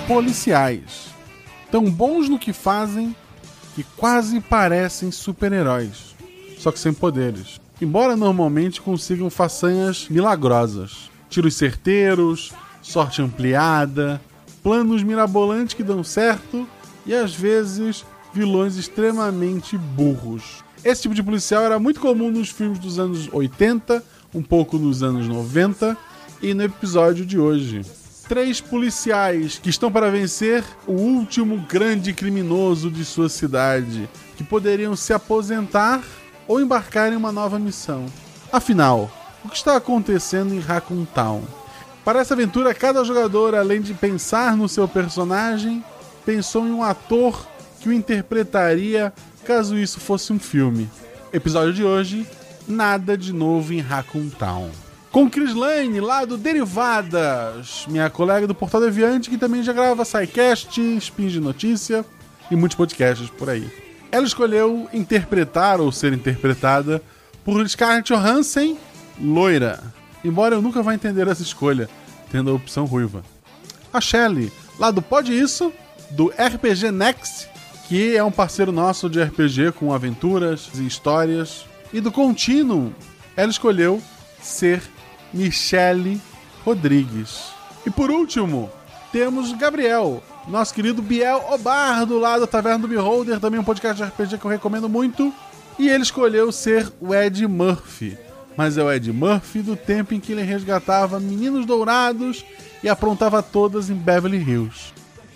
policiais, tão bons no que fazem que quase parecem super-heróis, só que sem poderes, embora normalmente consigam façanhas milagrosas, tiros certeiros, sorte ampliada, planos mirabolantes que dão certo e às vezes vilões extremamente burros. Esse tipo de policial era muito comum nos filmes dos anos 80, um pouco nos anos 90 e no episódio de hoje. 3 policiais que estão para vencer o último grande criminoso de sua cidade, que poderiam se aposentar ou embarcar em uma nova missão. Afinal, o que está acontecendo em Raccoon Town? Para essa aventura, cada jogador, além de pensar no seu personagem, pensou em um ator que o interpretaria caso isso fosse um filme. Episódio de hoje, nada de novo em Raccoon Town. Com Cris Lane, lá do Derivadas, minha colega do Portal Deviante, que também já grava SciCast, Spin de Notícia e muitos podcasts por aí. Ela escolheu interpretar ou ser interpretada por Scarlett Johansson, loira. Embora eu nunca vá entender essa escolha, tendo a opção ruiva. A Shelly, lá do Pode Isso, do RPG Next, que é um parceiro nosso de RPG com aventuras e histórias. E do Continuum, ela escolheu ser Michele Rodrigues. E por último, temos Gabriel, nosso querido Biel Obardo, lá do Taverna do Beholder, também um podcast de RPG que eu recomendo muito. E ele escolheu ser o Ed Murphy. Mas é o Ed Murphy do tempo em que ele resgatava meninos dourados e aprontava todas em Beverly Hills.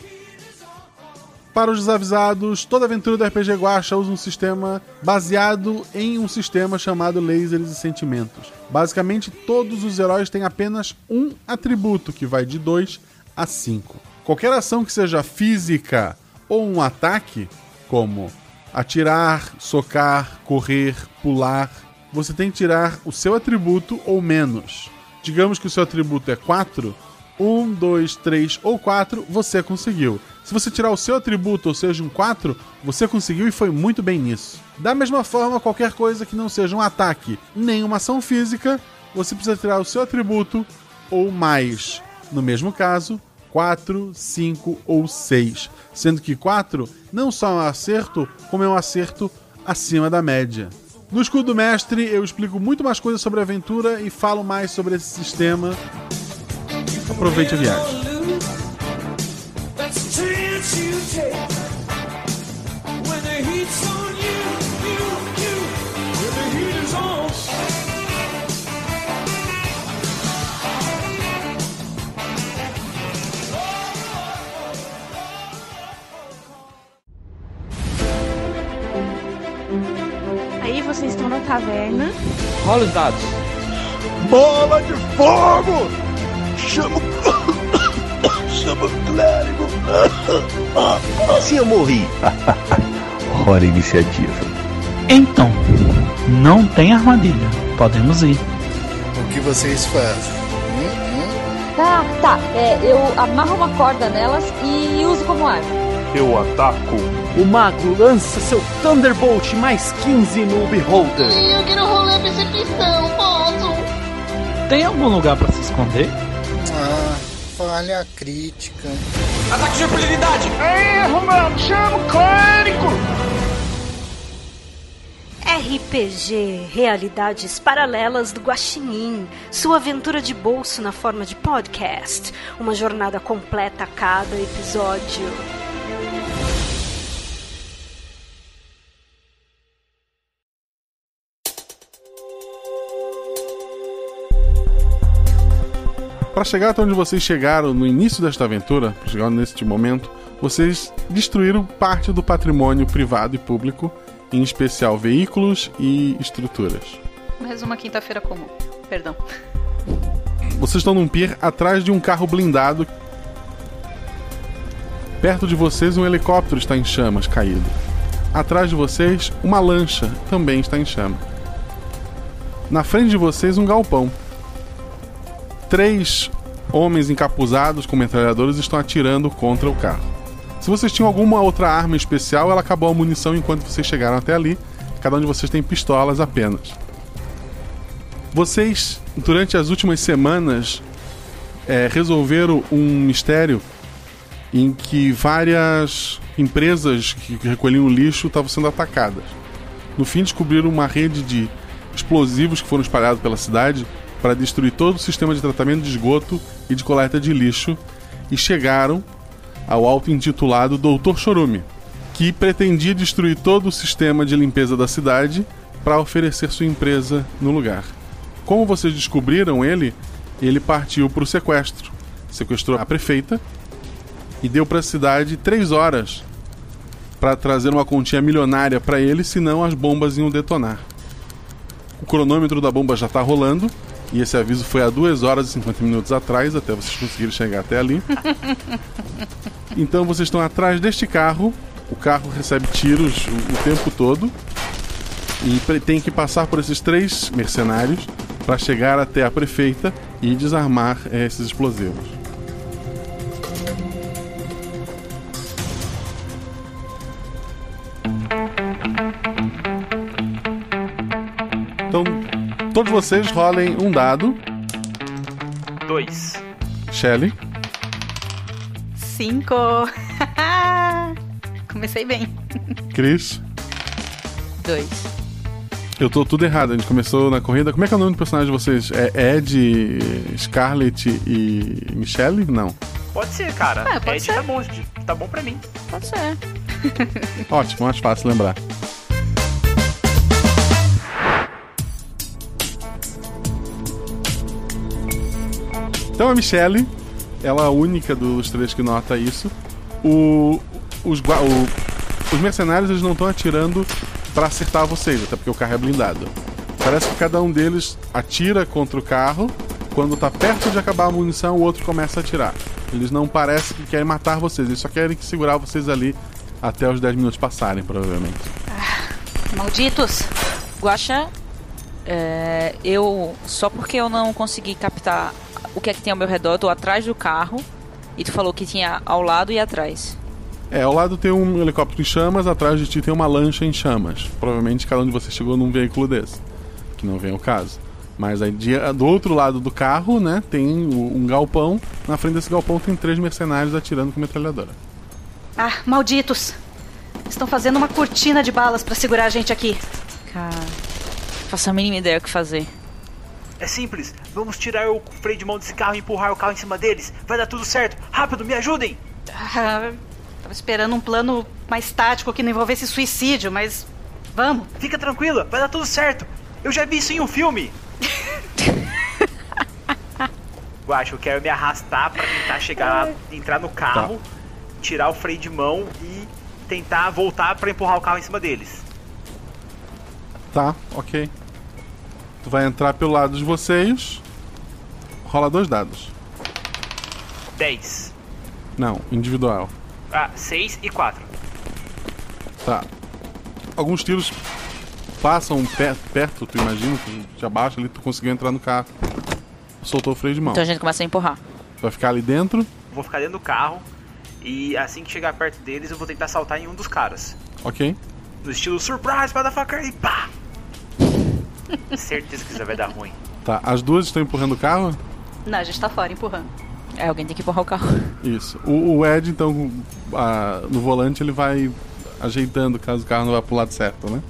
Para os desavisados, toda aventura do RPG Guacha usa um sistema baseado em um sistema chamado Lasers e Sentimentos. Basicamente, todos os heróis têm apenas um atributo, que vai de 2 a 5. Qualquer ação que seja física ou um ataque, como atirar, socar, correr, pular, você tem que tirar o seu atributo ou menos. Digamos que o seu atributo é 4, 1, 2, 3 ou 4, você conseguiu. Se você tirar o seu atributo, ou seja, um 4, você conseguiu e foi muito bem nisso. Da mesma forma, qualquer coisa que não seja um ataque nem uma ação física, você precisa tirar o seu atributo ou mais. No mesmo caso, 4, 5 ou 6. Sendo que 4 não só é um acerto, como é um acerto acima da média. No Escudo do Mestre, eu explico muito mais coisas sobre a aventura e falo mais sobre esse sistema. Aproveite a viagem. Aí vocês estão na taverna. Rola os dados. Bola de fogo! Chama o clérigo. Assim eu morri. Hora iniciativa. Então, não tem armadilha. Podemos ir. O que vocês fazem? Tá. Eu amarro uma corda nelas e uso como arma. Eu ataco. O mago lança seu Thunderbolt mais 15 no Beholder. Eu quero rolar percepção, posso? Tem algum lugar pra se esconder? Falha crítica. Ataque de oportunidade! Mano, chama o clérigo! RPG Realidades Paralelas do Guaxinim, sua aventura de bolso na forma de podcast, uma jornada completa a cada episódio. Para chegar até onde vocês chegaram no início desta aventura, para chegar neste momento, vocês destruíram parte do patrimônio privado e público, em especial veículos e estruturas. Mais uma quinta-feira comum. Perdão. Vocês estão num pier atrás de um carro blindado. Perto de vocês, um helicóptero está em chamas, caído. Atrás de vocês, uma lancha também está em chamas. Na frente de vocês, um galpão. 3 homens encapuzados com metralhadoras estão atirando contra o carro. Se vocês tinham alguma outra arma especial, ela acabou a munição enquanto vocês chegaram até ali. Cada um de vocês tem pistolas apenas. Vocês, durante as últimas semanas, resolveram um mistério em que várias empresas que recolhiam lixo estavam sendo atacadas. No fim, descobriram uma rede de explosivos que foram espalhados pela cidade para destruir todo o sistema de tratamento de esgoto e de coleta de lixo, e chegaram ao auto-intitulado Dr. Chorume, que pretendia destruir todo o sistema de limpeza da cidade para oferecer sua empresa no lugar. Como vocês descobriram ele partiu para o sequestro. Sequestrou a prefeita e deu para a cidade 3 horas para trazer uma quantia milionária para ele, senão as bombas iam detonar. O cronômetro da bomba já está rolando, e esse aviso foi há 2 horas e 50 minutos atrás, até vocês conseguirem chegar até ali. Então vocês estão atrás deste carro, o carro recebe tiros o tempo todo, e tem que passar por esses 3 mercenários para chegar até a prefeita e desarmar esses explosivos. Então, todos vocês rolem um dado. 2. Shelly. 5. Comecei bem. Cris. 2. Eu tô tudo errado, a gente começou na corrida. Como é que é o nome do personagem de vocês? É Ed, Scarlett e Michelle? Não. Pode ser, cara. Pode Ed ser. tá bom pra mim. Pode ser. Ótimo, mais fácil lembrar. Então a Michelle, ela é a única dos 3 que nota isso. Os mercenários, eles não estão atirando pra acertar vocês, até porque o carro é blindado. Parece que cada um deles atira contra o carro. Quando tá perto de acabar a munição, o outro começa a atirar. Eles não parecem que querem matar vocês, eles só querem segurar vocês ali até os 10 minutos passarem, provavelmente. Malditos! Guaxa, só porque eu não consegui captar o que é que tem ao meu redor, eu tô atrás do carro, e tu falou que tinha ao lado e atrás. Ao lado tem um helicóptero em chamas, atrás de ti tem uma lancha em chamas. Provavelmente cada um de vocês chegou num veículo desse, que não vem ao caso. Mas aí do outro lado do carro, né, tem um galpão. Na frente desse galpão tem 3 mercenários atirando com metralhadora. Ah, malditos! Estão fazendo uma cortina de balas pra segurar a gente aqui. Cara, faço a mínima ideia o que fazer. É simples, vamos tirar o freio de mão desse carro e empurrar o carro em cima deles. Vai dar tudo certo. Rápido, me ajudem! Tava esperando um plano mais tático que não envolvesse suicídio, mas vamos. Fica tranquila, vai dar tudo certo. Eu já vi isso em um filme. Eu acho que eu quero me arrastar pra tentar chegar, entrar no carro, tirar o freio de mão e tentar voltar pra empurrar o carro em cima deles. Tá, ok. Tu vai entrar pelo lado de vocês. Rola 2 dados. 10. Não, individual. 6 e 4. Tá. Alguns tiros passam perto, tu imagina, tu te abaixa ali, tu conseguiu entrar no carro. Soltou o freio de mão. Então a gente começa a empurrar. Tu vai ficar ali dentro? Vou ficar dentro do carro e assim que chegar perto deles eu vou tentar saltar em um dos caras. Ok. No estilo surprise, motherfucker, e pá! Certeza que isso vai dar ruim. Tá, as duas estão empurrando o carro? Não, a gente tá fora empurrando. Alguém tem que empurrar o carro. Isso. O Ed, então, no volante, ele vai ajeitando caso o carro não vá pro lado certo, né?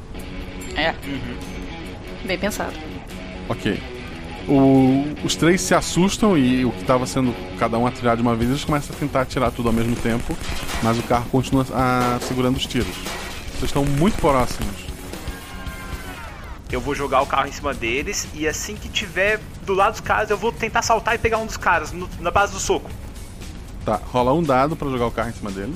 Bem pensado. Ok. Os 3 se assustam e o que estava sendo cada um atirar de uma vez, eles começam a tentar atirar tudo ao mesmo tempo, mas o carro continua segurando os tiros. Vocês estão muito próximos. Eu vou jogar o carro em cima deles e assim que tiver do lado dos caras eu vou tentar saltar e pegar um dos caras na base do soco. Tá, rola um dado pra jogar o carro em cima deles.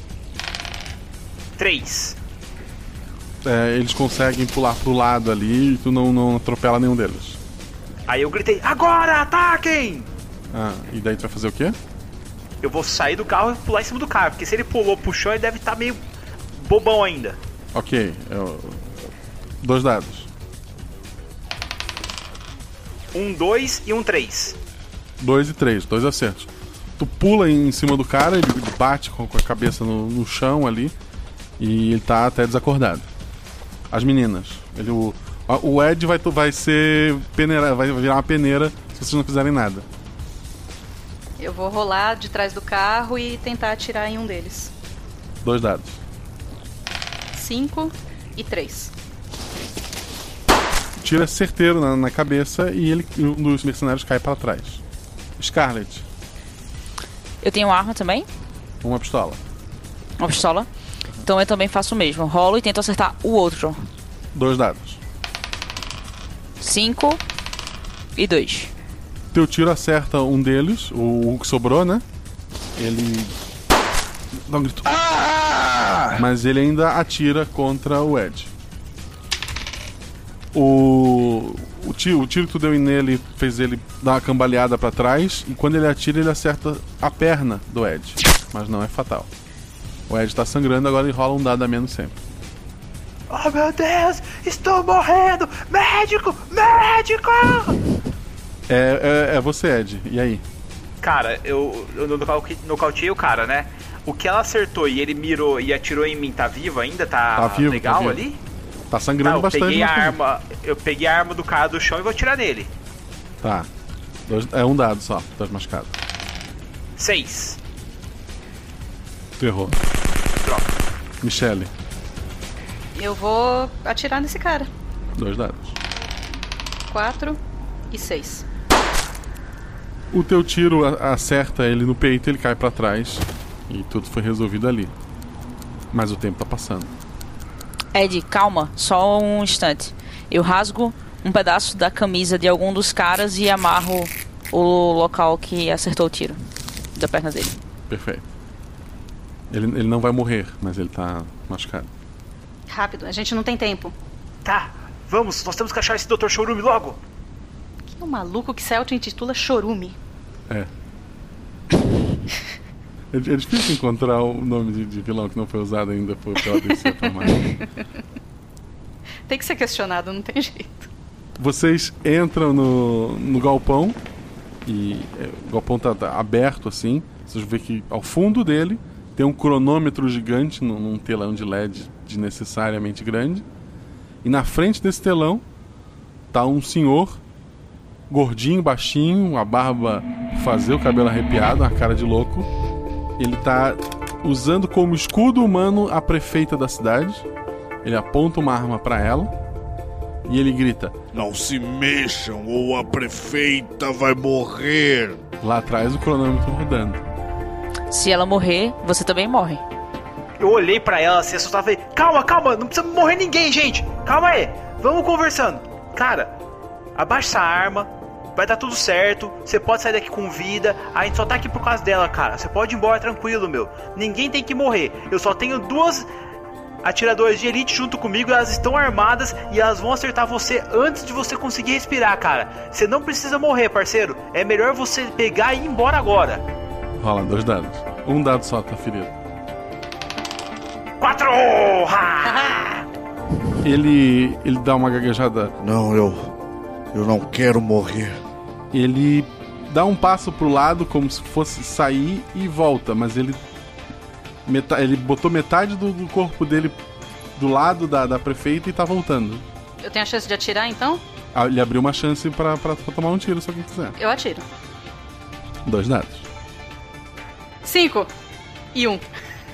3. Eles conseguem pular pro lado ali e tu não atropela nenhum deles. Aí eu gritei, agora, ataquem! E daí tu vai fazer o quê? Eu vou sair do carro e pular em cima do cara, porque se ele pulou pro chão ele deve estar meio bobão ainda. Ok, 2 dados. 1, 2 e 1, 3. 2 e 3, 2 acertos. Tu pula em cima do cara, ele bate com a cabeça no chão ali e ele tá até desacordado. As meninas, o Ed vai ser peneira, vai virar uma peneira se vocês não fizerem nada. Eu vou rolar de trás do carro e tentar atirar em um deles. 2 dados. 5 e 3. Tira certeiro na cabeça e um dos mercenários cai pra trás. Scarlet. Eu tenho arma também? Uma pistola. Uma pistola? Então eu também faço o mesmo. Rolo e tento acertar o outro. 2 dados. 5 e 2. Teu tiro acerta um deles, o que sobrou, né? Ele dá um grito. Mas ele ainda atira contra o Ed. O tiro que tu deu nele fez ele dar uma cambaleada pra trás. E quando ele atira, ele acerta a perna do Ed. Mas não é fatal. O Ed tá sangrando, agora ele rola um dado a menos sempre. Oh meu Deus, estou morrendo! Médico! Médico! É você, Ed. E aí? Cara, eu nocauteei o cara, né? O que ela acertou e ele mirou e atirou em mim tá vivo ainda? Tá vivo, legal, tá vivo. Ali? Tá sangrando bastante. Eu peguei a arma do cara do chão e vou atirar nele. Tá. É um dado só, tá machucado. 6. Tu errou. Droga. Michele. Eu vou atirar nesse cara. 2 dados. 4 e 6. O teu tiro acerta ele no peito, ele cai pra trás. E tudo foi resolvido ali. Mas o tempo tá passando. Ed, calma, só um instante. Eu rasgo um pedaço da camisa de algum dos caras e amarro o local que acertou o tiro da perna dele. Perfeito. Ele não vai morrer, mas ele tá machucado. Rápido, a gente não tem tempo. Tá, vamos, nós temos que achar esse Dr. Chorume logo. Que é um maluco que se auto-intitula Chorume. É difícil encontrar o nome de vilão que não foi usado ainda pela DC. Tem que ser questionado, não tem jeito. Vocês entram no galpão e o galpão tá aberto assim. Vocês vê que ao fundo dele tem um cronômetro gigante num telão de LED desnecessariamente grande. E na frente desse telão tá um senhor gordinho, baixinho, a barba fazer o cabelo arrepiado, uma cara de louco. Ele tá usando como escudo humano a prefeita da cidade. Ele aponta uma arma pra ela e ele grita: não se mexam ou a prefeita vai morrer. Lá atrás o cronômetro rodando. Se ela morrer, você também morre. Eu olhei pra ela assim, assustado, e falei: calma, não precisa morrer ninguém, gente. Calma aí, vamos conversando. Cara, abaixa essa arma, vai dar tudo certo, você pode sair daqui com vida, a gente só tá aqui por causa dela, cara. Você pode ir embora tranquilo, meu. Ninguém tem que morrer. Eu só tenho 2 atiradoras de elite junto comigo, elas estão armadas e elas vão acertar você antes de você conseguir respirar, cara. Você não precisa morrer, parceiro. É melhor você pegar e ir embora agora. Rola 2 dados. Um dado só tá ferido. 4! Ele dá uma gaguejada. Não, eu não quero morrer. Ele dá um passo pro lado como se fosse sair e volta, mas ele botou metade do corpo dele do lado da prefeita e tá voltando. Eu tenho a chance de atirar, então? Ele abriu uma chance pra tomar um tiro, se alguém quiser. Eu atiro. 2 dados. 5 e 1.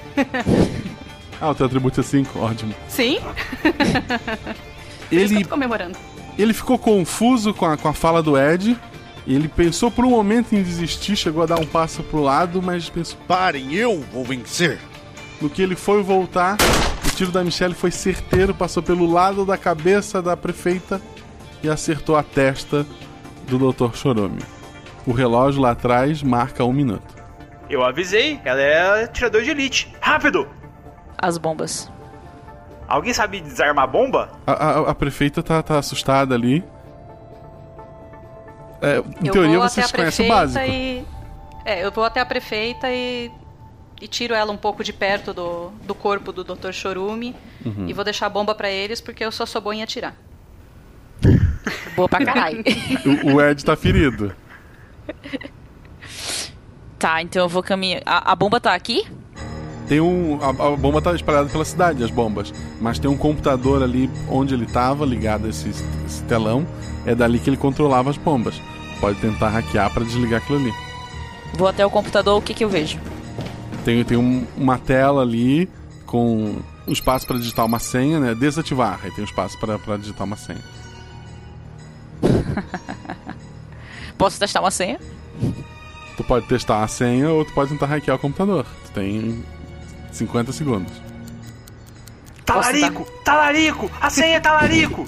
O teu atributo é 5, ótimo. Sim. Ele tô comemorando. Ele ficou confuso com a fala do Ed. Ele pensou por um momento em desistir, chegou a dar um passo pro lado, mas pensou: parem, eu vou vencer. No que ele foi voltar, o tiro da Michelle foi certeiro, passou pelo lado da cabeça da prefeita e acertou a testa do Dr. Chorume. O relógio lá atrás marca 1 minuto. Eu avisei, ela é atirador de elite. Rápido! As bombas. Alguém sabe desarmar a bomba? A prefeita tá assustada ali. Em teoria vocês conhecem o básico. Eu vou até a prefeita e tiro ela um pouco de perto do corpo do Dr. Chorume. E vou deixar a bomba pra eles porque eu só sou boa em atirar. Boa pra caralho. O Ed tá ferido. Tá, então eu vou caminhar. A bomba tá aqui? Tem a bomba tá espalhada pela cidade, as bombas. Mas tem um computador ali onde ele tava, ligado a esse telão. É dali que ele controlava as bombas. Pode tentar hackear pra desligar aquilo ali. Vou até o computador, o que eu vejo? Tem uma tela ali com um espaço para digitar uma senha, né? Desativar, aí tem um espaço para digitar uma senha. Posso testar uma senha? Tu pode testar a senha ou tu pode tentar hackear o computador. Tu tem 50 segundos. Talarico! Talarico! A senha é talarico!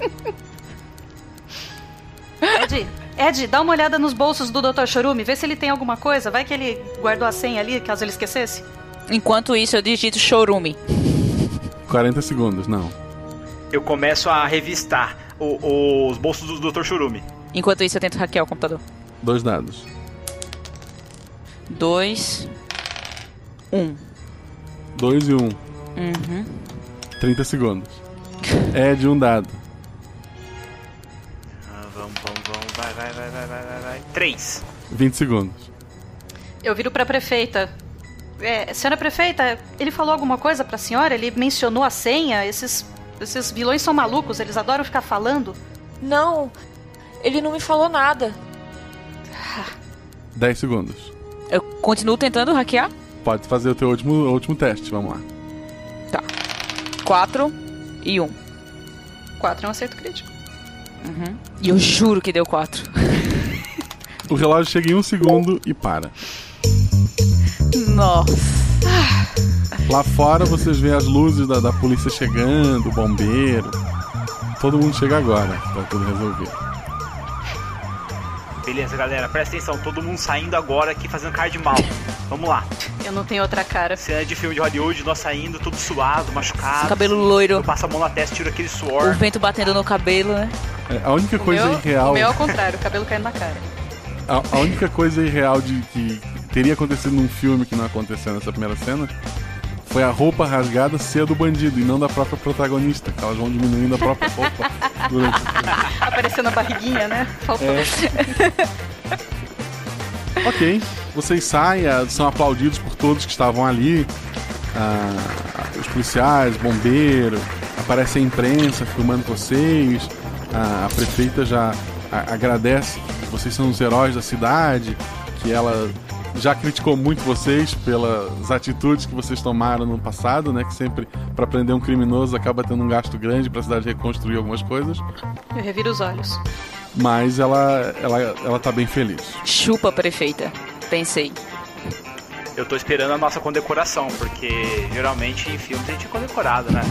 Ed, dá uma olhada nos bolsos do Dr. Chorume, vê se ele tem alguma coisa. Vai que ele guardou a senha ali, caso ele esquecesse. Enquanto isso, eu digito Chorume. 40 segundos, não. Eu começo a revistar os bolsos do Dr. Chorume. Enquanto isso, eu tento hackear o computador. 2 dados. 2, 1. 2 e 1. 30 segundos. Ed, 1 dado. Vamos. Vai. 3. 20 segundos. Eu viro pra prefeita. Senhora prefeita, ele falou alguma coisa pra senhora? Ele mencionou a senha? Esses vilões são malucos, eles adoram ficar falando. Não, ele não me falou nada. 10 segundos. Eu continuo tentando hackear? Pode fazer o teu último teste, vamos lá. Tá. 4 e 1. 4 é um acerto crítico. E eu juro que deu 4. O relógio chega em 1 segundo e para. Nossa. Lá fora vocês veem as luzes da polícia chegando, o bombeiro. Todo mundo chega agora pra tudo resolver. Beleza, galera, presta atenção. Todo mundo saindo agora aqui fazendo cara de mal. Vamos lá. Eu não tenho outra cara. Cena de filme de Hollywood, nós saindo, todo suado, machucado. Cabelo loiro. Eu passo a mão na testa, tiro aquele O suor. vento batendo no cabelo, né? A única coisa irreal... O meu é o contrário, o cabelo caindo na cara. A única coisa irreal que teria acontecido num filme que não aconteceu nessa primeira cena foi a roupa rasgada ser a do bandido e não da própria protagonista, que elas vão diminuindo a própria roupa durante o filme. Aparecendo a barriguinha, né? Faltou. Ok, vocês saem, são aplaudidos por todos que estavam ali, os policiais, bombeiro, aparece a imprensa filmando vocês, a prefeita já agradece que vocês são os heróis da cidade, que ela já criticou muito vocês pelas atitudes que vocês tomaram no passado, né? Que sempre, para prender um criminoso, acaba tendo um gasto grande para a cidade reconstruir algumas coisas. Eu reviro os olhos. Mas ela tá bem feliz. Chupa, prefeita. Pensei. Eu tô esperando a nossa condecoração, porque geralmente em filmes a gente é condecorado, né?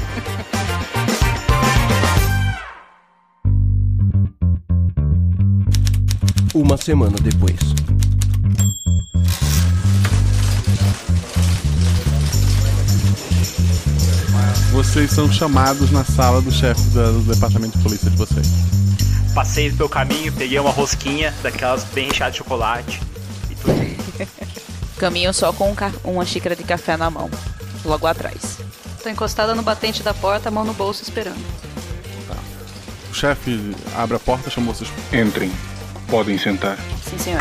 Uma semana depois. Vocês são chamados na sala do chefe do departamento de polícia de vocês. Passei pelo caminho, peguei uma rosquinha daquelas bem recheadas de chocolate e tudo. Caminho só com uma xícara de café na mão, logo atrás. Tô encostada no batente da porta, a mão no bolso esperando. Tá. O chefe abre a porta, chamou vocês. Entrem. Podem sentar. Sim, senhor.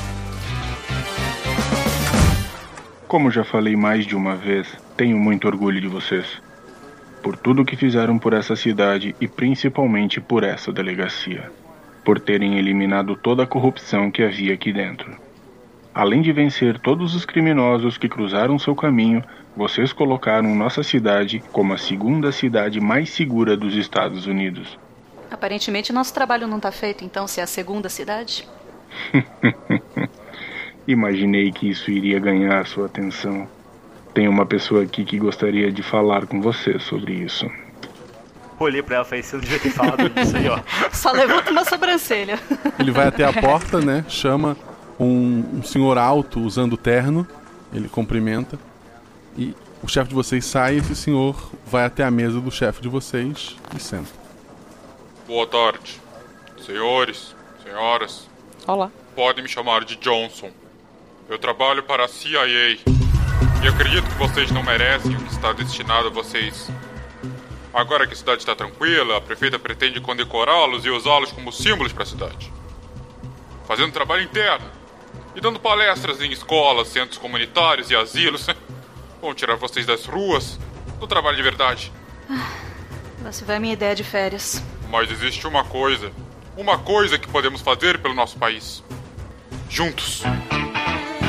Como já falei mais de uma vez, tenho muito orgulho de vocês. Por tudo o que fizeram por essa cidade e principalmente por essa delegacia. Por terem eliminado toda a corrupção que havia aqui dentro. Além de vencer todos os criminosos que cruzaram seu caminho, vocês colocaram nossa cidade como a segunda cidade mais segura dos Estados Unidos. Aparentemente nosso trabalho não tá feito, então, se é a segunda cidade? Imaginei que isso iria ganhar a sua atenção. Tem uma pessoa aqui que gostaria de falar com você sobre isso. Olhei pra ela e falei, você não devia ter falado disso aí, ó. Só levanta uma sobrancelha. Ele vai até a porta, né? Chama um senhor alto usando terno. Ele cumprimenta. E o chefe de vocês sai e esse senhor vai até a mesa do chefe de vocês e senta. Boa tarde. Senhores, senhoras. Olá. Podem me chamar de Johnson. Eu trabalho para a CIA. E acredito que vocês não merecem o que está destinado a vocês. Agora que a cidade está tranquila, a prefeita pretende condecorá-los e usá-los como símbolos para a cidade. Fazendo trabalho interno e dando palestras em escolas, centros comunitários e asilos. Vão tirar vocês das ruas do trabalho de verdade. Lá se vai minha ideia de férias. Mas existe uma coisa que podemos fazer pelo nosso país. Juntos.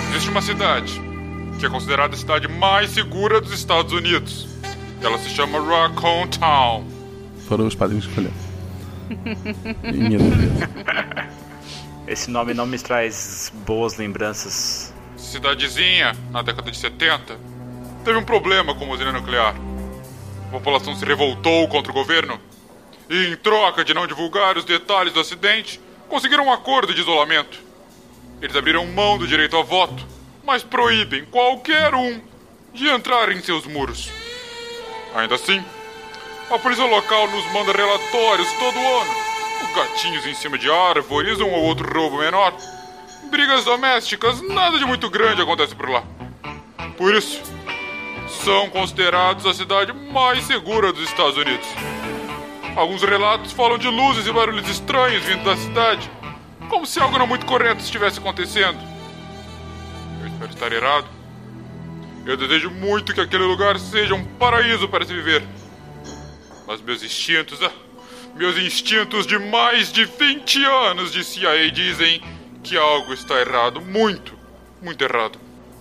Existe uma cidade que é considerada a cidade mais segura dos Estados Unidos. Ela se chama Raccoon Town. Foram os padrinhos que escolheram. Em minha defesa. Esse nome não me traz boas lembranças. Cidadezinha, na década de 70, teve um problema com a usina nuclear. A população se revoltou contra o governo e, em troca de não divulgar os detalhes do acidente, conseguiram um acordo de isolamento. Eles abriram mão do direito a voto, mas proíbem qualquer um de entrar em seus muros. Ainda assim, a polícia local nos manda relatórios todo ano. Gatinhos em cima de árvores, um ou outro roubo menor. Brigas domésticas, nada de muito grande acontece por lá. Por isso, são considerados a cidade mais segura dos Estados Unidos. Alguns relatos falam de luzes e barulhos estranhos vindo da cidade, como se algo não muito correto estivesse acontecendo. Eu espero estar errado. Eu desejo muito que aquele lugar seja um paraíso para se viver. Mas meus instintos de mais de 20 anos de CIA dizem que algo está errado, muito errado.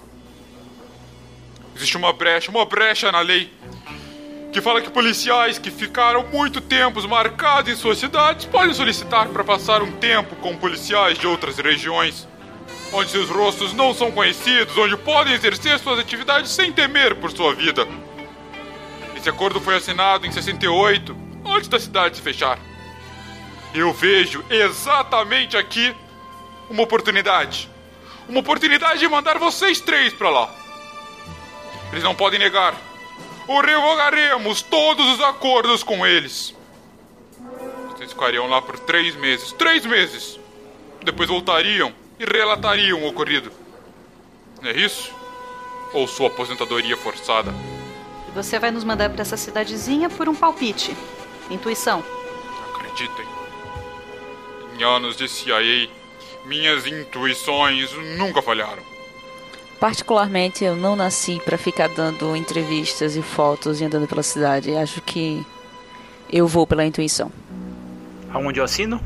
Existe uma brecha na lei que fala que policiais que ficaram muito tempos marcados em suas cidades podem solicitar para passar um tempo com policiais de outras regiões, onde seus rostos não são conhecidos, onde podem exercer suas atividades sem temer por sua vida. Esse acordo foi assinado em 68, antes da cidade se fechar. Eu vejo exatamente aqui uma oportunidade de mandar vocês 3 para lá. Eles não podem negar. Ou revogaremos todos os acordos com eles. Vocês ficariam lá por 3 meses. 3 meses. Depois voltariam e relatariam o ocorrido. É isso? Ou sua aposentadoria forçada? E você vai nos mandar para essa cidadezinha por um palpite. Intuição. Acreditem. Em anos de CIA, minhas intuições nunca falharam. Particularmente, eu não nasci pra ficar dando entrevistas e fotos e andando pela cidade. Acho que eu vou pela intuição. Aonde eu assino?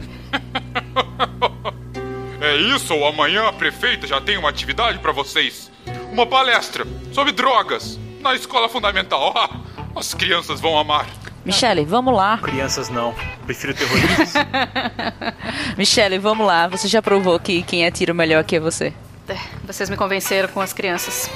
É isso, ou amanhã a prefeita já tem uma atividade pra vocês. Uma palestra sobre drogas na escola fundamental. As crianças vão amar. Michele, vamos lá. Crianças não, prefiro terroristas. Michele, vamos lá. Você já provou que quem atira o melhor aqui é você. Vocês me convenceram com as crianças.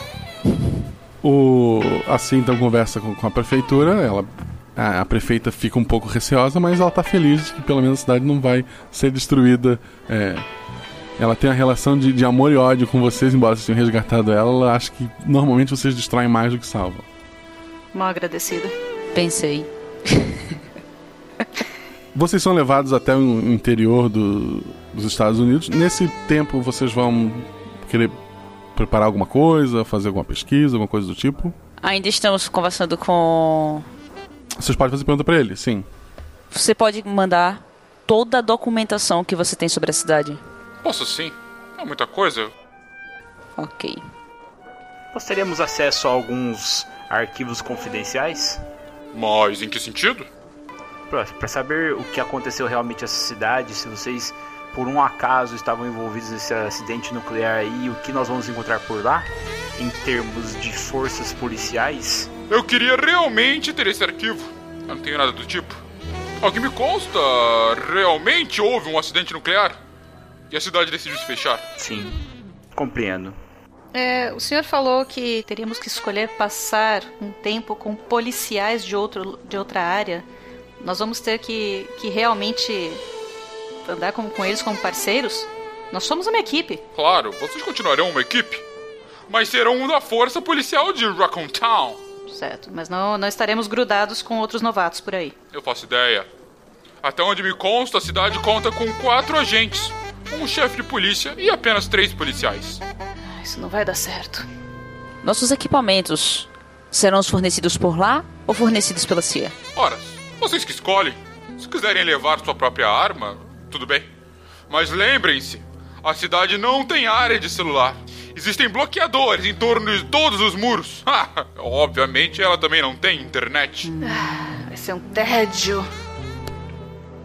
Assim, então, conversa com a prefeitura. A prefeita fica um pouco receosa, mas ela tá feliz de que pelo menos a cidade não vai ser destruída. Ela tem uma relação de amor e ódio com vocês, embora vocês tenham resgatado ela. Ela acha que normalmente vocês destroem mais do que salvam. Mal agradecida. Pensei. Vocês são levados até o interior dos Estados Unidos. Nesse tempo, vocês vão querer preparar alguma coisa, fazer alguma pesquisa, alguma coisa do tipo? Ainda estamos conversando com... Vocês podem fazer pergunta pra ele, sim. Você pode mandar toda a documentação que você tem sobre a cidade? Posso sim. Não é muita coisa. Ok. Nós teríamos acesso a alguns arquivos confidenciais? Mas em que sentido? Pra saber o que aconteceu realmente nessa cidade, se vocês por um acaso estavam envolvidos nesse acidente nuclear aí, e o que nós vamos encontrar por lá, em termos de forças policiais. Eu queria realmente ter esse arquivo. Eu não tenho nada do tipo. Ao que me consta, realmente houve um acidente nuclear e a cidade decidiu se fechar. Sim, compreendo. O senhor falou que teríamos que escolher passar um tempo com policiais de outra área. Nós vamos ter que realmente andar com eles como parceiros? Nós somos uma equipe. Claro, vocês continuarão uma equipe, mas serão da força policial de Raccoon Town. Certo, mas não estaremos grudados com outros novatos por aí. Eu faço ideia. Até onde me consta, a cidade conta com 4 agentes, um chefe de polícia e apenas 3 policiais. Isso não vai dar certo. Nossos equipamentos serão fornecidos por lá ou fornecidos pela CIA? Ora, vocês que escolhem. Se quiserem levar sua própria arma, tudo bem. Mas lembrem-se, a cidade não tem área de celular. Existem bloqueadores em torno de todos os muros. Obviamente ela também não tem internet. Vai ser um tédio.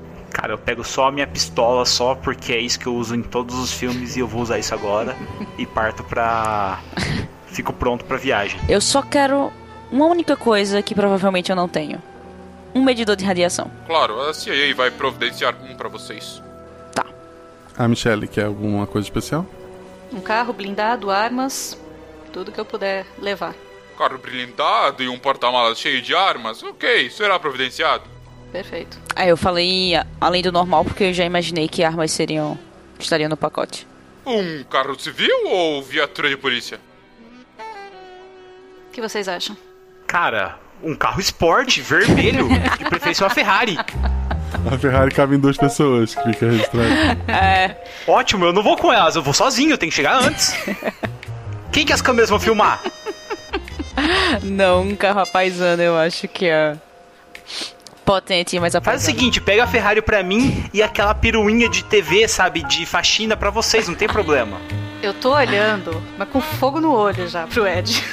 Cara, eu pego só a minha pistola, só porque é isso que eu uso em todos os filmes e eu vou usar isso agora. E parto pra... Fico pronto pra viagem. Eu só quero uma única coisa que provavelmente eu não tenho. Um medidor de radiação. Claro, a CIA vai providenciar um pra vocês. Tá. A Michelle quer alguma coisa especial? Um carro blindado, armas, tudo que eu puder levar. Carro blindado e um porta-malas cheio de armas? Ok, será providenciado. Perfeito. Eu falei além do normal porque eu já imaginei que armas estariam no pacote. Um carro civil ou viatura de polícia? O que vocês acham? Cara, um carro esporte, vermelho, de preferência uma Ferrari. A Ferrari cabe em 2 pessoas, que fica registrado. Ótimo, eu não vou com elas, eu vou sozinho, eu tenho que chegar antes. Quem que as câmeras vão filmar? Não, um carro paisano eu acho que é potente, mas Faz o seguinte, pega a Ferrari pra mim e aquela piruinha de TV, sabe, de faxina pra vocês, não tem problema. Eu tô olhando, mas com fogo no olho já pro Ed.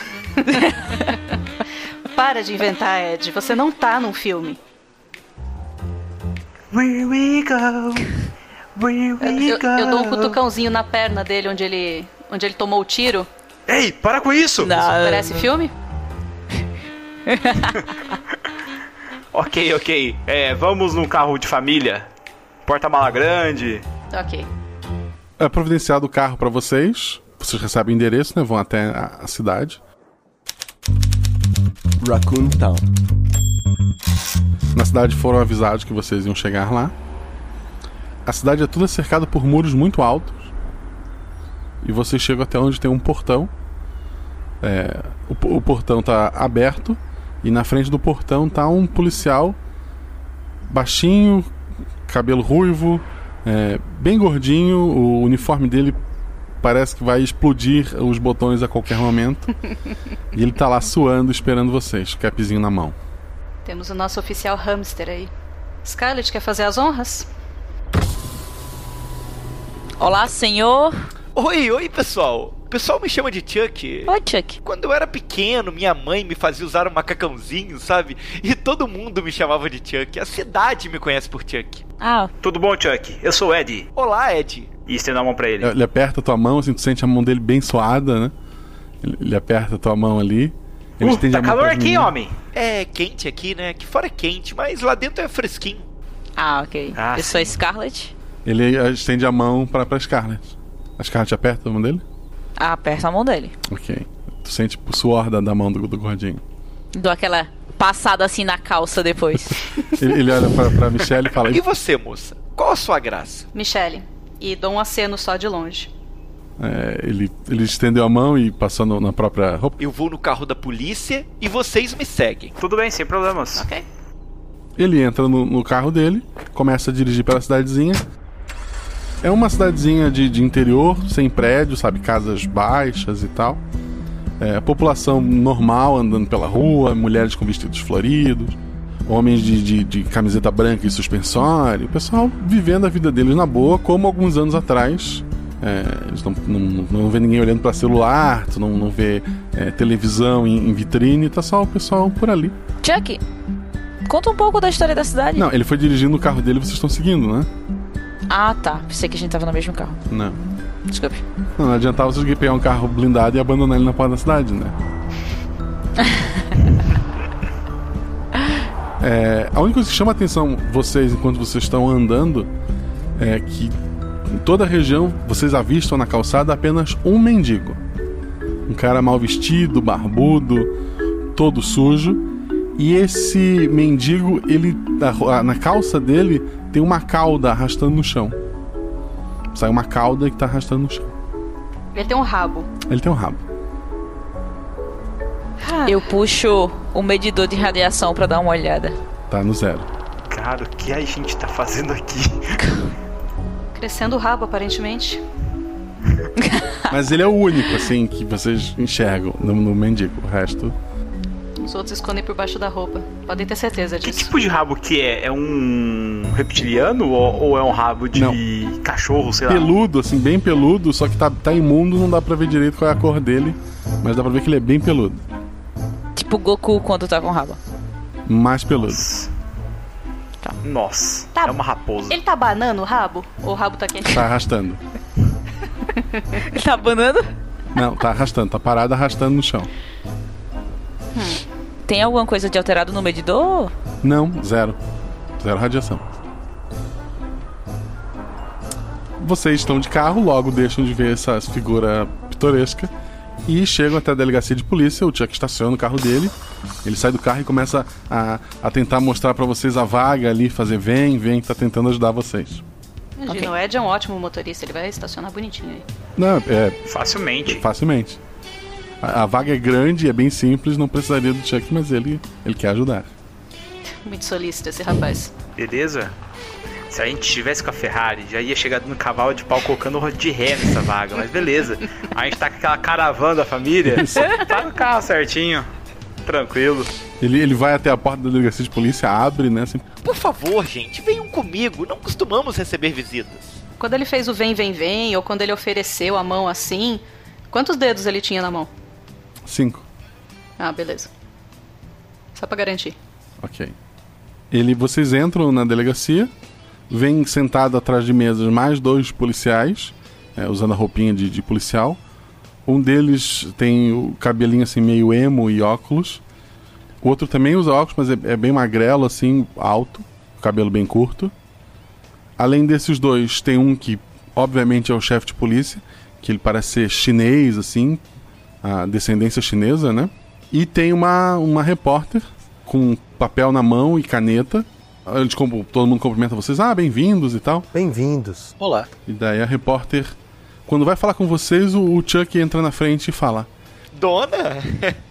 Para de inventar, Ed. Você não tá num filme. Where we go? Where we go? Eu dou um cutucãozinho na perna dele onde ele tomou o tiro. Ei, para com isso! Não. Parece filme? Ok. Vamos num carro de família. Porta-mala grande. Ok. É providenciado o carro pra vocês. Vocês recebem o endereço, né? Vão até a cidade. Raccoon Town. Na cidade foram avisados que vocês iam chegar lá. A cidade é toda cercada por muros muito altos. E vocês chegam até onde tem um portão. O portão tá aberto. E na frente do portão tá um policial baixinho, cabelo ruivo, bem gordinho. O uniforme dele parece que vai explodir os botões a qualquer momento. E ele tá lá suando, esperando vocês, capzinho na mão. Temos o nosso oficial hamster aí. Scarlett, quer fazer as honras? Olá, senhor. Oi, pessoal. O pessoal me chama de Chuck. Oi, Chuck. Quando eu era pequeno, minha mãe me fazia usar um macacãozinho, sabe? E todo mundo me chamava de Chuck. A cidade me conhece por Chuck. Tudo bom, Chuck? Eu sou o Ed. Olá, Ed. E estendo a mão pra ele. Ele aperta a tua mão, assim, tu sente a mão dele bem suada, né? Ele aperta a tua mão ali. Ele estende a mão calor aqui, homem. É quente aqui, né? Aqui fora é quente, mas lá dentro é fresquinho. Ok. Eu sou a Scarlett. Ele estende a mão pra Scarlett. A Scarlett aperta a mão dele? Aperta a mão dele. Ok. Tu sente o suor da mão do gordinho. Dou aquela passada assim na calça depois. ele olha pra Michelle e fala... E você, moça? Qual a sua graça? Michelle. E dou um aceno só de longe. Ele estendeu a mão e passou na própria roupa. Eu vou no carro da polícia e vocês me seguem. Tudo bem, sem problemas. Ok. Ele entra no carro dele, começa a dirigir pela cidadezinha. É uma cidadezinha de interior, sem prédio, sabe? Casas baixas e tal. População normal andando pela rua, mulheres com vestidos floridos, homens de camiseta branca e suspensório. O pessoal vivendo a vida deles na boa, como alguns anos atrás. Eles não vê ninguém olhando para celular, tu não vê televisão em vitrine, tá só o pessoal por ali. Chuck, conta um pouco da história da cidade. Não, ele foi dirigindo o carro dele e vocês estão seguindo, né? Ah, tá. Pensei que a gente tava no mesmo carro. Não. Desculpe. Não adiantava vocês pegar um carro blindado e abandonar ele na porta da cidade, né? A única coisa que chama a atenção vocês enquanto vocês estão andando é que em toda a região vocês avistam na calçada apenas um mendigo. Um cara mal vestido, barbudo, todo sujo. E esse mendigo, ele na calça dele tem uma cauda arrastando no chão. Sai uma cauda que tá arrastando no chão. Ele tem um rabo. Ele tem um rabo. Eu puxo o medidor de radiação pra dar uma olhada. Tá no 0. Cara, o que a gente tá fazendo aqui? Crescendo o rabo, aparentemente. Mas ele é o único, assim, que vocês enxergam no mendigo. O resto... Os outros escondem por baixo da roupa. Podem ter certeza disso. Que tipo de rabo que é? É um reptiliano ou é um rabo de cachorro, sei lá? Peludo, assim, bem peludo, só que tá imundo, não dá pra ver direito qual é a cor dele. Mas dá pra ver que ele é bem peludo. Tipo Goku quando tá com rabo. Mais peludo. Tá Nossa, é uma raposa. Ele tá abanando o rabo? Ou o rabo tá quente? Tá arrastando. Ele tá abanando? Não, tá arrastando, tá parado arrastando no chão. Tem alguma coisa de alterado no medidor? Não, zero. Zero radiação. Vocês estão de carro, logo deixam de ver essa figura pitoresca e chegam até a delegacia de polícia. O Chuck estaciona o carro dele. Ele sai do carro e começa a tentar mostrar pra vocês a vaga ali, fazer vem, tá tentando ajudar vocês. Imagina, o Ed é um ótimo motorista, ele vai estacionar bonitinho aí. Não, Facilmente. A vaga é grande, é bem simples, não precisaria do Chuck, mas ele quer ajudar. Muito solícito esse rapaz. Beleza? Se a gente tivesse com a Ferrari, já ia chegar no cavalo de pau colocando o de ré nessa vaga, mas beleza. A gente tá com aquela caravana da família, tá no carro certinho, tranquilo. Ele vai até a porta da delegacia de polícia, abre, né? Assim. Por favor, gente, venham comigo, não costumamos receber visitas. Quando ele fez o vem, ou quando ele ofereceu a mão assim, quantos dedos ele tinha na mão? 5. Ah, beleza. Só pra garantir. Ok. Vocês entram na delegacia, vem sentado atrás de mesas mais 2 policiais, usando a roupinha de policial. Um deles tem o cabelinho assim meio emo e óculos. O outro também usa óculos, mas é bem magrelo, assim, alto, cabelo bem curto. Além desses 2, tem um que obviamente é o chefe de polícia, que ele parece ser chinês, assim, a descendência chinesa, né? E tem uma repórter com papel na mão e caneta. Todo mundo cumprimenta vocês. Bem-vindos e tal. Bem-vindos. Olá. E daí a repórter, quando vai falar com vocês, o Chuck entra na frente e fala: Dona,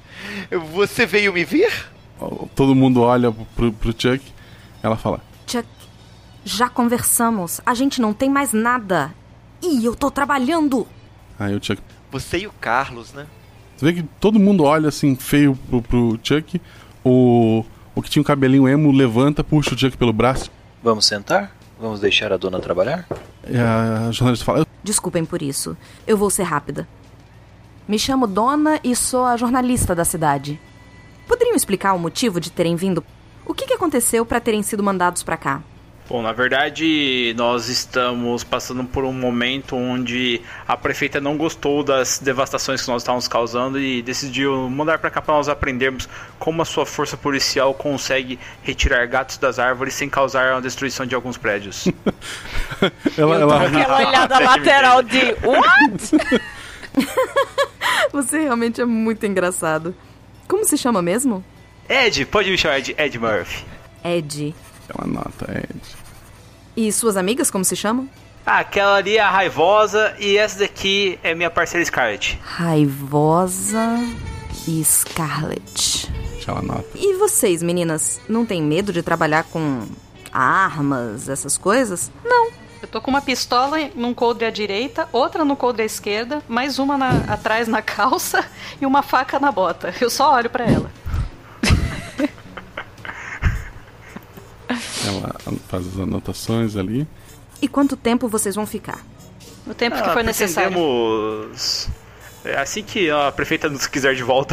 você veio me ver? Todo mundo olha pro Chuck. Ela fala: Chuck, já conversamos. A gente não tem mais nada. E eu tô trabalhando. Aí o Chuck... Você e o Carlos, né? Você vê que todo mundo olha assim, feio pro Chuck. O que tinha um cabelinho emo levanta, puxa o Chuck pelo braço. Vamos sentar? Vamos deixar a dona trabalhar? E a jornalista fala: Desculpem por isso. Eu vou ser rápida. Me chamo Donna e sou a jornalista da cidade. Poderiam explicar o motivo de terem vindo? O que aconteceu para terem sido mandados para cá? Bom, na verdade, nós estamos passando por um momento onde a prefeita não gostou das devastações que nós estávamos causando e decidiu mandar para cá para nós aprendermos como a sua força policial consegue retirar gatos das árvores sem causar a destruição de alguns prédios. Aquela olhada lateral de what? Você realmente é muito engraçado. Como se chama mesmo? Ed, pode me chamar de Ed Murphy. Ed. Ela nota, Ed. E suas amigas, como se chamam? Aquela ali é a Raivosa e essa daqui é minha parceira Scarlett. Raivosa e Scarlett. Ela nota. E vocês, meninas, não têm medo de trabalhar com armas, essas coisas? Não. Eu tô com uma pistola num coldre à direita, outra no coldre à esquerda, mais uma atrás na calça e uma faca na bota. Eu só olho pra ela. Ela faz as anotações ali. E quanto tempo vocês vão ficar? O tempo que for necessário. Assim que a prefeita nos quiser de volta.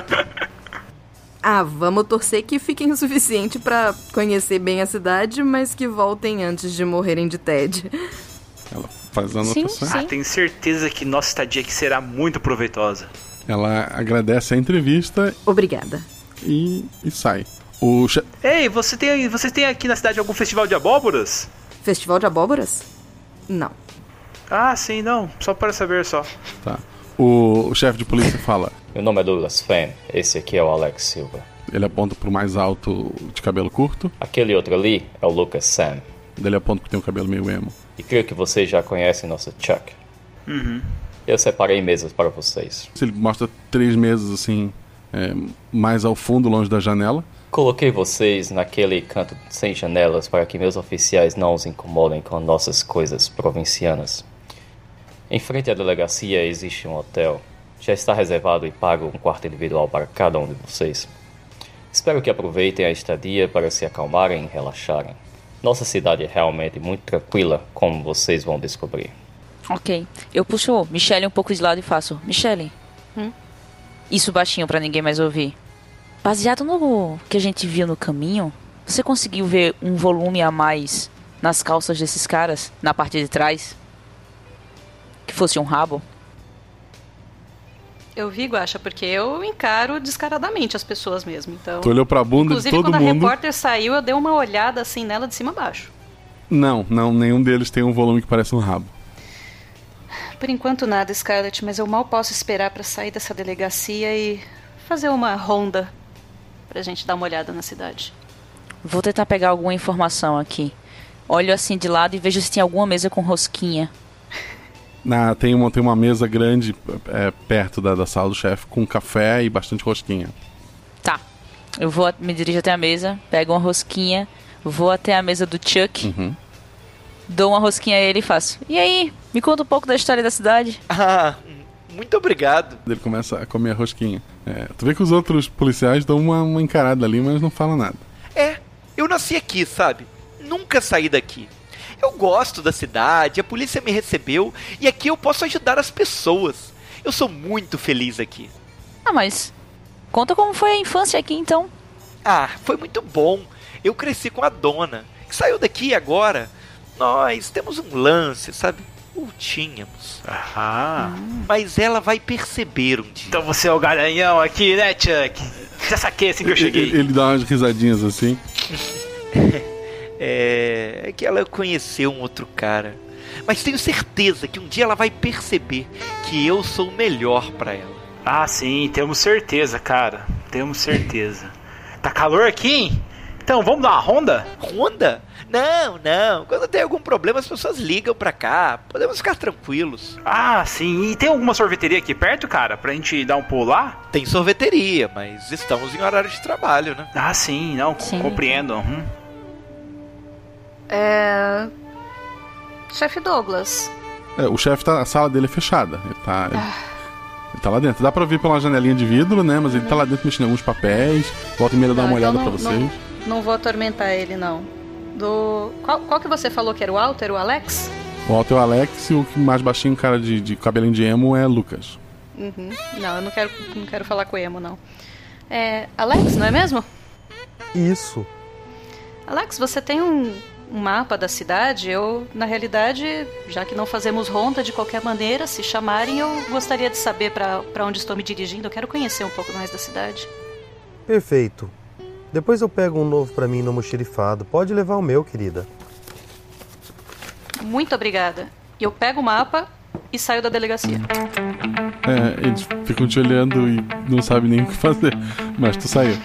Vamos torcer que fiquem o suficiente pra conhecer bem a cidade, mas que voltem antes de morrerem de tédio. Ela faz as anotações. Sim. Tenho certeza que nossa estadia aqui será muito proveitosa. Ela agradece a entrevista. Obrigada. E sai. Ei, vocês têm aqui na cidade algum festival de abóboras? Festival de abóboras? Não. Sim, não. Só para saber só. Tá. O chefe de polícia fala: Meu nome é Douglas Fenn. Esse aqui é o Alex Silva. Ele aponta pro mais alto de cabelo curto. Aquele outro ali é o Lucas Sam. Ele aponta pro que tem um cabelo meio emo. E creio que vocês já conhecem nosso Chuck. Uhum. Eu separei mesas para vocês. Ele mostra 3 mesas assim, mais ao fundo, longe da janela. Coloquei vocês naquele canto sem janelas para que meus oficiais não os incomodem com nossas coisas provincianas. Em frente à delegacia existe um hotel. Já está reservado e pago um quarto individual para cada um de vocês. Espero que aproveitem a estadia para se acalmarem e relaxarem. Nossa cidade é realmente muito tranquila, como vocês vão descobrir. Ok. Eu puxo Michelle um pouco de lado e faço: Michelle, isso baixinho para ninguém mais ouvir. Baseado no que a gente viu no caminho, Você conseguiu ver um volume a mais nas calças desses caras, na parte de trás? Que fosse um rabo? Eu vi, Guaxa, porque eu encaro descaradamente as pessoas mesmo, então... Tu olhou pra bunda de todo mundo... Inclusive, quando a repórter saiu, eu dei uma olhada assim nela de cima a baixo. Não, nenhum deles tem um volume que parece um rabo. Por enquanto nada, Scarlett, mas eu mal posso esperar pra sair dessa delegacia e fazer uma ronda pra gente dar uma olhada na cidade. Vou tentar pegar alguma informação aqui. Olho assim de lado e vejo se tem alguma mesa com rosquinha. Tem uma mesa grande perto da sala do chefe com café e bastante rosquinha. Tá. Eu me dirijo até a mesa, pego uma rosquinha, vou até a mesa do Chuck, dou uma rosquinha a ele e faço: e aí, me conta um pouco da história da cidade. Ah, muito obrigado. Ele começa a comer a rosquinha. Tu vê que os outros policiais dão uma encarada ali, mas não falam nada. Eu nasci aqui, sabe? Nunca saí daqui. Eu gosto da cidade, a polícia me recebeu e aqui eu posso ajudar as pessoas. Eu sou muito feliz aqui. Mas conta como foi a infância aqui então. Foi muito bom. Eu cresci com a dona, que saiu daqui agora. Nós temos um lance, sabe? Ou tínhamos. Mas ela vai perceber um dia. Então você é o garanhão aqui, né, Chuck? Já saquei assim que eu cheguei. Ele dá umas risadinhas assim. É que ela conheceu um outro cara. Mas tenho certeza que um dia ela vai perceber que eu sou o melhor pra ela. Sim, temos certeza, cara. Temos certeza. Tá calor aqui, hein? Então, vamos dar uma ronda? Ronda? Não. Quando tem algum problema, as pessoas ligam pra cá. Podemos ficar tranquilos. Sim. E tem alguma sorveteria aqui perto, cara? Pra gente dar um pulo lá? Tem sorveteria, mas estamos em horário de trabalho, né? Sim. Sim. Compreendo. Chefe Douglas. O chefe a sala dele é fechada. Ele tá lá dentro. Dá pra ver pela janelinha de vidro, né? Mas ele tá lá dentro mexendo em alguns papéis. Volta e meia dá uma olhada pra vocês. Não vou atormentar ele, não. Qual que você falou que era o Walter, o Alex? O Walter é o Alex e o mais baixinho, cara de cabelinho de emo, é Lucas. Não, eu não quero falar com o emo, não. Alex, não é mesmo? Isso. Alex, você tem um mapa da cidade? Eu, na realidade, já que não fazemos ronda de qualquer maneira, se chamarem, eu gostaria de saber pra onde estou me dirigindo. Eu quero conhecer um pouco mais da cidade. Perfeito. Depois eu pego um novo pra mim no almoxerifado. Pode levar o meu, querida. Muito obrigada. Eu pego o mapa e saio da delegacia. Eles ficam te olhando e não sabem nem o que fazer. Mas tu saiu.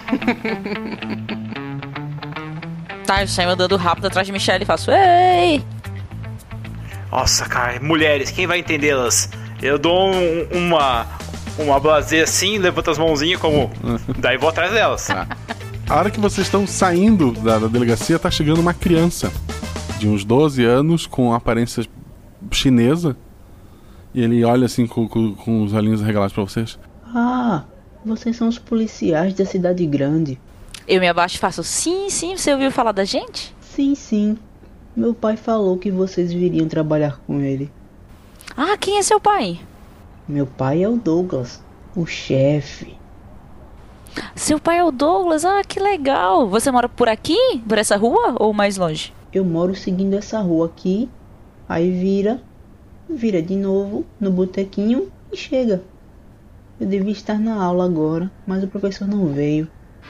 Eu saio andando rápido atrás de Michelle e faço: ei! Nossa, cara, mulheres, quem vai entendê-las? Eu dou uma blasé assim, levanto as mãozinhas como... Daí vou atrás delas. A hora que vocês estão saindo da delegacia, tá chegando uma criança de uns 12 anos com aparência chinesa. E ele olha assim com os olhinhos arregalados pra vocês. Vocês são os policiais da cidade grande. Eu me abaixo e faço: sim, você ouviu falar da gente? Sim. Meu pai falou que vocês viriam trabalhar com ele. Quem é seu pai? Meu pai é o Douglas, o chefe. Seu pai é o Douglas? Que legal. Você mora por aqui? Por essa rua ou mais longe? Eu moro seguindo essa rua aqui. Aí vira de novo no botequinho e chega. Eu devia estar na aula agora, mas o professor não veio.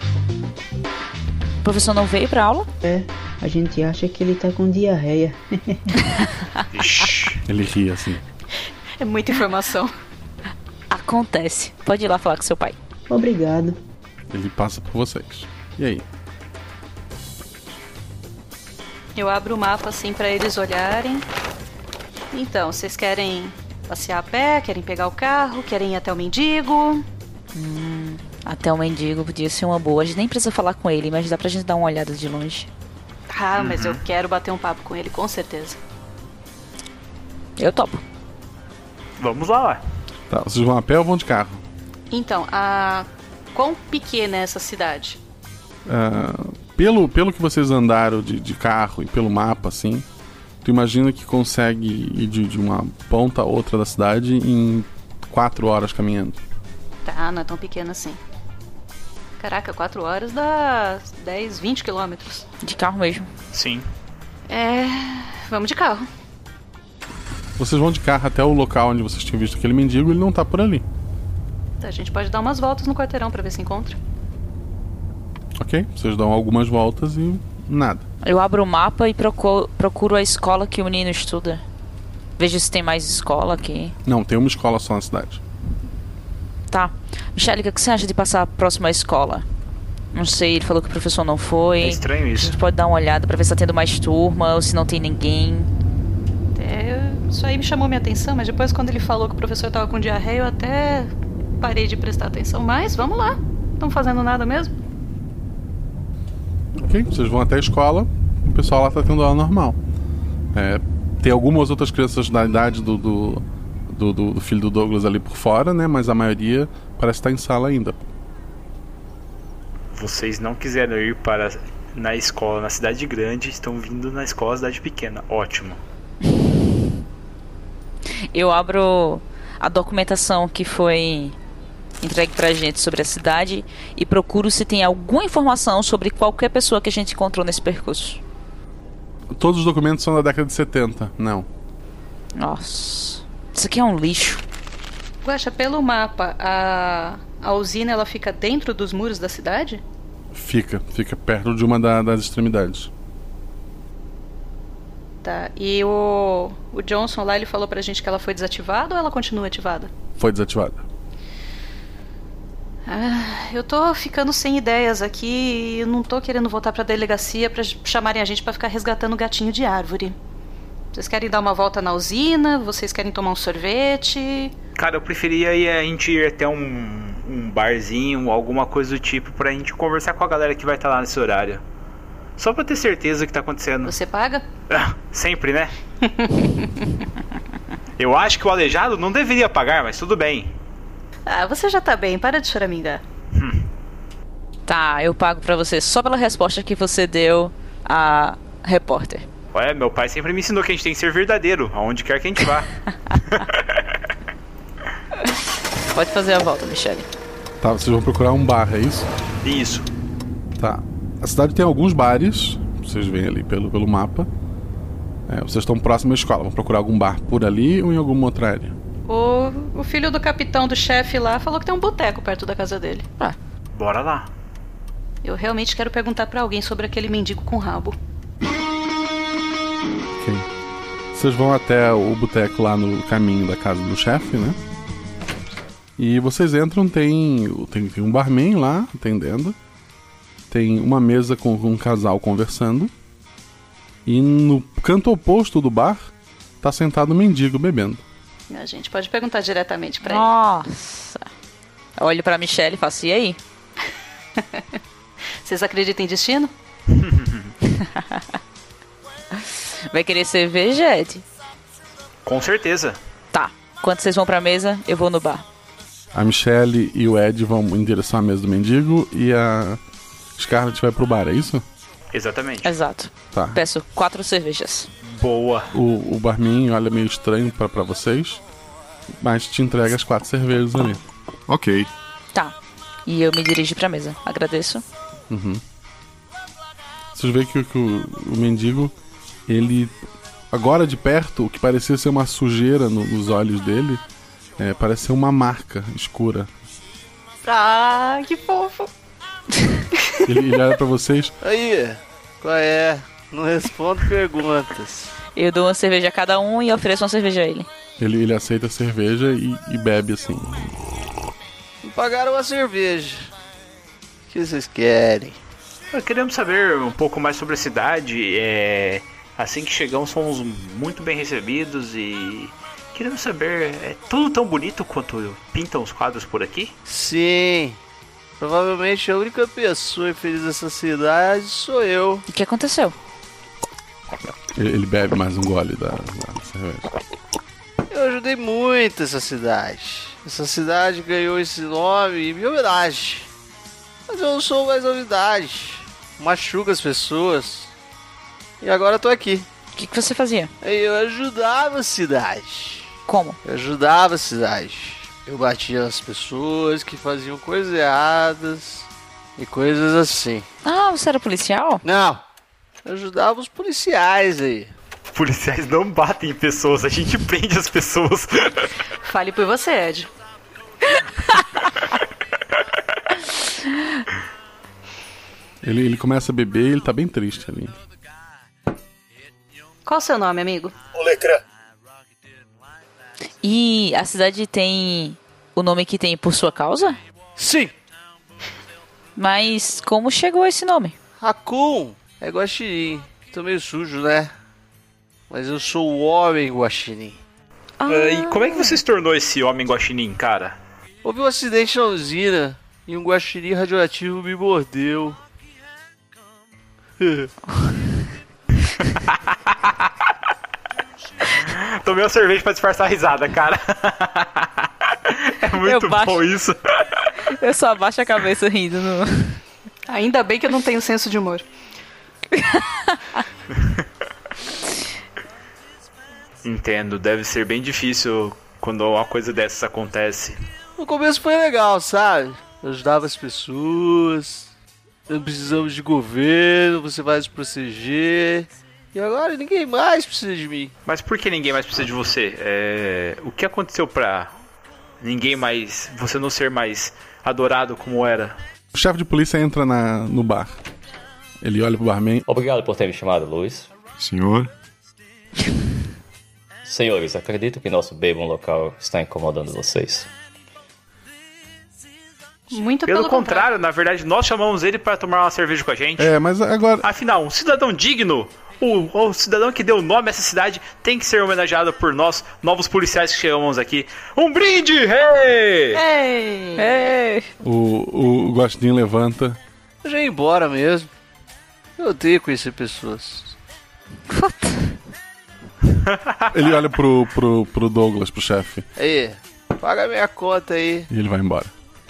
O professor não veio pra aula? A gente acha que ele tá com diarreia. Ele ri assim. É muita informação. Acontece. Pode ir lá falar com seu pai. Obrigado. Ele passa por vocês. E aí? Eu abro o mapa assim pra eles olharem. Então, vocês querem passear a pé? Querem pegar o carro? Querem ir até o mendigo? Até o mendigo podia ser uma boa. A gente nem precisa falar com ele, mas dá pra gente dar uma olhada de longe. Mas eu quero bater um papo com ele, com certeza. Eu topo. Vamos lá. Tá, vocês vão a pé ou vão de carro? Então, quão pequena é essa cidade? Pelo que vocês andaram de carro e pelo mapa, assim, tu imagina que consegue ir de uma ponta a outra da cidade em 4 horas caminhando. Não é tão pequena assim. Caraca, 4 horas dá 10, 20 quilômetros. De carro mesmo. Sim. Vamos de carro. Vocês vão de carro até o local onde vocês tinham visto aquele mendigo, ele não tá por ali. A gente pode dar umas voltas no quarteirão pra ver se encontra. Ok, vocês dão algumas voltas e nada. Eu abro o mapa e procuro a escola que o menino estuda. Vejo se tem mais escola aqui. Não, tem uma escola só na cidade. Tá. Michele, o que você acha de passar próximo à escola? Não sei, ele falou que o professor não foi. É estranho isso. A gente pode dar uma olhada pra ver se tá tendo mais turma ou se não tem ninguém. Isso aí me chamou minha atenção, mas depois quando ele falou que o professor tava com diarreia, eu até parei de prestar atenção. Mas vamos lá. Não estão fazendo nada mesmo? Ok, vocês vão até a escola. O pessoal lá tá tendo aula normal. Tem algumas outras crianças da idade do filho do Douglas ali por fora, né? Mas a maioria parece estar em sala ainda. Vocês não quiseram ir na escola na cidade grande, estão vindo na escola na cidade pequena. Ótimo. Eu abro a documentação que foi entregue pra gente sobre a cidade e procuro se tem alguma informação sobre qualquer pessoa que a gente encontrou nesse percurso. Todos os documentos são da década de 70, não. Nossa, isso aqui é um lixo. Guaxa, pelo mapa, a usina ela fica dentro dos muros da cidade? Fica perto de uma das extremidades. Tá, e o Johnson lá, ele falou pra gente que ela foi desativada ou ela continua ativada? Foi desativada. Eu tô ficando sem ideias aqui e eu não tô querendo voltar pra delegacia pra chamarem a gente pra ficar resgatando gatinho de árvore. Vocês querem dar uma volta na usina? Vocês querem tomar um sorvete? Cara, eu preferia a gente ir até um barzinho, alguma coisa do tipo, pra gente conversar com a galera que vai estar lá nesse horário. Só pra ter certeza do que tá acontecendo. Você paga? Sempre, né? Eu acho que o aleijado não deveria pagar, mas tudo bem. Você já tá bem, para de choramingar. Tá, eu pago pra você só pela resposta que você deu à repórter. Olha, meu pai sempre me ensinou que a gente tem que ser verdadeiro, aonde quer que a gente vá. Pode fazer a volta, Michele. Tá, vocês vão procurar um bar, é isso? Isso. Tá. A cidade tem alguns bares, vocês veem ali pelo mapa. Vocês estão próximos à escola, vão procurar algum bar por ali ou em alguma outra área? O filho do capitão do chefe lá falou que tem um boteco perto da casa dele. Bora lá. Eu realmente quero perguntar pra alguém sobre aquele mendigo com rabo. Ok. Vocês vão até o boteco lá no caminho da casa do chefe, né? E vocês entram, tem um barman lá atendendo. Tem uma mesa com um casal conversando. E no canto oposto do bar tá sentado um mendigo bebendo. A gente pode perguntar diretamente pra ele. Nossa. Eu olho pra Michele e faço, e aí? Vocês acreditam em destino? Vai querer cerveja, Ed? Com certeza. Tá. Quando vocês vão pra mesa, eu vou no bar. A Michele e o Ed vão em direção à mesa do mendigo e a Scarlett vai pro bar, é isso? Exatamente. Exato. Tá. Peço 4 cervejas. Boa. O barman olha meio estranho pra vocês, mas te entrega as 4 cervejas ali. Ok. Tá. E eu me dirijo pra mesa. Agradeço. Vocês veem que o mendigo, ele... Agora de perto, o que parecia ser uma sujeira nos olhos dele, parece ser uma marca escura. Que fofo. Ele olha pra vocês. Aí, qual é? Não respondo perguntas. Eu dou uma cerveja a cada um e ofereço uma cerveja a ele. Ele aceita a cerveja e bebe assim. Me pagaram uma cerveja. O que vocês querem? Queremos saber um pouco mais sobre a cidade. Assim que chegamos, fomos muito bem recebidos e queremos saber, é tudo tão bonito quanto pintam os quadros por aqui? Sim. Provavelmente a única pessoa infeliz dessa cidade sou eu. O que aconteceu? Ele bebe mais um gole da cerveja. Eu ajudei muito essa cidade. Essa cidade ganhou esse nome em minha homenagem. Mas eu não sou mais novidade. Machuco as pessoas. E agora eu tô aqui. O que você fazia? Eu ajudava a cidade. Como? Eu ajudava a cidade. Eu batia nas pessoas que faziam coisas erradas. e coisas assim. Ah, você era policial? Não, eu ajudava os policiais aí. Policiais não batem em pessoas, a gente prende as pessoas. Fale por você, Ed. Ele começa a beber e ele tá bem triste ali. Qual o seu nome, amigo? Olecrã. E a cidade tem o nome que tem por sua causa? Sim. Mas como chegou esse nome? Raccoon é guaxinim. Tô meio sujo, né? Mas eu sou o homem guaxinim. E como é que você se tornou esse homem guaxinim, cara? Houve um acidente na usina e um guaxinim radioativo me mordeu. Tomei uma cerveja pra disfarçar a risada, cara. É muito bom isso. Eu só abaixo a cabeça rindo. Ainda bem que eu não tenho senso de humor. Entendo, deve ser bem difícil quando uma coisa dessas acontece. No começo foi legal, sabe? Eu ajudava as pessoas. Não precisamos de governo, você vai se proteger. E agora ninguém mais precisa de mim. Mas por que ninguém mais precisa de você? O que aconteceu pra ninguém mais... Você não ser mais adorado como era? O chefe de polícia entra no bar. Ele olha pro barman. Obrigado por ter me chamado, Luiz. Senhor? Senhores, acredito que nosso bêbado local está incomodando vocês. Muito pelo contrário, na verdade, nós chamamos ele para tomar uma cerveja com a gente. Mas agora... Afinal, um cidadão digno, o cidadão que deu nome a essa cidade, tem que ser homenageado por nós, novos policiais que chegamos aqui. Um brinde! Hey! Hey! Hey! O Guaxinim levanta. Eu já ia embora mesmo. Eu odeio conhecer pessoas. Ele olha pro Douglas, pro chefe. Aí, paga minha conta aí. E ele vai embora.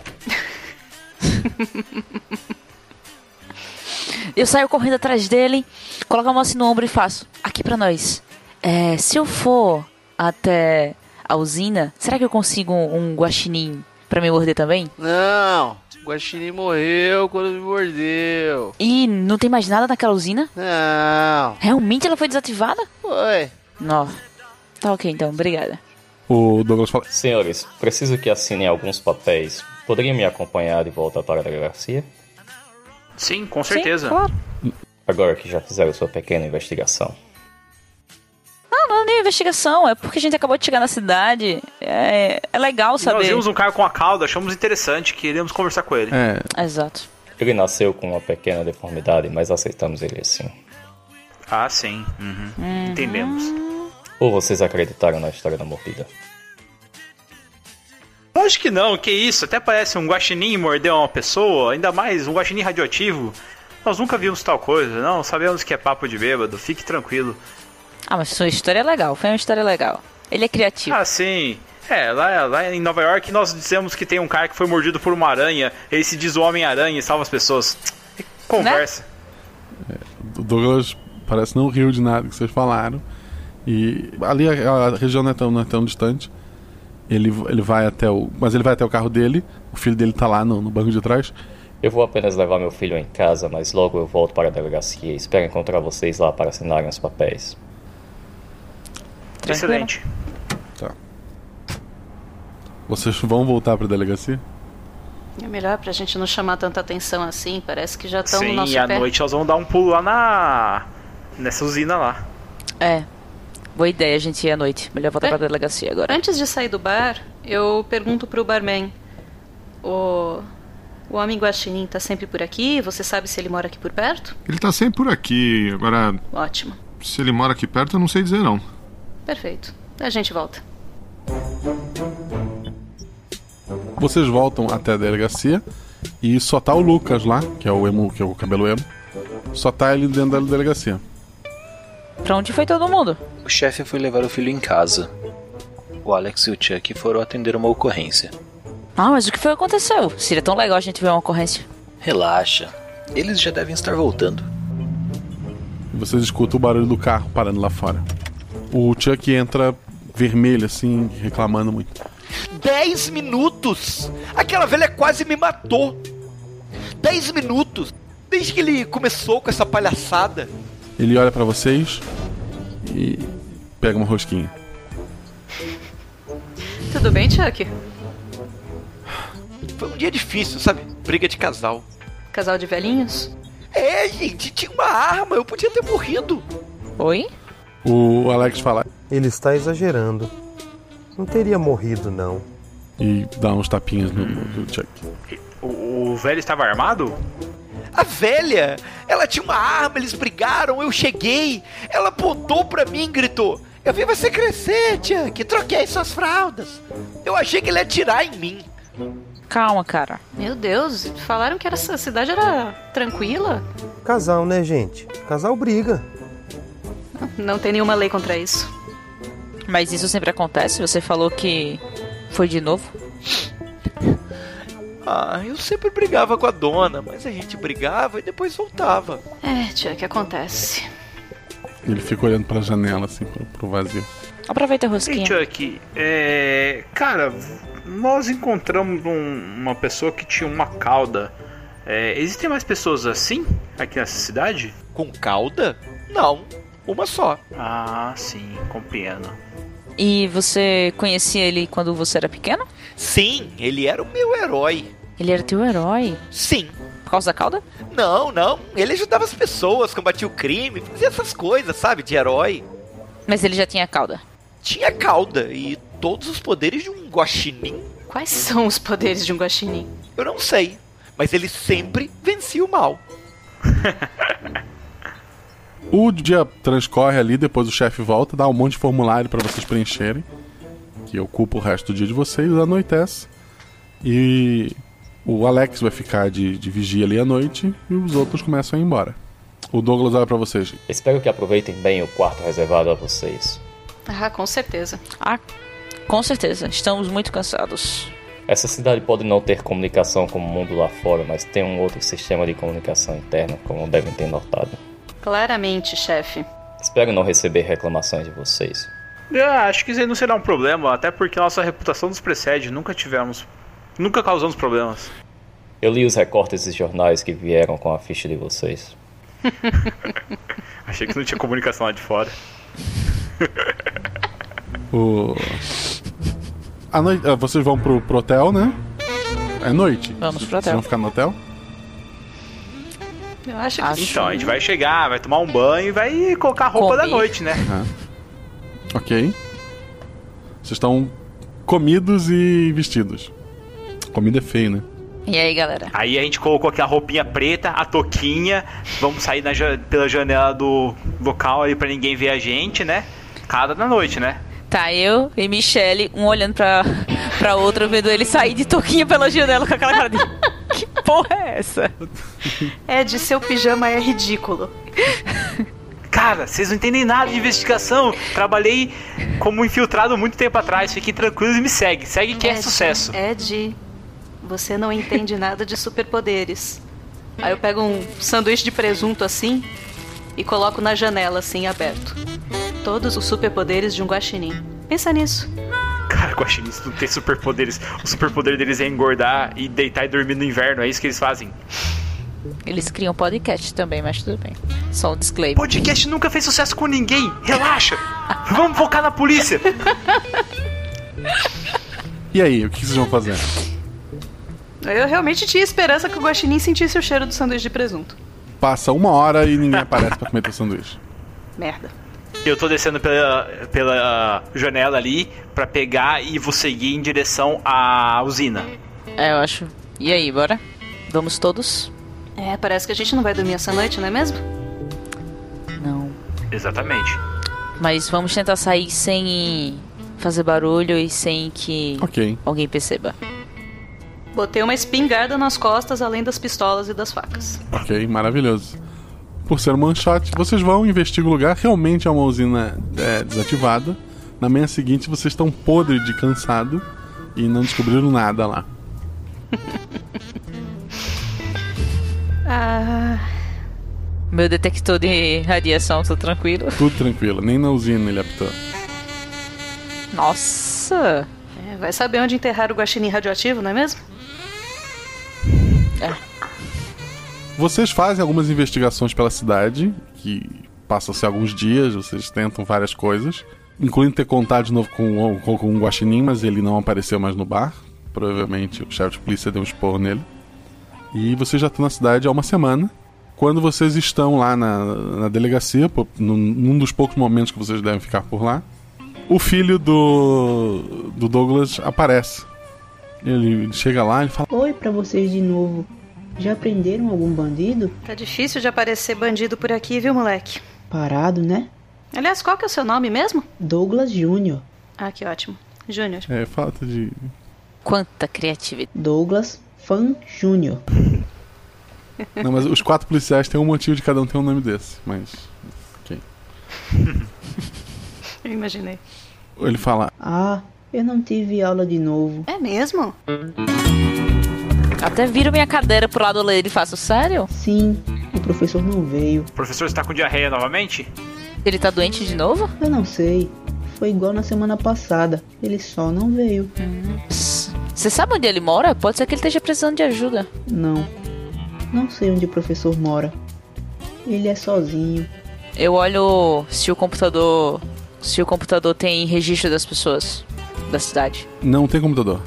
Eu saio correndo atrás dele, coloco a mão assim no ombro e faço: aqui pra nós. Se eu for até a usina, será que eu consigo um guaxinim pra me morder também? Não, o guaxinim morreu quando me mordeu. E não tem mais nada naquela usina? Não. Realmente ela foi desativada? Foi. Não. Tá ok então, obrigada. O Douglas fala: Senhores, preciso que assinem alguns papéis. Poderiam me acompanhar de volta para a delegacia? Sim, com certeza. Sim, claro. Agora que já fizeram sua pequena investigação. Não é nem investigação, é porque a gente acabou de chegar na cidade. É legal saber. Nós vimos um cara com a cauda, achamos interessante, queríamos conversar com ele. Exato. Ele nasceu com uma pequena deformidade, mas aceitamos ele assim. Ah, sim. Entendemos. Ou vocês acreditaram na história da mordida? Lógico que não, que isso? Até parece um guaxinim morder uma pessoa, ainda mais um guaxinim radioativo. Nós nunca vimos tal coisa, não, sabemos que é papo de bêbado, fique tranquilo. Ah, mas sua história é legal, foi uma história legal. Ele é criativo. Ah, sim. Lá em Nova York nós dizemos que tem um cara que foi mordido por uma aranha, ele se diz o Homem-Aranha e salva as pessoas. Conversa. Né? O Douglas parece não riu de nada que vocês falaram. E ali a região não é tão distante. Ele vai até o carro dele. O filho dele tá lá no banco de trás. Eu vou apenas levar meu filho em casa, mas logo eu volto para a delegacia e espero encontrar vocês lá para assinarem os papéis. Excelente. Tá. Vocês vão voltar para a delegacia? É melhor pra gente não chamar tanta atenção assim. Parece que já estão no nosso pé. pé. Sim, à noite nós vamos dar um pulo lá nessa usina lá. Boa ideia a gente ir à noite. Melhor voltar pra delegacia agora. Antes de sair do bar, eu pergunto pro barman: O homem guaxinim tá sempre por aqui? Você sabe se ele mora aqui por perto? Ele tá sempre por aqui. Agora, ótimo. Se ele mora aqui perto, eu não sei dizer não. Perfeito. A gente volta. Vocês voltam até a delegacia e só tá o Lucas lá, que é o emo, que é o cabelo emo. Só tá ele dentro da delegacia. Pra onde foi todo mundo? O chefe foi levar o filho em casa. O Alex e o Chuck foram atender uma ocorrência. Ah, mas o que foi que aconteceu? Seria tão legal a gente ver uma ocorrência. Relaxa, eles já devem estar voltando. Vocês escutam o barulho do carro parando lá fora. O Chuck entra vermelho assim, reclamando muito. 10 minutos! Aquela velha quase me matou! 10 minutos. Desde que ele começou com essa palhaçada. Ele olha pra vocês e pega uma rosquinha. Tudo bem, Chuck? Foi um dia difícil, sabe? Briga de casal. Casal de velhinhos? É, gente, tinha uma arma, eu podia ter morrido. Oi? O Alex fala. Ele está exagerando. Não teria morrido, não. E dá uns tapinhas no Chuck. O velho estava armado? A velha, ela tinha uma arma, eles brigaram, eu cheguei. Ela apontou pra mim e gritou: eu vi você crescer, Chuck, troquei suas fraldas. Eu achei que ele ia atirar em mim. Calma, cara. Meu Deus, falaram que essa cidade era tranquila? Casal, né, gente? Casal briga. Não tem nenhuma lei contra isso. Mas isso sempre acontece? Você falou que foi de novo? Eu sempre brigava com a dona, mas a gente brigava e depois voltava. É, Chuck, acontece. Ele fica olhando pra janela, assim, pro vazio. Aproveita a rosquinha. Ei, Chuck, cara, nós encontramos uma pessoa que tinha uma cauda. Existem mais pessoas assim aqui nessa cidade? Com cauda? Não, uma só. Ah, sim, compreendo. E você conhecia ele quando você era pequeno? Sim, ele era o meu herói. Ele era teu herói? Sim. Por causa da cauda? Não. Ele ajudava as pessoas, combatia o crime, fazia essas coisas, sabe, de herói. Mas ele já tinha cauda? Tinha cauda e todos os poderes de um guaxinim. Quais são os poderes de um guaxinim? Eu não sei, mas ele sempre vencia o mal. O dia transcorre ali, depois o chefe volta, dá um monte de formulário pra vocês preencherem, que ocupa o resto do dia de vocês, anoitece. E o Alex vai ficar de vigia ali à noite e os outros começam a ir embora. O Douglas olha pra vocês. Espero que aproveitem bem o quarto reservado a vocês. Ah, com certeza. Com certeza. Estamos muito cansados. Essa cidade pode não ter comunicação com o mundo lá fora, mas tem um outro sistema de comunicação interna, como devem ter notado. Claramente, chefe. Espero não receber reclamações de vocês. Acho que isso aí não será um problema, até porque a nossa reputação nos precede. Nunca causamos problemas. Eu li os recortes de jornais que vieram com a ficha de vocês. Achei que não tinha comunicação lá de fora. Vocês vão pro hotel, né? É noite. Vamos pro hotel. Vocês vão ficar no hotel? Eu acho que Então, a gente vai chegar, vai tomar um banho e vai colocar a roupa da noite, né? Ok. Vocês estão comidos e vestidos. Comida é feio, né? E aí, galera? Aí a gente colocou aqui a roupinha preta, a touquinha. Vamos sair pela janela do local aí pra ninguém ver a gente, né? Cada da noite, né? Tá, eu e Michelle, um olhando pra outra, vendo ele sair de touquinha pela janela com aquela cara de... Que porra é essa? Ed, seu pijama é ridículo. Cara, vocês não entendem nada de investigação. Trabalhei como infiltrado muito tempo atrás. Fiquem tranquilos e me segue. Segue que é sucesso. Ed, você não entende nada de superpoderes. Aí eu pego um sanduíche de presunto assim e coloco na janela assim, aberto. Todos os superpoderes de um guaxinim. Pensa nisso. Cara, guaxinins não tem superpoderes. O superpoder deles é engordar e deitar e dormir no inverno. É isso que eles fazem. Eles criam podcast também, mas tudo bem. Só um disclaimer. Podcast nunca fez sucesso com ninguém. Relaxa. Vamos focar na polícia. E aí, o que vocês vão fazer? Eu realmente tinha esperança que o guaxinim sentisse o cheiro do sanduíche de presunto. Passa 1 hora e ninguém aparece pra comer teu sanduíche. Merda. Eu tô descendo pela janela ali pra pegar e vou seguir em direção à usina. Eu acho. E aí, bora? Vamos todos? Parece que a gente não vai dormir essa noite, não é mesmo? Não. Exatamente. Mas vamos tentar sair sem fazer barulho e sem que alguém perceba. Botei uma espingarda nas costas, além das pistolas e das facas. Ok, maravilhoso. Por ser um one shot, vocês vão, investigam o lugar. Realmente é uma usina desativada. Na manhã seguinte, vocês estão podres de cansado e não descobriram nada lá. Meu detector de radiação, tô tranquilo? Tudo tranquilo, nem na usina ele apitou. Nossa! Vai saber onde enterrar o guaxinim radioativo, não é mesmo? Vocês fazem algumas investigações pela cidade, que passam-se alguns dias, vocês tentam várias coisas, incluindo ter contato de novo com o Guaxinim, mas ele não apareceu mais no bar. Provavelmente o chefe de polícia deu um esporro nele. E vocês já estão na cidade há uma semana. Quando vocês estão lá na delegacia, num dos poucos momentos que vocês devem ficar por lá, o filho do Douglas aparece. Ele chega lá e fala: Oi pra vocês de novo. Já prenderam algum bandido? Tá difícil de aparecer bandido por aqui, viu, moleque? Parado, né? Aliás, qual que é o seu nome mesmo? Douglas Júnior. Ah, que ótimo. Júnior. É, falta de... Quanta criatividade. Douglas Fan Júnior. Não, mas os 4 policiais têm um motivo de cada um ter um nome desse, mas... Ok. Eu imaginei. Ele fala: Ah, eu não tive aula de novo. É mesmo? Até viro minha cadeira pro lado dele e faço: sério? Sim, o professor não veio. O professor está com diarreia novamente? Ele tá doente de novo? Eu não sei. Foi igual na semana passada. Ele só não veio. Você sabe onde ele mora? Pode ser que ele esteja precisando de ajuda. Não. Não sei onde o professor mora. Ele é sozinho. Eu olho se o computador tem registro das pessoas da cidade. Não tem computador.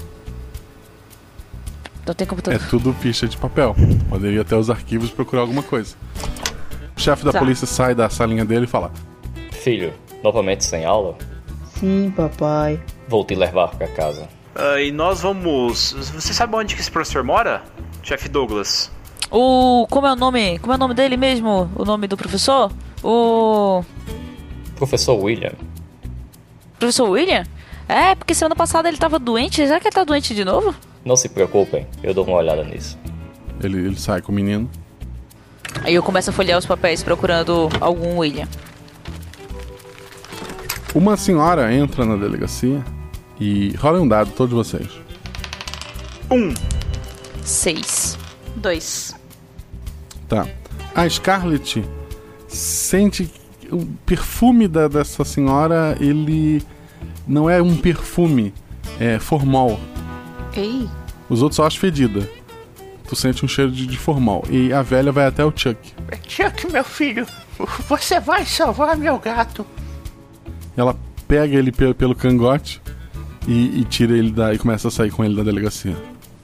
Não tem computador. É tudo ficha de papel. Poderia até os arquivos procurar alguma coisa. O chefe da polícia sai da salinha dele e fala: Filho, novamente sem aula? Sim, papai. Vou te levar pra casa. E nós vamos... Você sabe onde que esse professor mora? Chefe Douglas. Como é o nome? Como é o nome dele mesmo? O nome do professor? Professor William. Professor William? É, porque semana passada ele tava doente. Será que ele tá doente de novo? Não se preocupem, eu dou uma olhada nisso. Ele sai com o menino. Aí eu começo a folhear os papéis procurando algum William. Uma senhora entra na delegacia e rola um dado, todos vocês. 6. 2. Tá. A Scarlett sente o perfume dessa senhora, ele não é um perfume, é formol. Ei. Os outros só acham fedida. Tu sente um cheiro de formol. E a velha vai até o Chuck. Chuck, meu filho, você vai salvar meu gato. Ela pega ele pelo cangote e tira ele e começa a sair com ele da delegacia.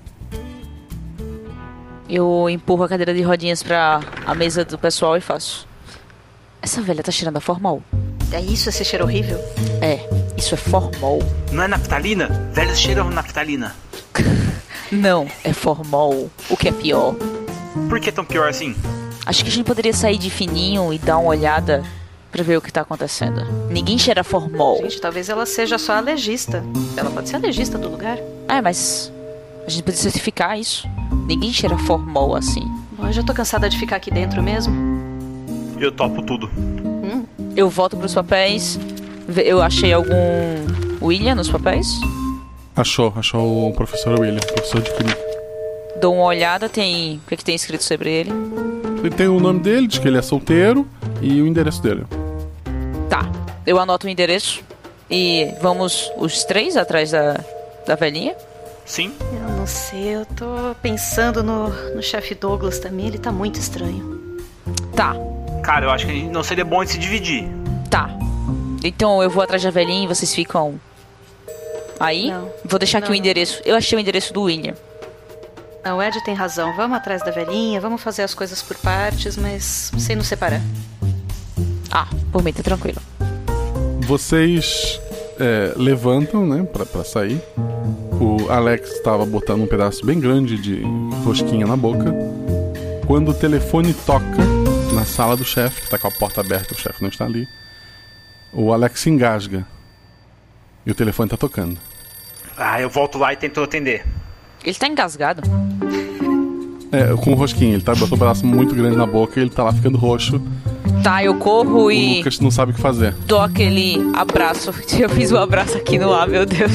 Eu empurro a cadeira de rodinhas pra a mesa do pessoal e faço: essa velha tá cheirando a formol. É isso, esse cheiro horrível? É, isso é formol. Não é naftalina? Velhos cheiram naftalina. Não, é formol. O que é pior. Por que é tão pior assim? Acho que a gente poderia sair de fininho e dar uma olhada pra ver o que tá acontecendo. Ninguém cheira formol. Gente, talvez ela seja só alergista. Ela pode ser alergista do lugar. É, mas a gente precisa certificar isso. Ninguém cheira formol assim. Bom, eu já tô cansada de ficar aqui dentro mesmo. Eu topo tudo. Eu volto pros papéis. Eu achei algum William nos papéis? Achou o professor William, professor de química. Dou uma olhada, o que tem escrito sobre ele? Tem o nome dele, diz que ele é solteiro, e o endereço dele. Tá, eu anoto o endereço e vamos os 3 atrás da velhinha? Sim. Eu não sei, eu tô pensando no chefe Douglas também, ele tá muito estranho. Tá. Cara, eu acho que não seria bom de se dividir. Tá. Então eu vou atrás da velhinha e vocês ficam aí? Não. Vou deixar aqui o endereço. Eu achei o endereço do William. Não, o Ed tem razão. Vamos atrás da velhinha, vamos fazer as coisas por partes, mas sem nos separar. Ah, por mim tá tranquilo. Vocês levantam, né, pra sair. O Alex estava botando um pedaço bem grande de rosquinha na boca. Quando o telefone toca na sala do chefe, que tá com a porta aberta, o chefe não está ali, o Alex se engasga. E o telefone tá tocando. Eu volto lá e tento atender. Ele tá engasgado? Com o rosquinho. Ele botou um pedaço muito grande na boca e ele tá lá ficando roxo. Tá, eu corro e... O Lucas não sabe o que fazer. Dou aquele abraço. Eu fiz um abraço aqui no ar, meu Deus.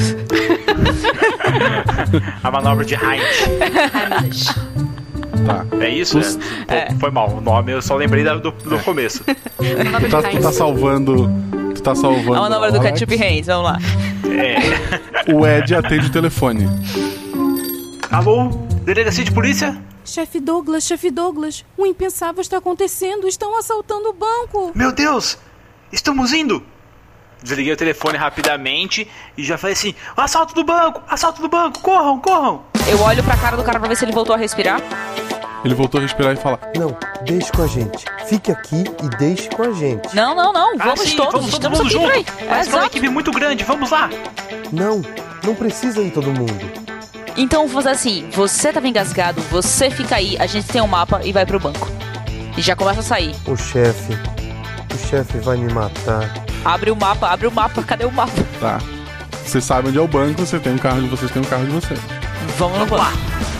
A manobra de Heinz. Tá. É isso? Foi mal. O nome eu só lembrei do começo. Tu tá salvando... A manobra do Ketchup Heinz, vamos lá. O Ed atende o telefone. Alô? Delegacia de polícia? Chefe Douglas, o impensável está acontecendo. Estão assaltando o banco. Meu Deus! Estamos indo! Desliguei o telefone rapidamente e já falei assim: assalto do banco, corram! Eu olho pra cara do cara pra ver se ele voltou a respirar. Ele voltou a respirar e fala: Não, deixe com a gente. Fique aqui e deixe com a gente. Não. Vamos sim, todos. Vamos todo mundo junto. Mas é uma equipe muito grande, vamos lá. Não precisa ir todo mundo. Então vou fazer assim, você tava engasgado, você fica aí, a gente tem um mapa e vai pro banco. E já começa a sair. O chefe vai me matar. Abre o mapa, cadê o mapa? Tá. Vocês sabem onde é o banco, você tem um carro de vocês, tem um carro de vocês. Vamos no banco.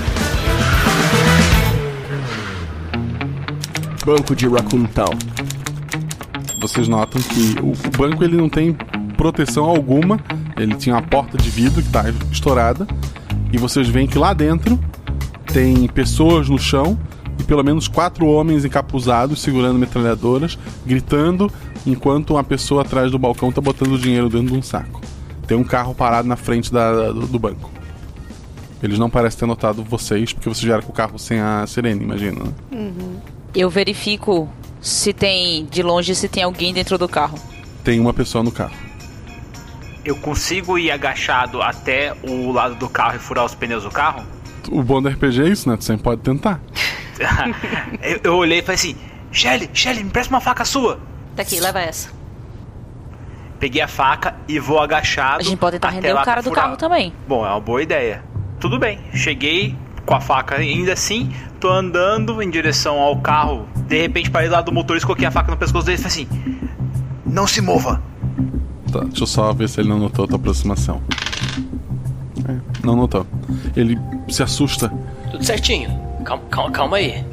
Banco de Raccoon Town. Vocês notam que o banco ele não tem proteção alguma. Ele tinha uma porta de vidro que tá estourada. E vocês veem que lá dentro tem pessoas no chão e pelo menos 4 homens encapuzados segurando metralhadoras, gritando, enquanto uma pessoa atrás do balcão tá botando o dinheiro dentro de um saco. Tem um carro parado na frente do banco. Eles não parecem ter notado vocês, porque vocês vieram com o carro sem a sirene, imagina, né? Uhum. Eu verifico de longe se tem alguém dentro do carro. Tem uma pessoa no carro. Eu consigo ir agachado até o lado do carro e furar os pneus do carro? O bom do RPG é isso, né? Tu sempre pode tentar. eu olhei e falei assim: Shelly, me presta uma faca sua. Tá aqui, leva essa. Peguei a faca e vou agachado. A gente pode tentar render o cara do carro também. Bom, é uma boa ideia. Tudo bem, cheguei com a faca ainda assim, tô andando em direção ao carro. De repente parei do lado do motorista, coloquei a faca no pescoço dele e falei assim: não se mova. Tá, deixa eu só ver se ele não notou a tua aproximação. Não notou. Ele se assusta. Tudo certinho. Calma aí.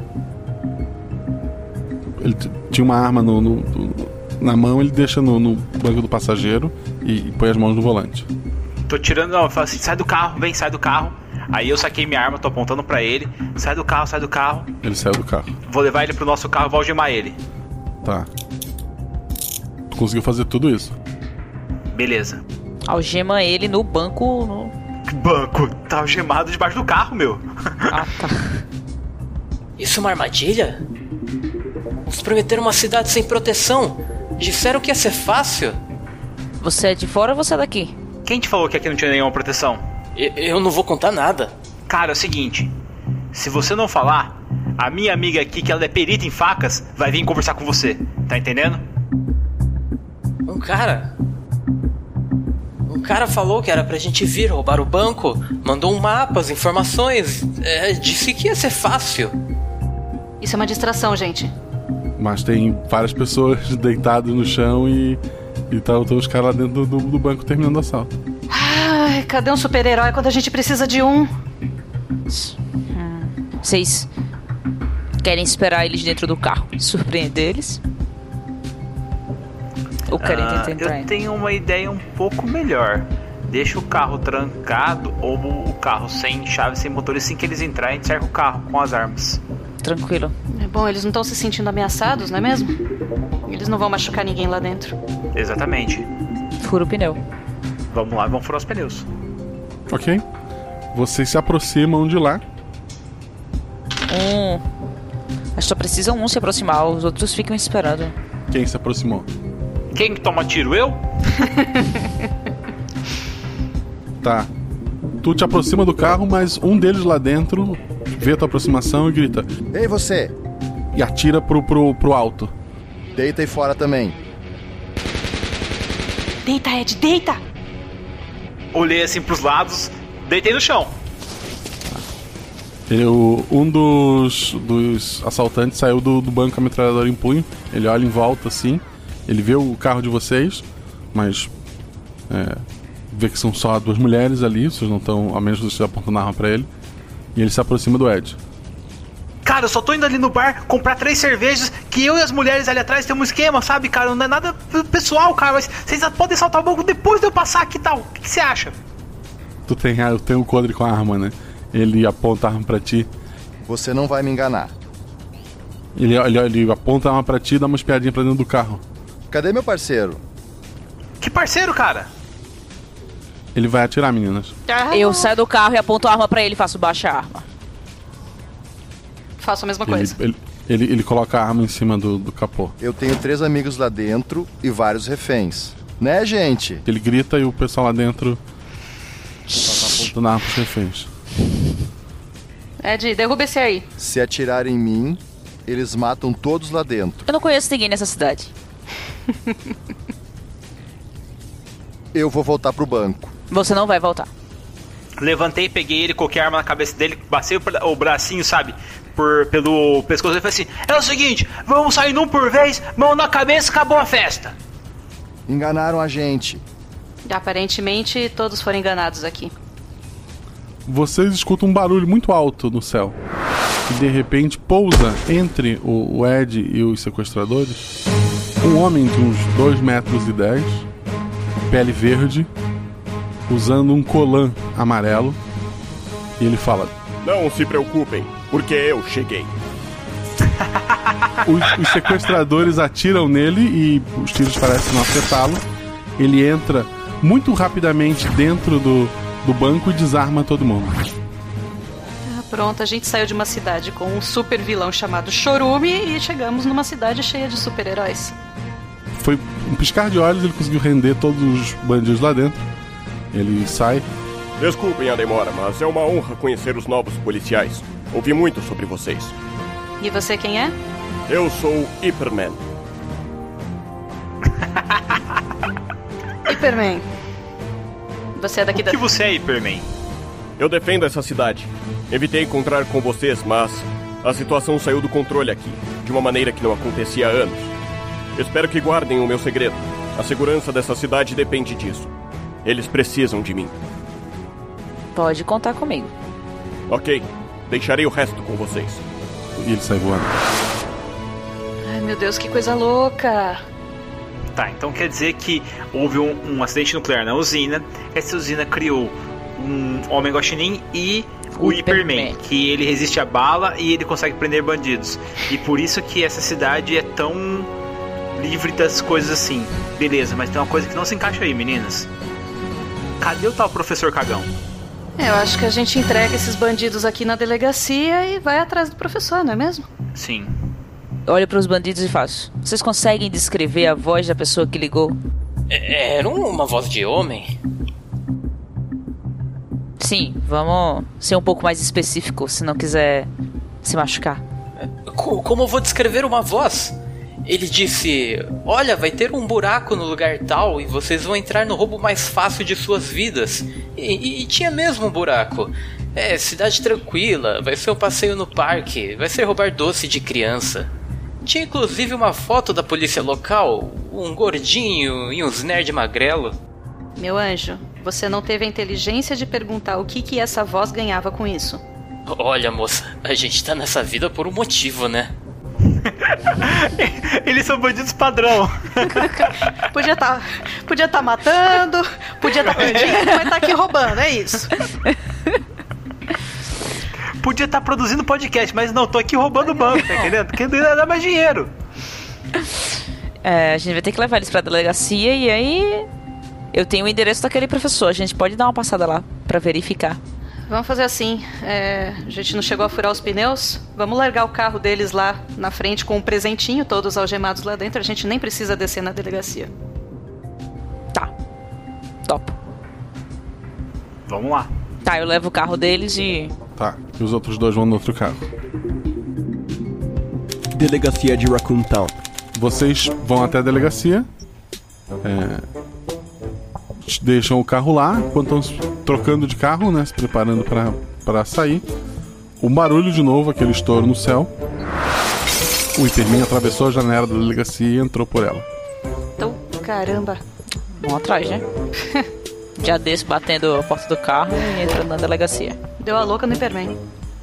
Ele tinha uma arma na mão, ele deixa no banco do passageiro e põe as mãos no volante. Tô tirando, eu falo assim: sai do carro, sai do carro. Aí eu saquei minha arma, tô apontando pra ele. Sai do carro. Ele saiu do carro. Vou levar ele pro nosso carro e vou algemar ele. Tá. Tu conseguiu fazer tudo isso? Beleza. Algema ele no banco. Que banco? Tá algemado debaixo do carro, meu. Ah, tá. Isso é uma armadilha? Nos prometeram uma cidade sem proteção. Disseram que ia ser fácil. Você é de fora ou você é daqui? Quem te falou que aqui não tinha nenhuma proteção? Eu não vou contar nada. Cara, é o seguinte: se você não falar, a minha amiga aqui, que ela é perita em facas, vai vir conversar com você. Tá entendendo? Um cara falou que era pra gente vir roubar o banco. Mandou um mapa, as informações. Disse que ia ser fácil. Isso é uma distração, gente. Mas tem várias pessoas deitadas no chão e estão os caras lá dentro do banco terminando o assalto. Ai, cadê um super-herói quando a gente precisa de um? Vocês querem esperar eles dentro do carro e surpreender eles? Ou querem tentar entrar? Eu tenho uma ideia um pouco melhor. Deixa o carro trancado ou o carro sem chave, sem motor, e assim que eles entrarem, a gente cerca o carro com as armas. Tranquilo. É bom, eles não estão se sentindo ameaçados, não é mesmo? Eles não vão machucar ninguém lá dentro. Exatamente. Fura o pneu. Vamos lá, vamos furar os pneus. Ok. Vocês se aproximam de lá. Mas só precisa um se aproximar, os outros ficam esperando. Quem se aproximou? Quem toma tiro? Eu? Tá. Tu te aproxima do carro, mas um deles lá dentro vê a tua aproximação e grita: ei, você! E atira pro alto. Deita aí fora também. Deita, Ed, deita! Olhei assim pros lados, deitei no chão. Um dos assaltantes saiu do banco com a metralhadora em punho. Ele olha em volta assim. Ele vê o carro de vocês, mas vê que são só 2 mulheres ali. Vocês não estão, a menos que vocês apontando a arma pra ele. E ele se aproxima do Ed. Cara, eu só tô indo ali no bar comprar 3 cervejas, que eu e as mulheres ali atrás temos um esquema, sabe, cara? Não é nada pessoal, cara, mas vocês podem saltar o banco depois de eu passar aqui e tal. O que você acha? Tu tem o Codre com a arma, né? Ele aponta a arma pra ti. Você não vai me enganar. Ele aponta a arma pra ti e dá uma espiadinha pra dentro do carro. Cadê meu parceiro? Que parceiro, cara? Ele vai atirar, meninas. Eu saio do carro e aponto a arma pra ele e faço baixa a arma. Faço a mesma coisa. Ele coloca a arma em cima do capô. Eu tenho 3 amigos lá dentro e vários reféns. Né, gente? Ele grita e o pessoal lá dentro tá apontando a arma pros reféns. Ed, derruba esse aí. Se atirarem em mim, eles matam todos lá dentro. Eu não conheço ninguém nessa cidade. Eu vou voltar pro banco. Você não vai voltar. Levantei, peguei ele, coloquei a arma na cabeça dele, passei o bracinho, sabe, pelo pescoço dele e falei assim: é o seguinte, vamos sair num por vez, mão na cabeça, acabou a festa. Enganaram a gente. Aparentemente, todos foram enganados aqui. Vocês escutam um barulho muito alto no céu. E de repente pousa entre o Ed e os sequestradores um homem de uns 2,10 metros, pele verde, usando um colã amarelo. E ele fala: não se preocupem, porque eu cheguei. Os sequestradores atiram nele e os tiros parecem não afetá-lo. Ele entra muito rapidamente dentro do banco e desarma todo mundo. Pronto, a gente saiu de uma cidade com um super vilão chamado Chorume e chegamos numa cidade cheia de super-heróis. Foi um piscar de olhos, ele conseguiu render todos os bandidos lá dentro. Ele sai. Desculpem a demora, mas é uma honra conhecer os novos policiais. Ouvi muito sobre vocês. E você quem é? Eu sou Hyperman. Hyperman. Você é daqui O que você é, Hyperman? Eu defendo essa cidade. Evitei encontrar com vocês, mas a situação saiu do controle aqui, de uma maneira que não acontecia há anos. Espero que guardem o meu segredo. A segurança dessa cidade depende disso. Eles precisam de mim. Pode contar comigo. Ok, deixarei o resto com vocês. E ele sai voando. Ai, meu Deus, que coisa louca. Tá, então quer dizer que houve um acidente nuclear na usina. Essa usina criou um Homem Guaxinim e o Hyperman, que ele resiste à bala e ele consegue prender bandidos. E por isso que essa cidade é tão livre das coisas assim. Beleza, mas tem uma coisa que não se encaixa aí, meninas. Cadê o tal professor cagão? Eu acho que a gente entrega esses bandidos aqui na delegacia e vai atrás do professor, não é mesmo? Sim. Olho para os bandidos e faço: vocês conseguem descrever a voz da pessoa que ligou? Era uma voz de homem? Sim, vamos ser um pouco mais específico, se não quiser se machucar. Como eu vou descrever uma voz? Ele disse: olha, vai ter um buraco no lugar tal e vocês vão entrar no roubo mais fácil de suas vidas. E tinha mesmo um buraco. É, cidade tranquila, vai ser um passeio no parque, vai ser roubar doce de criança. Tinha inclusive uma foto da polícia local, um gordinho e uns nerd magrelo. Meu anjo, você não teve a inteligência de perguntar o que essa voz ganhava com isso? Olha, moça, a gente tá nessa vida por um motivo, né? Eles são bandidos padrão. Podia tá matando, podia tá bandido, mas tá aqui roubando, é isso. Podia estar produzindo podcast, mas não, tô aqui roubando o banco, tá entendendo? Porque dá mais dinheiro. A gente vai ter que levar eles pra delegacia e aí eu tenho o endereço daquele professor. A gente pode dar uma passada lá pra verificar. Vamos fazer assim, a gente não chegou a furar os pneus? Vamos largar o carro deles lá na frente com um presentinho, todos algemados lá dentro. A gente nem precisa descer na delegacia. Tá, top. Vamos lá. Tá, eu levo o carro deles e... Tá, e os outros dois vão no outro carro. Delegacia de Raccoon Town. Vocês vão até a delegacia. Deixam o carro lá. Enquanto estão trocando de carro, né, se preparando pra sair. Um barulho de novo, aquele estouro no céu. O Hyperman atravessou a janela da delegacia e entrou por ela. Então, caramba. Vamos atrás, né? Já desço batendo a porta do carro e entrando na delegacia. Deu a louca no Hyperman.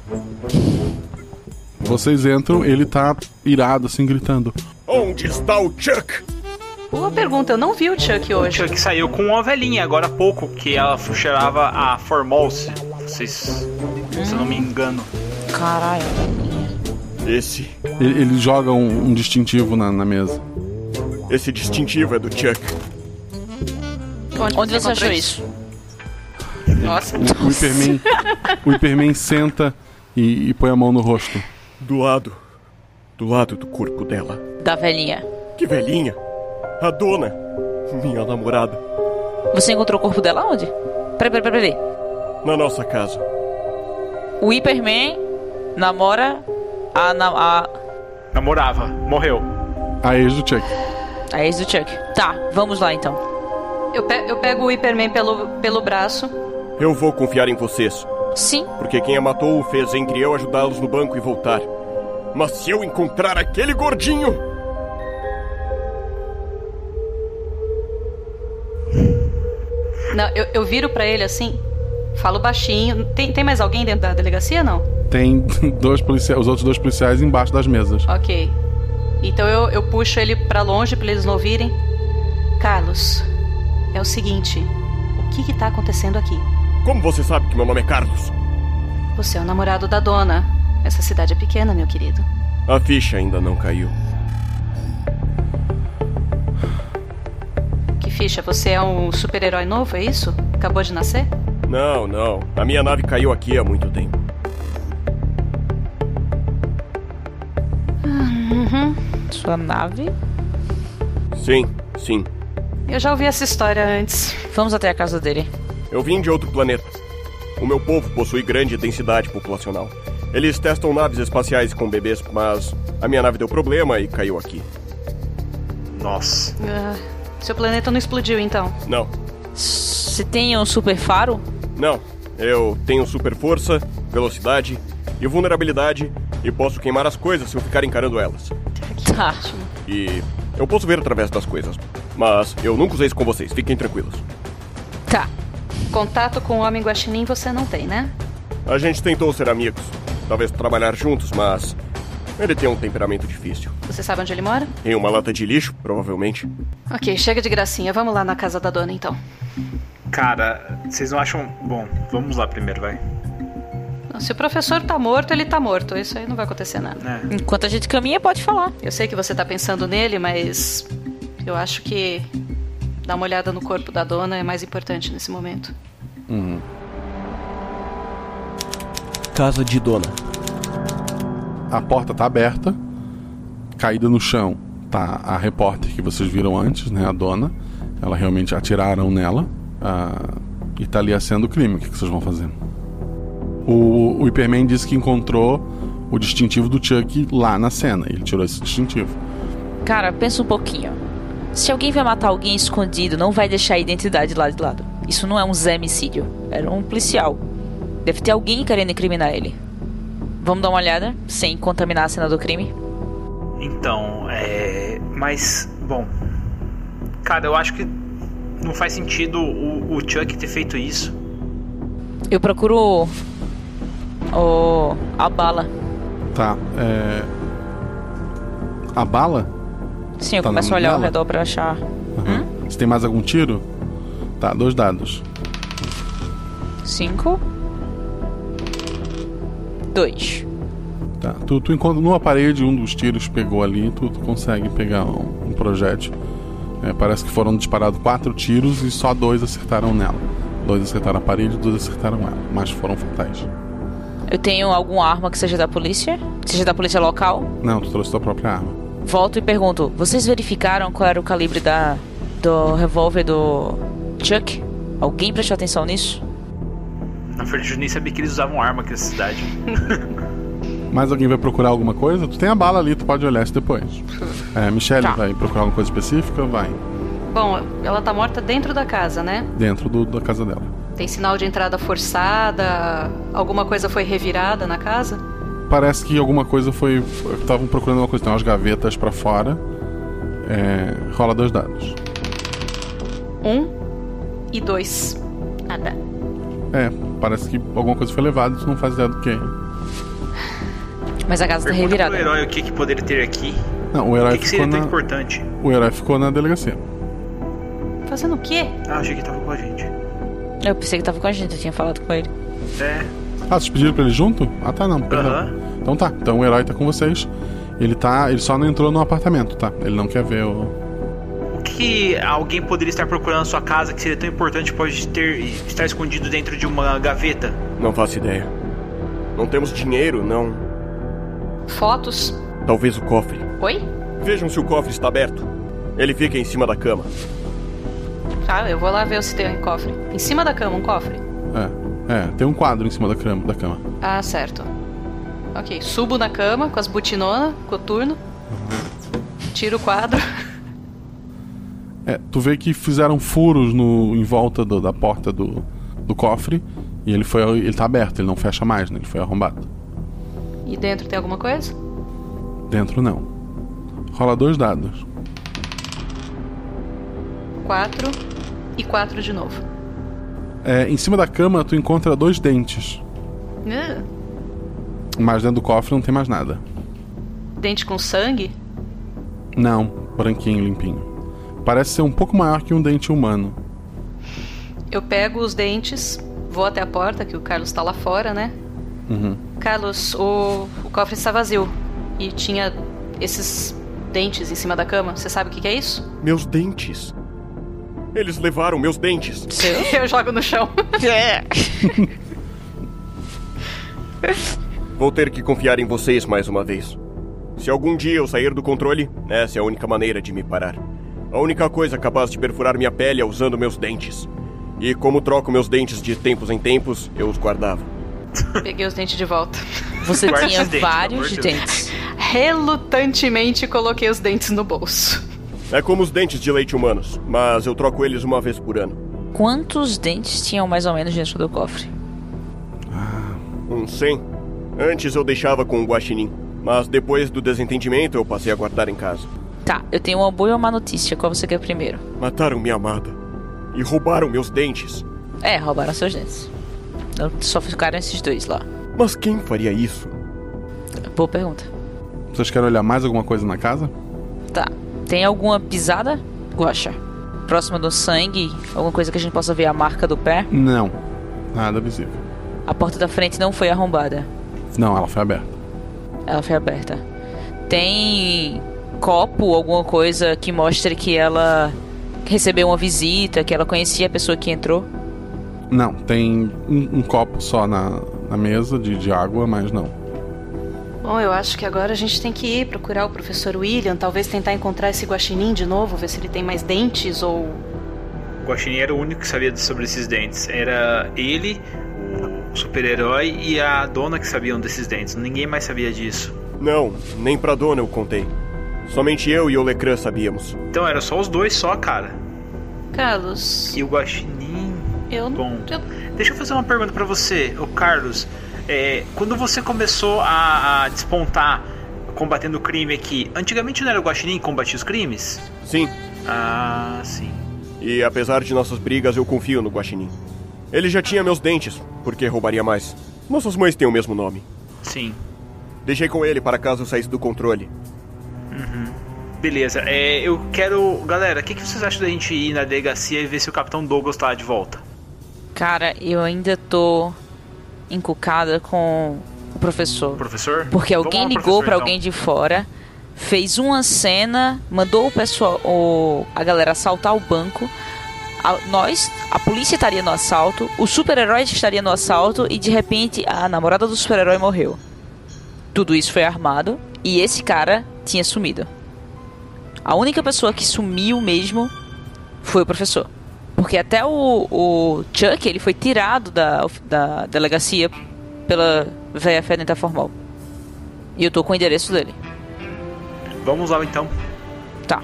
Vocês entram, ele tá irado, assim, gritando: onde está o Chuck? Boa pergunta, eu não vi o Chuck hoje. O Chuck saiu com uma ovelhinha agora há pouco, que ela cheirava a Formose. Se eu não me engano. Caralho. Esse... Ele joga um distintivo na mesa. Esse distintivo é do Chuck. Onde você achou isso? Nossa. O Hyperman senta e põe a mão no rosto. Do lado do corpo dela. Da velhinha. Que velhinha? A dona, minha namorada. Você encontrou o corpo dela onde? Peraí. Na nossa casa. O Hyperman namora Namorava, morreu. A ex do Chuck. A ex do Chuck. Tá, vamos lá então. Eu pego o Hyperman pelo braço. Eu vou confiar em vocês. Sim. Porque quem a matou o fez entre eu ajudá-los no banco e voltar. Mas se eu encontrar aquele gordinho... Não, eu viro pra ele assim, falo baixinho. Tem mais alguém dentro da delegacia, não? Tem os outros 2 policiais embaixo das mesas. Ok. Então eu puxo ele pra longe pra eles não ouvirem. Carlos, é o seguinte, o que tá acontecendo aqui? Como você sabe que meu nome é Carlos? Você é o namorado da dona. Essa cidade é pequena, meu querido. A ficha ainda não caiu. Que ficha? Você é um super-herói novo, é isso? Acabou de nascer? Não. A minha nave caiu aqui há muito tempo. Sua nave? Sim. Eu já ouvi essa história antes. Vamos até a casa dele. Eu vim de outro planeta. O meu povo possui grande densidade populacional. Eles testam naves espaciais com bebês, mas a minha nave deu problema e caiu aqui. Nossa. Seu planeta não explodiu, então? Não. Você tem um super faro? Não. Eu tenho super força, velocidade e vulnerabilidade e posso queimar as coisas se eu ficar encarando elas. Tá. E eu posso ver através das coisas, mas eu nunca usei isso com vocês, fiquem tranquilos. Tá. Contato com o Homem Guaxinim você não tem, né? A gente tentou ser amigos, talvez trabalhar juntos, mas ele tem um temperamento difícil. Você sabe onde ele mora? Em uma lata de lixo, provavelmente. Ok, chega de gracinha. Vamos lá na casa da dona, então. Cara, vocês não acham... Bom, vamos lá primeiro, vai. Não, se o professor tá morto, ele tá morto. Isso aí não vai acontecer nada. Enquanto a gente caminha, pode falar. Eu sei que você tá pensando nele, mas... eu acho que... dar uma olhada no corpo da dona é mais importante nesse momento. Casa de dona. A porta tá aberta. Caída no chão tá a repórter que vocês viram antes, né? A dona. Ela realmente atiraram nela. E tá ali a cena do crime. O que vocês vão fazer? O Hyperman disse que encontrou o distintivo do Chuck lá na cena. Ele tirou esse distintivo. Cara, pensa um pouquinho. Se alguém vai matar alguém escondido, não vai deixar a identidade lá de lado. Isso não é um zemicídio. Era um policial. Deve ter alguém querendo incriminar ele. Vamos dar uma olhada, sem contaminar a cena do crime? Então, mas, bom... Cara, eu acho que não faz sentido o Chuck ter feito isso. Eu procuro... a bala. Tá, a bala? Sim, eu começo a olhar ao redor pra achar. Você tem mais algum tiro? Tá, 2 dados. 5. 2. Tá, tu encontra numa parede, um dos tiros pegou ali, tu consegue pegar um projétil. Parece que foram disparados 4 tiros e só 2 acertaram nela. 2 acertaram a parede e 2 acertaram ela, mas foram fatais. Eu tenho alguma arma que seja da polícia? Seja da polícia local? Não, tu trouxe tua própria arma. Volto e pergunto, vocês verificaram qual era o calibre do revólver do Chuck? Alguém prestou atenção nisso? Na verdade, eu nem sabia que eles usavam arma aqui nessa cidade. Mais alguém vai procurar alguma coisa? Tu tem a bala ali, tu pode olhar isso depois. Michelle vai procurar alguma coisa específica? Vai. Bom, ela tá morta dentro da casa, né? Dentro da casa dela. Tem sinal de entrada forçada? Alguma coisa foi revirada na casa? Parece que alguma coisa foi... Estavam procurando alguma coisa. Tem umas gavetas pra fora. Rola 2 dados. 1 e 2. Nada. Parece que alguma coisa foi levada. Tu não faz ideia do que. Mas a casa tá revirada. O herói, o que poderia ter aqui? Não, o herói o que seria tão importante? O herói ficou na delegacia. Fazendo o quê? Achei que tava com a gente. Eu pensei que tava com a gente, eu tinha falado com ele. Vocês pediram pra ele junto? Ah, tá, não, perdão. Então tá, então o herói tá com vocês. Ele só não entrou no apartamento, tá? Ele não quer ver o... O que alguém poderia estar procurando na sua casa que seria tão importante pode estar escondido dentro de uma gaveta? Não faço ideia. Não temos dinheiro, não. Fotos? Talvez o cofre. Oi? Vejam se o cofre está aberto. Ele fica em cima da cama. Tá, eu vou lá ver se tem um cofre. Em cima da cama, um cofre? Tem um quadro em cima da cama. Ah, certo. Ok, subo na cama com as butinonas, coturno. Tiro o quadro. Tu vê que fizeram furos em volta da porta do cofre. E ele tá aberto, ele não fecha mais, né? Ele foi arrombado. E dentro tem alguma coisa? Dentro não. Rola 2 dados. 4 e 4 de novo. Em cima da cama tu encontra 2 dentes. Mas dentro do cofre não tem mais nada. Dente com sangue? Não, branquinho, limpinho. Parece ser um pouco maior que um dente humano. Eu pego os dentes, vou até a porta, que o Carlos tá lá fora, né? Uhum. Carlos, o cofre está vazio. E tinha esses dentes em cima da cama. Você sabe o que é isso? Meus dentes. Eles levaram meus dentes. Eu jogo no chão. Vou ter que confiar em vocês mais uma vez. Se algum dia eu sair do controle, essa é a única maneira de me parar. A única coisa capaz de perfurar minha pele é usando meus dentes. E como troco meus dentes de tempos em tempos, eu os guardava. Peguei os dentes de volta. Você tinha vários dentes. Relutantemente coloquei os dentes no bolso. É como os dentes de leite humanos, mas eu troco eles uma vez por ano. Quantos dentes tinham mais ou menos dentro do cofre? Uns 100. Antes eu deixava com o guaxinim, mas depois do desentendimento eu passei a guardar em casa. Tá, eu tenho uma boa e uma notícia. Qual você quer primeiro? Mataram minha amada. E roubaram meus dentes. Roubaram seus dentes. Só ficaram esses 2 lá. Mas quem faria isso? Boa pergunta. Vocês querem olhar mais alguma coisa na casa? Tá. Tem alguma pisada, Guaxa? Próxima do sangue? Alguma coisa que a gente possa ver a marca do pé? Não. Nada visível. A porta da frente não foi arrombada? Não, ela foi aberta. Ela foi aberta. Tem copo, alguma coisa que mostre que ela recebeu uma visita, que ela conhecia a pessoa que entrou? Não, tem um copo só na mesa de água, mas não. Bom, eu acho que agora a gente tem que ir procurar o professor William, talvez tentar encontrar esse guaxinim de novo, ver se ele tem mais dentes ou... O guaxinim era o único que sabia sobre esses dentes. Era ele, o super-herói e a dona que sabiam desses dentes. Ninguém mais sabia disso. Não, nem pra dona eu contei. Somente eu e o Lecran sabíamos. Então era só os 2 só, cara. Carlos... E o guaxinim... Bom, deixa eu fazer uma pergunta pra você, o Carlos. Quando você começou a despontar combatendo o crime aqui, antigamente não era o guaxinim que combatia os crimes? Sim. Ah, sim. E apesar de nossas brigas, eu confio no guaxinim. Ele já tinha meus dentes, porque roubaria mais. Nossas mães têm o mesmo nome. Sim. Deixei com ele para caso eu saísse do controle. Beleza, eu quero... Galera, o que vocês acham da gente ir na delegacia e ver se o Capitão Douglas tá de volta? Cara, eu ainda tô encucada com o professor. Professor? Porque alguém ligou pra alguém de fora, fez uma cena, mandou o pessoal, a galera assaltar o banco. A polícia estaria no assalto, o super-herói estaria no assalto e de repente a namorada do super-herói morreu. Tudo isso foi armado e esse cara tinha sumido. A única pessoa que sumiu mesmo foi o professor. Porque até o Chuck, ele foi tirado da delegacia pela véia fedenta formal. E eu tô com o endereço dele. Vamos lá então. Tá.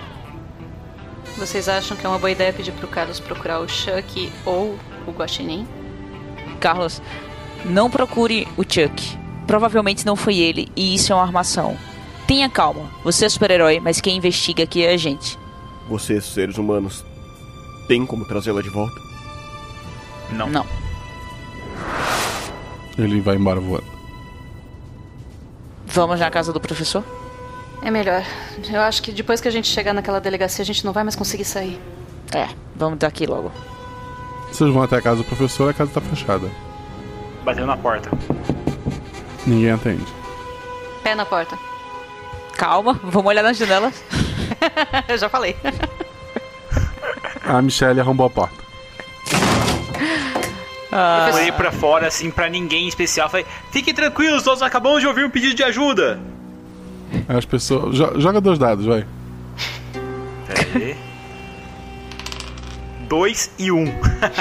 Vocês acham que é uma boa ideia pedir pro Carlos procurar o Chuck ou o Guaxinim? Carlos, não procure o Chuck. Provavelmente não foi ele e isso é uma armação. Tenha calma. Você é super-herói, mas quem investiga aqui é a gente. Vocês, seres humanos, tem como trazê-la de volta? Não. Ele vai embora voando. Vamos na casa do professor? É melhor. Eu acho que depois que a gente chegar naquela delegacia, a gente não vai mais conseguir sair. Vamos daqui logo. Vocês vão até a casa do professor, a casa tá fechada. Bateu na porta. Ninguém atende. Pé na porta. Calma, vamos olhar nas janelas. Eu já falei. A Michelle arrombou a porta. Eu olhei pra fora, assim, pra ninguém em especial. Falei, fiquem tranquilos, nós acabamos de ouvir um pedido de ajuda. As pessoas... Joga 2 dados, vai. Pera aí. 2 e 1.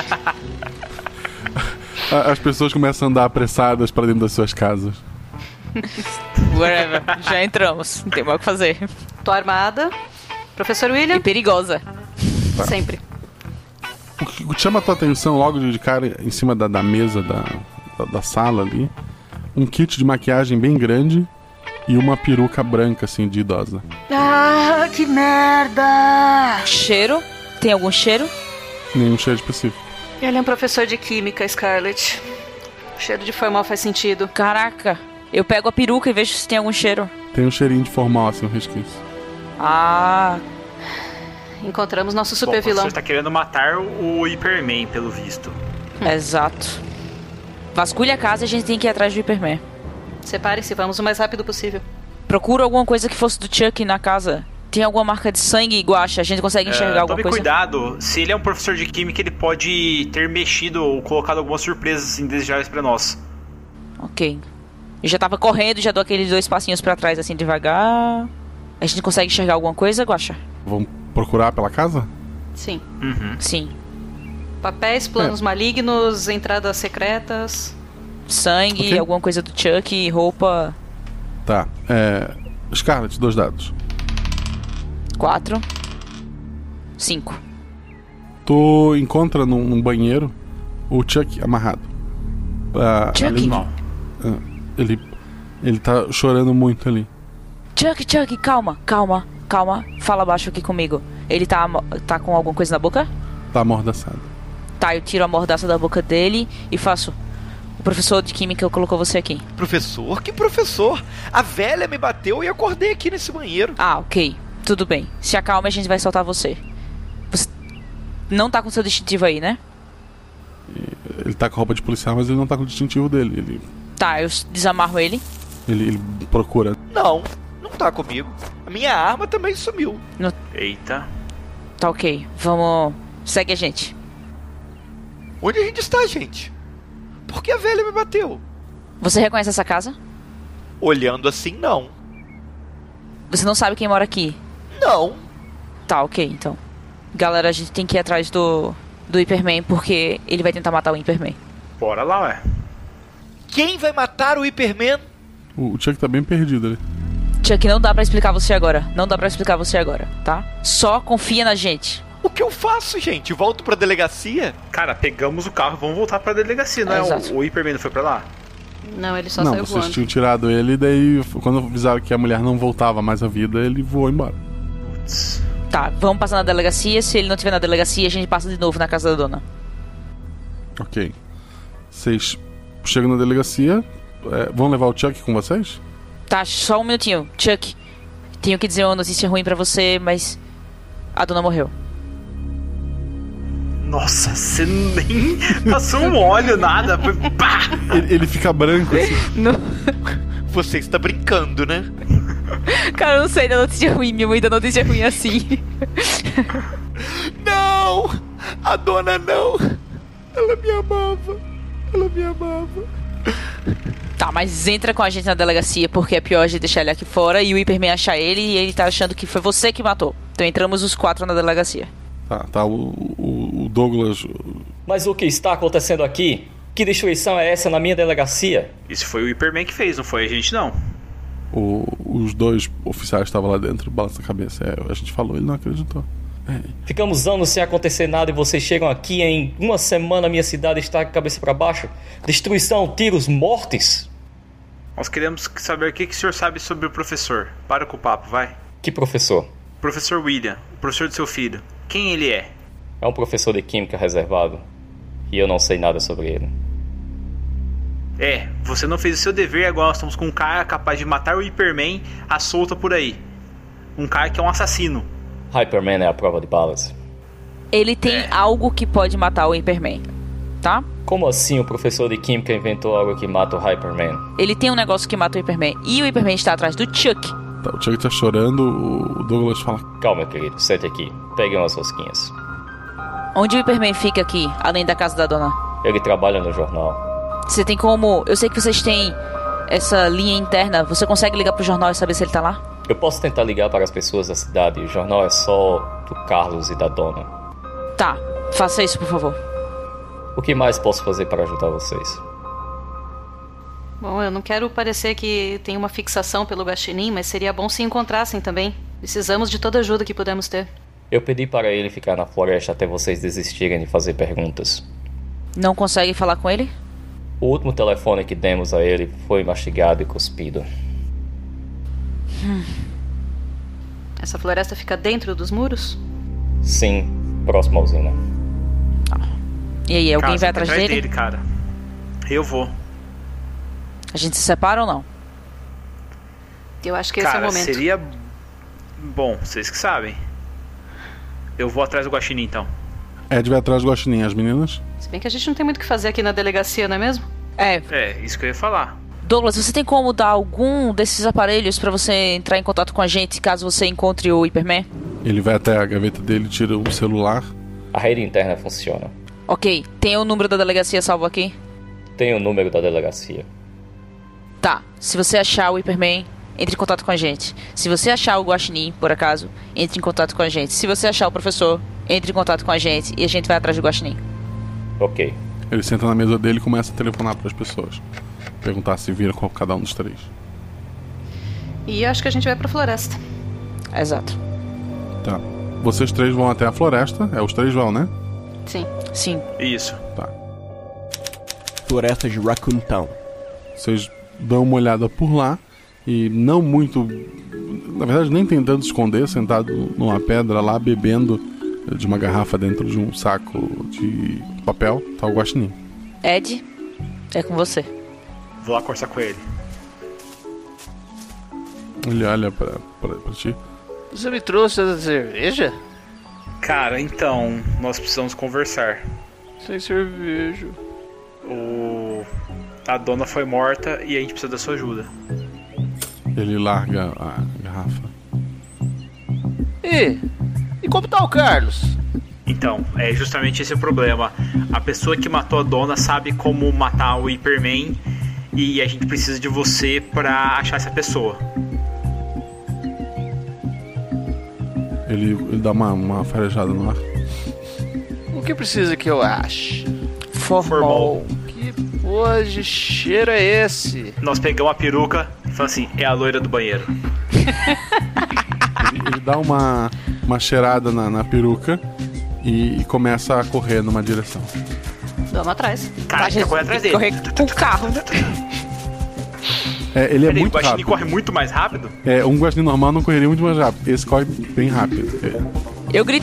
As pessoas começam a andar apressadas pra dentro das suas casas. Whatever, já entramos. Não tem mais o que fazer. Tô armada. Professor William? E perigosa. Tá. Sempre. O que chama a tua atenção logo de cara em cima da mesa da sala ali, um kit de maquiagem bem grande e uma peruca branca, assim, de idosa. Ah, que merda! Cheiro? Tem algum cheiro? Nenhum cheiro específico. Ele é um professor de química, Scarlett. O cheiro de formal faz sentido. Caraca, eu pego a peruca e vejo se tem algum cheiro. Tem um cheirinho de formal, assim, um resquício. Ah... Encontramos nosso super vilão. O professor tá querendo matar o Hyperman, pelo visto. Exato. Vasculha a casa e a gente tem que ir atrás do Hyperman. Separem-se, vamos o mais rápido possível. Procura alguma coisa que fosse do Chuck na casa. Tem alguma marca de sangue e guacha? A gente consegue enxergar alguma tome coisa? Cuidado, se ele é um professor de química, ele pode ter mexido ou colocado algumas surpresas indesejáveis pra nós. Ok. Eu já tava correndo, já dou aqueles 2 passinhos pra trás, assim, devagar. A gente consegue enxergar alguma coisa, guacha? Vamos procurar pela casa? Sim. Sim. Papéis, planos malignos, entradas secretas. Sangue, Ok. alguma coisa do Chuck, roupa. Tá. Scarlett, 2 dados. 4. 5. Tu encontra num banheiro o Chuck amarrado. Chuck? Ele tá chorando muito ali. Chuck, calma. Fala baixo aqui comigo. Ele tá com alguma coisa na boca? Tá amordaçado. Tá, eu tiro a mordaça da boca dele e faço... O professor de química colocou você aqui. Professor? Que professor? A velha me bateu e acordei aqui nesse banheiro. Ah, ok. Tudo bem. Se acalma, a gente vai soltar você. Você não tá com seu distintivo aí, né? Ele tá com roupa de policial, mas ele não tá com o distintivo dele. Tá, eu desamarro ele. Ele procura. Não tá comigo. A minha arma também sumiu. Eita. Tá ok. Vamos... Segue a gente. Onde a gente está, gente? Por que a velha me bateu? Você reconhece essa casa? Olhando assim, não. Você não sabe quem mora aqui? Não. Tá, ok, então. Galera, a gente tem que ir atrás do Hyperman, porque ele vai tentar matar o Hyperman. Bora lá, ué. Quem vai matar o Hyperman? O Chuck tá bem perdido ali. Chuck, não dá pra explicar você agora. Tá? Só confia na gente. O que eu faço, gente? Volto pra delegacia? Cara, pegamos o carro e vamos voltar pra delegacia, não é? O Hyperman não foi pra lá? Não, ele só Não, saiu vocês voando. tinham tirado ele, e daí quando avisaram que a mulher não voltava mais à vida, ele voou embora. Tá, vamos passar na delegacia. Se ele não estiver na delegacia, a gente passa de novo na casa da dona. Ok. Vocês chegam na delegacia. Vão levar o Chuck com vocês? Tá, só um minutinho. Chuck, tenho que dizer uma notícia ruim pra você, mas a dona morreu. Nossa, você nem passou um óleo, nada. Pá! Ele fica branco assim. Não. Você está brincando, né? Cara, eu não sei da notícia ruim. Minha mãe dá notícia ruim assim. Não! A dona não! Ela me amava. Tá, mas entra com a gente na delegacia, porque é pior a gente deixar ele aqui fora e o Hyperman achar ele e ele tá achando que foi você que matou. Então entramos os 4 na delegacia. Tá, o Douglas... Mas o que está acontecendo aqui? Que destruição é essa na minha delegacia? Isso foi o Hyperman que fez, não foi a gente não. Os 2 oficiais estavam lá dentro, balança a cabeça. A gente falou, ele não acreditou. Ficamos anos sem acontecer nada e vocês chegam aqui em uma semana minha cidade está com a cabeça para baixo. Destruição, tiros, mortes. Nós queremos saber o que o senhor sabe sobre o professor. Para com o papo, vai. Que professor? Professor William, o professor do seu filho. Quem ele é? É um professor de química reservado. E eu não sei nada sobre ele. Você não fez o seu dever e agora nós estamos com um cara capaz de matar o Hyperman à solta por aí. Um cara que é um assassino. Hyperman é a prova de balas. Ele tem algo que pode matar o Hyperman, tá? Como assim o professor de química inventou algo que mata o Hyperman? Ele tem um negócio que mata o Hyperman. E o Hyperman está atrás do Chuck. Tá, o Chuck tá chorando, o Douglas fala... Calma, querido, sente aqui. Pegue umas rosquinhas. Onde o Hyperman fica aqui, além da casa da dona? Ele trabalha no jornal. Você tem como... Eu sei que vocês têm essa linha interna. Você consegue ligar pro jornal e saber se ele tá lá? Eu posso tentar ligar para as pessoas da cidade. O jornal é só do Carlos e da Dona. Tá, faça isso, por favor. O que mais posso fazer para ajudar vocês? Bom, eu não quero parecer que tem uma fixação pelo Guaxinim, mas seria bom se encontrassem também. Precisamos de toda ajuda que pudermos ter. Eu pedi para ele ficar na floresta até vocês desistirem de fazer perguntas. Não consegue falar com ele? O último telefone que demos a ele foi mastigado e cuspido. Essa floresta fica dentro dos muros? Sim, próximo à usina. E aí, alguém vai atrás dele? Cara. Eu vou. A gente se separa ou não? Eu acho que esse é o momento. Seria... Bom, vocês que sabem. Eu vou atrás do Guaxinim, então. Ed vai atrás do Guaxinim, as meninas? Se bem que a gente não tem muito o que fazer aqui na delegacia, não é mesmo? É, isso que eu ia falar. Douglas, você tem como dar algum desses aparelhos pra você entrar em contato com a gente caso você encontre o Hyperman? Ele vai até a gaveta dele, tira o celular. A rede interna funciona. Ok, tem o número da delegacia salvo aqui? Tem o número da delegacia. Tá, se você achar o Hyperman, entre em contato com a gente. Se você achar o Guaxinim, por acaso, entre em contato com a gente. Se você achar o professor, entre em contato com a gente e a gente vai atrás do Guaxinim. Ok. Ele senta na mesa dele e começa a telefonar para as pessoas. Perguntar se vira com cada um dos três. E acho que a gente vai pra floresta. Exato. Tá. Vocês três vão até a floresta. Os três vão, né? Sim. Sim. Isso. Tá. Floresta de Raccoon Town. Vocês dão uma olhada por lá e não muito... Na verdade, nem tentando esconder, sentado numa pedra lá, bebendo de uma garrafa dentro de um saco de papel, tá o Guaxinim. Ed, é com você. Vou lá conversar com ele. Ele olha pra ti. Você me trouxe essa cerveja? Cara, então, nós precisamos conversar. Sem cerveja. A dona foi morta e a gente precisa da sua ajuda. Ele larga a garrafa. E como tá o Carlos? Então, é justamente esse o problema. A pessoa que matou a dona sabe como matar o Hyperman e a gente precisa de você pra achar essa pessoa. Ele dá uma farejada no ar. O que precisa que eu ache? Formol. Que porra de cheiro é esse? Nós pegamos a peruca e falamos assim, é a loira do banheiro. Ele dá uma cheirada na peruca e começa a correr numa direção. Vamos atrás. Cara, a gente corre atrás dele. Correr com o carro. Ele é muito rápido. O Guaxinim corre muito mais rápido? Um Guaxinim normal não correria muito mais rápido. Esse corre bem rápido. Eu grito,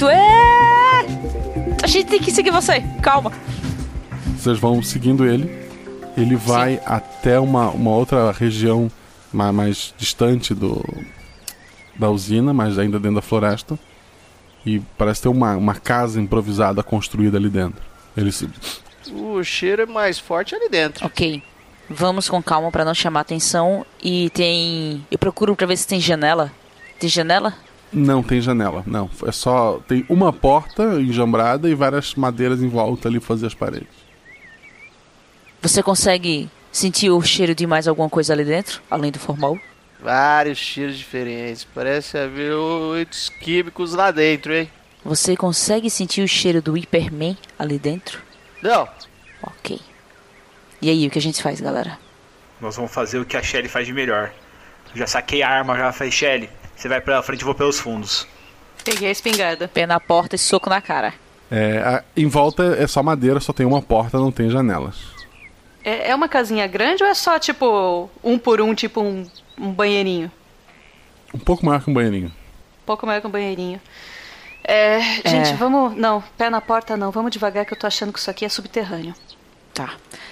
a gente tem que seguir você, calma. Vocês vão seguindo ele. Ele vai até uma outra região mais distante da usina, mas ainda dentro da floresta. E parece ter uma casa improvisada construída ali dentro. O cheiro é mais forte ali dentro. Ok. Vamos com calma pra não chamar atenção. E eu procuro pra ver se tem janela. Tem janela? Não tem janela, não. É só... Tem uma porta enjambrada e várias madeiras em volta ali pra fazer as paredes. Você consegue sentir o cheiro de mais alguma coisa ali dentro? Além do formol? Vários cheiros diferentes. Parece haver oitos químicos lá dentro, hein? Você consegue sentir o cheiro do Hyperman ali dentro? Não. Ok. E aí, o que a gente faz, galera? Nós vamos fazer o que a Shelly faz de melhor. Eu já saquei a arma, já falei, Shelly, você vai pela frente e vou pelos fundos. Peguei a espingarda. Pé na porta e soco na cara. Em volta é só madeira, só tem uma porta, não tem janelas. É uma casinha grande ou é só, tipo, um por um, tipo um banheirinho? Um pouco maior que um banheirinho. Um pouco maior que um banheirinho. Gente, vamos... Não, pé na porta não. Vamos devagar que eu tô achando que isso aqui é subterrâneo. Tá.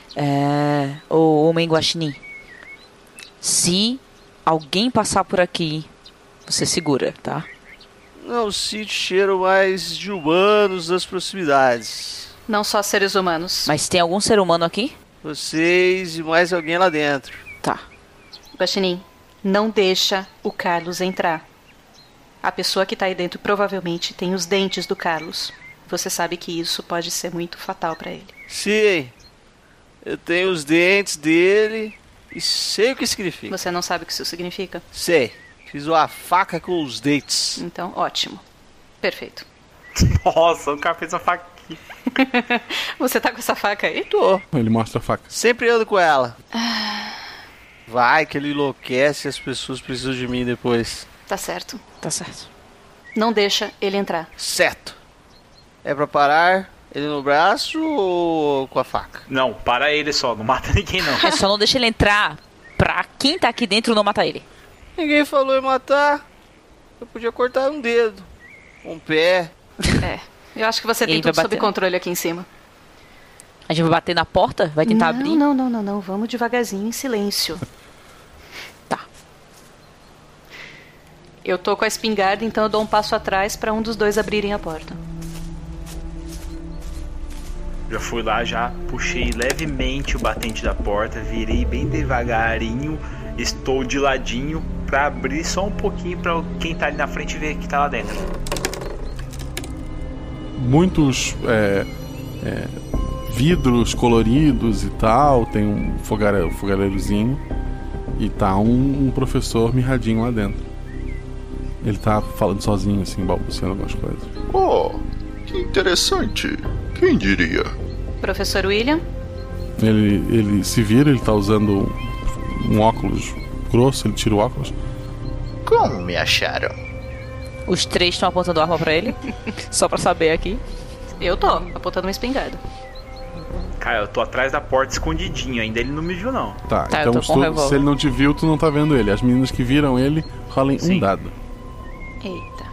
O homem Guaxinim. Se alguém passar por aqui, você segura, tá? Não sinto cheiro mais de humanos das proximidades. Não só seres humanos. Mas tem algum ser humano aqui? Vocês e mais alguém lá dentro. Tá. Guaxinim, não deixa o Carlos entrar. A pessoa que tá aí dentro provavelmente tem os dentes do Carlos. Você sabe que isso pode ser muito fatal pra ele. Sim, eu tenho os dentes dele e sei o que significa. Você não sabe o que isso significa? Sei, fiz uma faca com os dentes. Então, ótimo. Perfeito. Nossa, o cara fez uma faca aqui. Você tá com essa faca aí? Tô. Ele mostra a faca. Sempre ando com ela. Vai que ele enlouquece e as pessoas precisam de mim depois. Tá certo. Tá certo. Não deixa ele entrar. Certo. É pra parar ele no braço ou com a faca? Não, para ele só, não mata ninguém não. É só não deixa ele entrar pra quem tá aqui dentro não matar ele. Ninguém falou em matar. Eu podia cortar um dedo, um pé. É, eu acho que você tem tudo sob controle aqui em cima. A gente vai bater na porta? Vai tentar abrir? Não. Vamos devagarzinho, em silêncio. Tá. Eu tô com a espingarda, então eu dou um passo atrás pra um dos dois abrirem a porta. Já fui lá, já puxei levemente o batente da porta, virei bem devagarinho, estou de ladinho pra abrir só um pouquinho pra quem tá ali na frente ver que tá lá dentro. Muitos vidros coloridos e tal, tem um fogareirozinho e tá um professor mirradinho lá dentro. Ele tá falando sozinho, assim, balbuciando algumas coisas. Oh, que interessante. Quem diria? Professor William? Ele se vira, ele tá usando um óculos grosso, ele tira o óculos. Como me acharam? Os três estão apontando arma pra ele. Só pra saber aqui. Eu tô, apontando uma espingarda. Cara, eu tô atrás da porta escondidinho, ainda ele não me viu não. Tá, então se ele não te viu, tu não tá vendo ele. As meninas que viram ele, rolem um dado. Eita.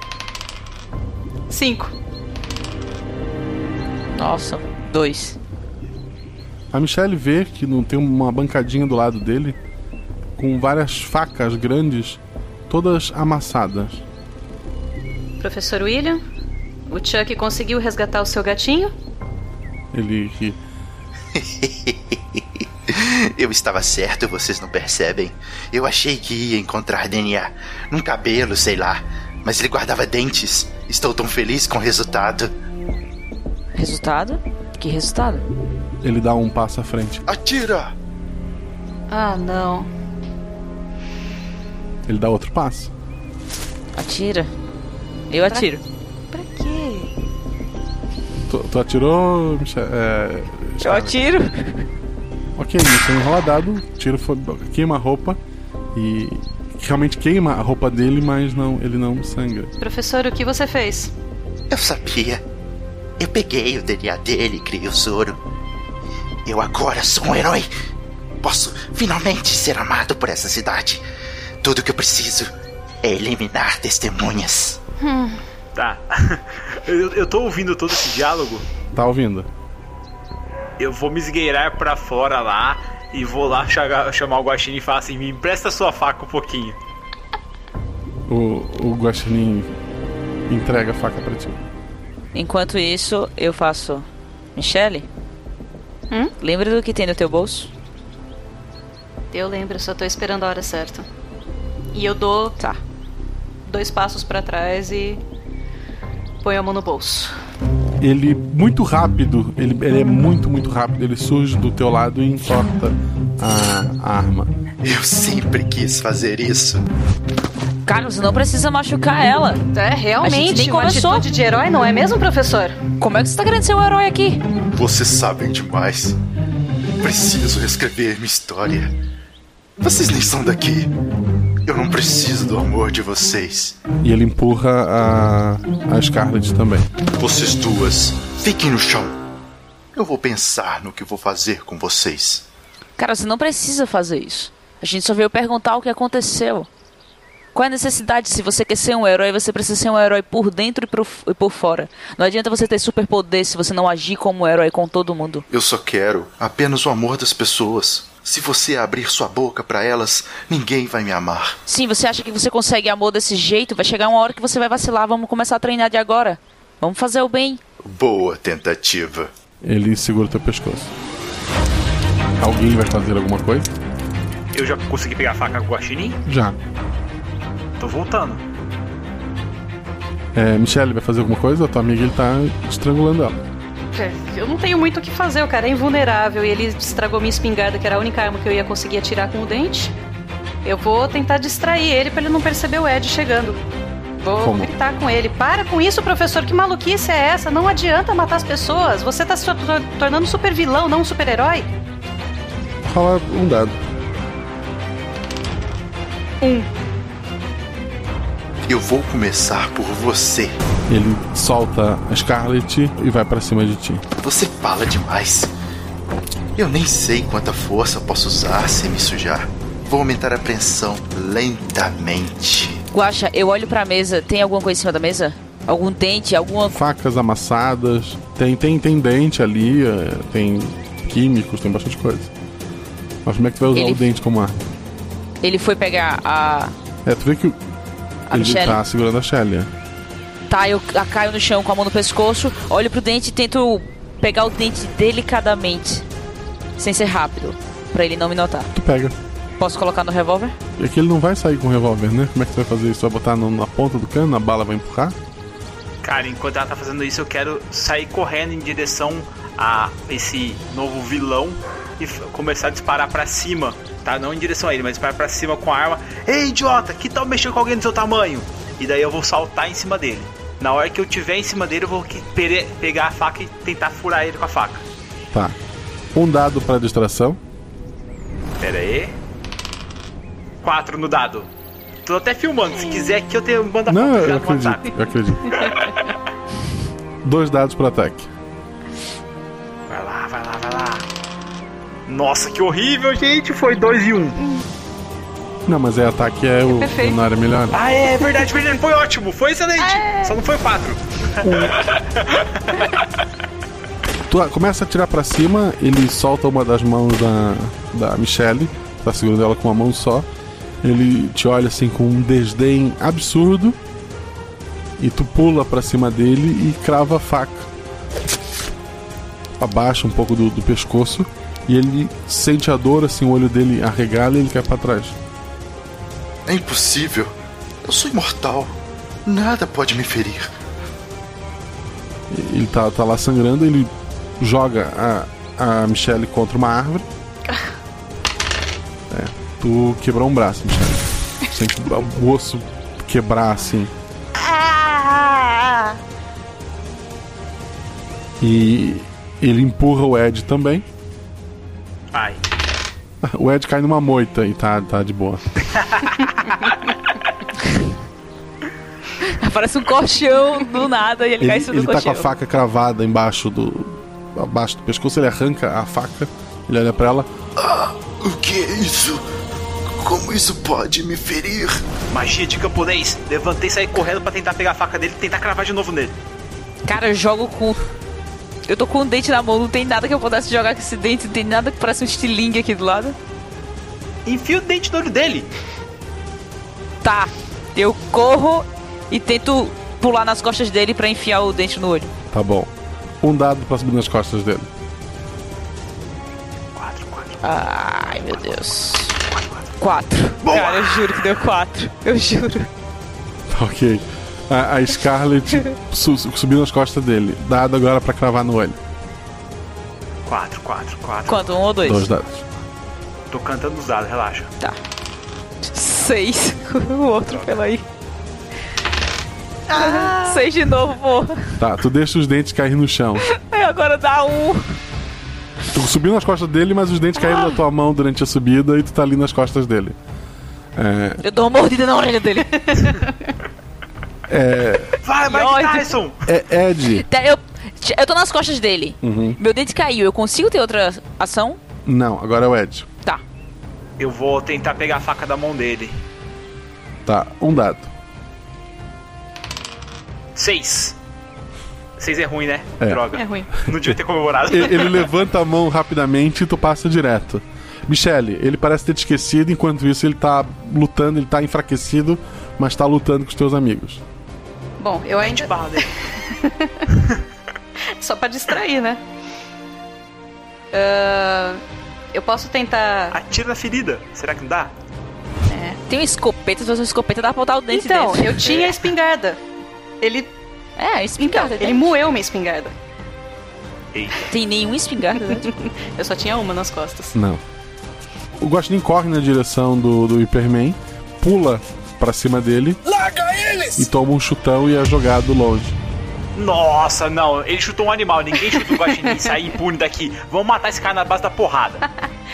5. Nossa, 2. A Michelle vê que não tem uma bancadinha do lado dele com várias facas grandes, todas amassadas. Professor William, o Chuck conseguiu resgatar o seu gatinho? Ele ri. Eu estava certo, vocês não percebem. Eu achei que ia encontrar DNA num cabelo, sei lá. Mas ele guardava dentes. Estou tão feliz com o resultado. Resultado? Que resultado? Ele dá um passo à frente. Atira! Ah, não. Ele dá outro passo. Atira. Eu atiro. Pra quê? Tu atirou, Michelle? Eu atiro. Ok, você enrola dado, tiro, queima a roupa e realmente queima a roupa dele, mas não, ele não sangra. Professor, o que você fez? Eu sabia. Eu peguei o DNA dele e criei o soro. Eu agora sou um herói. Posso finalmente ser amado por essa cidade. Tudo que eu preciso é eliminar testemunhas. Tá. Eu tô ouvindo todo esse diálogo. Tá ouvindo. Eu vou me esgueirar pra fora lá e vou lá chamar o Guaxinim e falar assim: me empresta sua faca um pouquinho. O Guaxinim entrega a faca pra ti. Enquanto isso, eu faço... Michelle? Lembra do que tem no teu bolso? Eu lembro, só tô esperando a hora certa. E eu dou 2 passos pra trás e ponho a mão no bolso. Ele, muito rápido, ele é muito rápido, ele surge do teu lado e entorta a arma. Eu sempre quis fazer isso. Cara, você não precisa machucar ela. É, realmente, a gente nem uma começou. atitude de herói, não é mesmo, professor? Como é que você tá querendo ser um herói aqui? Vocês sabem demais. Preciso reescrever minha história. Vocês nem são daqui. Eu não preciso do amor de vocês. E ele empurra a Scarlett também. Vocês duas, fiquem no chão. Eu vou pensar no que vou fazer com vocês. Cara, você não precisa fazer isso. A gente só veio perguntar o que aconteceu. Qual é a necessidade? Se você quer ser um herói, você precisa ser um herói por dentro e por fora. Não adianta você ter superpoder se você não agir como um herói com todo mundo. Eu só quero apenas o amor das pessoas. Se você abrir sua boca pra elas, ninguém vai me amar. Sim, você acha que você consegue amor desse jeito? Vai chegar uma hora que você vai vacilar. Vamos começar a treinar de agora. Vamos fazer o bem. Boa tentativa. Ele segura o teu pescoço. Alguém vai fazer alguma coisa? Eu já consegui pegar a faca com o Guaxinim? Já. Tô voltando. Michelle, vai fazer alguma coisa? A tua amiga, ele tá estrangulando ela. Eu não tenho muito o que fazer, o cara é invulnerável e ele estragou minha espingarda, que era a única arma que eu ia conseguir atirar com o dente. Eu vou tentar distrair ele pra ele não perceber o Ed chegando. Vou gritar com ele. Para com isso, professor, que maluquice é essa? Não adianta matar as pessoas. Você tá se tornando um super vilão, não um super herói. Rola um dado. 1. Eu vou começar por você. Ele solta a Scarlet e vai pra cima de ti. Você fala demais. Eu nem sei quanta força posso usar sem me sujar. Vou aumentar a pressão lentamente. Guaxa, eu olho pra mesa. Tem alguma coisa em cima da mesa? Algum dente? Alguma... Facas amassadas. Tem dente ali. Tem químicos, tem bastante coisa. Mas como é que tu vai usar o dente como arma? Ele foi pegar a... tu vê que ele tá segurando a Shelly. Tá, eu caio no chão com a mão no pescoço, olho pro dente e tento pegar o dente delicadamente. Sem ser rápido, pra ele não me notar. Tu pega. Posso colocar no revólver? É que ele não vai sair com o revólver, né? Como é que tu vai fazer isso? Vai botar na ponta do cano, a bala vai empurrar? Cara, enquanto ela tá fazendo isso, eu quero sair correndo em direção a esse novo vilão e começar a disparar pra cima, tá? Não em direção a ele, mas disparar pra cima com a arma. Ei, idiota, que tal mexer com alguém do seu tamanho? E daí eu vou saltar em cima dele. Na hora que eu tiver em cima dele, eu vou pegar a faca e tentar furar ele com a faca. Tá. Um dado pra distração. Pera aí. 4 no dado. Tô até filmando, se quiser aqui eu tenho manda foto. Não, eu acredito. 2 dados pro ataque. Vai lá. Nossa, que horrível, gente. Foi 2 e 1. Não, mas ataque é o na área melhor. Ah, é verdade. Foi ótimo. Foi excelente. Só não foi 4. Tu começa a atirar pra cima, ele solta uma das mãos da Michelle. Tá segurando ela com uma mão só. Ele te olha assim com um desdém absurdo. E tu pula pra cima dele e crava a faca. Abaixa um pouco do pescoço. E ele sente a dor, assim, o olho dele arregala e ele cai pra trás. É impossível. Eu sou imortal. Nada pode me ferir. Ele tá lá sangrando, ele joga a Michelle contra uma árvore. Tu quebrou um braço, Michelle. Sente o osso quebrar assim. E ele empurra o Ed também. Ai. O Ed cai numa moita e tá de boa. Parece um colchão do nada e ele cai em cima do colchão. Ele tá com a faca cravada abaixo do pescoço, ele arranca a faca, ele olha pra ela. O que é isso? Como isso pode me ferir? Magia de camponês. Levantei e saí correndo pra tentar pegar a faca dele e tentar cravar de novo nele. Cara, eu jogo com... Eu tô com um dente na mão, não tem nada que eu pudesse jogar com esse dente, não tem nada que parece um estilingue aqui do lado. Enfia o dente no olho dele. Tá, eu corro e tento pular nas costas dele pra enfiar o dente no olho. Tá bom. Um dado pra subir nas costas dele. 4. Ai, meu Deus. 4. Cara, eu juro que deu 4. Eu juro. Ok. A Scarlet subiu nas costas dele. Dado agora pra cravar no olho. 4. Quanto? 1 ou 2? 2 dados. Tô cantando os dados, relaxa. Tá. 6. O outro pela aí. 6 de novo, porra. Tá, tu deixa os dentes cair no chão. Agora dá 1. Tu subiu nas costas dele, mas os dentes caíram da tua mão durante a subida e tu tá ali nas costas dele. Eu dou uma mordida na orelha dele. Vai, Tyson! Ed. Eu tô nas costas dele. Uhum. Meu dente caiu. Eu consigo ter outra ação? Não, agora é o Ed. Tá. Eu vou tentar pegar a faca da mão dele. Tá, um dado. 6. 6 é ruim, né? É. Droga. É ruim. Não devia ter comemorado. Ele levanta a mão rapidamente e tu passa direto. Michelle, ele parece ter te esquecido, enquanto isso ele tá lutando, ele tá enfraquecido, mas tá lutando com os teus amigos. Bom, eu ainda... Só pra distrair, né? Eu posso tentar... Atira na ferida. Será que não dá? Tem uma escopeta, se fosse uma escopeta dá pra botar o dente então, dentro. eu tinha a espingarda. Ele... É, espingarda. Então, ele moeu minha espingarda. Tem nenhuma espingarda, né? Eu só tinha uma nas costas. Não. O Guaxinim corre na direção do Hyperman, pula pra cima dele. Larga eles! E toma um chutão e é jogado longe. Nossa, não. Ele chutou um animal. Ninguém chutou o Guaxinim e sair impune daqui. Vamos matar esse cara na base da porrada.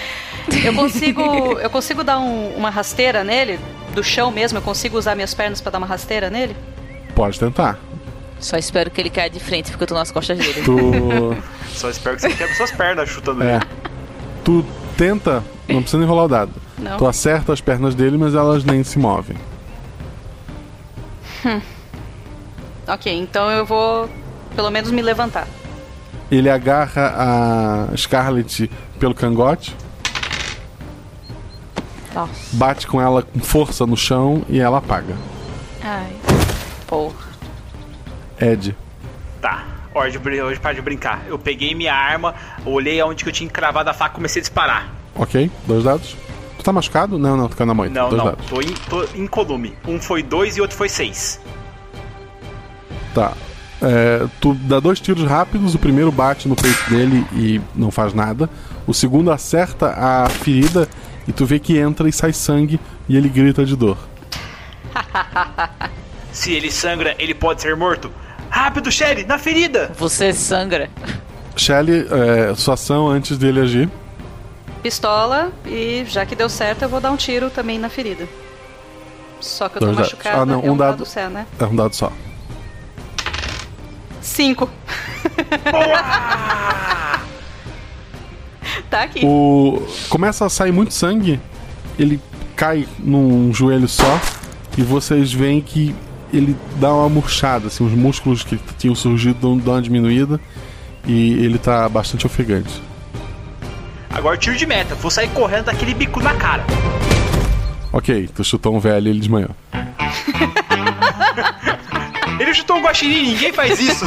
Eu consigo dar uma rasteira nele? Do chão mesmo? Eu consigo usar minhas pernas pra dar uma rasteira nele? Pode tentar. Só espero que ele caia de frente, porque eu tô nas costas dele. Só espero que você quebre suas pernas chutando ele. Tu tenta, não precisa nem rolar o dado. Não. Tu acerta as pernas dele, mas elas nem se movem. Ok, então eu vou pelo menos me levantar. Ele agarra a Scarlet pelo cangote. Nossa. Bate com ela com força no chão e ela apaga. Ai, porra. Ed. Tá, hoje para de brincar. Eu peguei minha arma, olhei aonde que eu tinha encravado a faca e comecei a disparar. Ok, 2 dados. Tu tá machucado? Não, tu caiu na moita. Não, 2 não, dados. tô incolume. Um foi 2 e outro foi 6. Tá. Tu dá 2 tiros rápidos, o primeiro bate no peito dele e não faz nada. O segundo acerta a ferida e tu vê que entra e sai sangue e ele grita de dor. Se ele sangra, ele pode ser morto. Rápido, Shelly, na ferida! Você sangra. Shelly, sua ação antes dele agir. Pistola, e já que deu certo, eu vou dar um tiro também na ferida. Só que eu tô 2 dados. machucada, não, é um dado dado só, né? É um dado só. 5. Tá aqui. Começa a sair muito sangue. Ele cai num joelho só. E vocês veem que ele dá uma murchada, assim, os músculos que tinham surgido dão uma diminuída. E ele tá bastante ofegante. Agora tiro de meta, vou sair correndo daquele bico na cara. Ok, tu chutou um velho e ele desmaiou. Ele chutou um guaxinim, ninguém faz isso.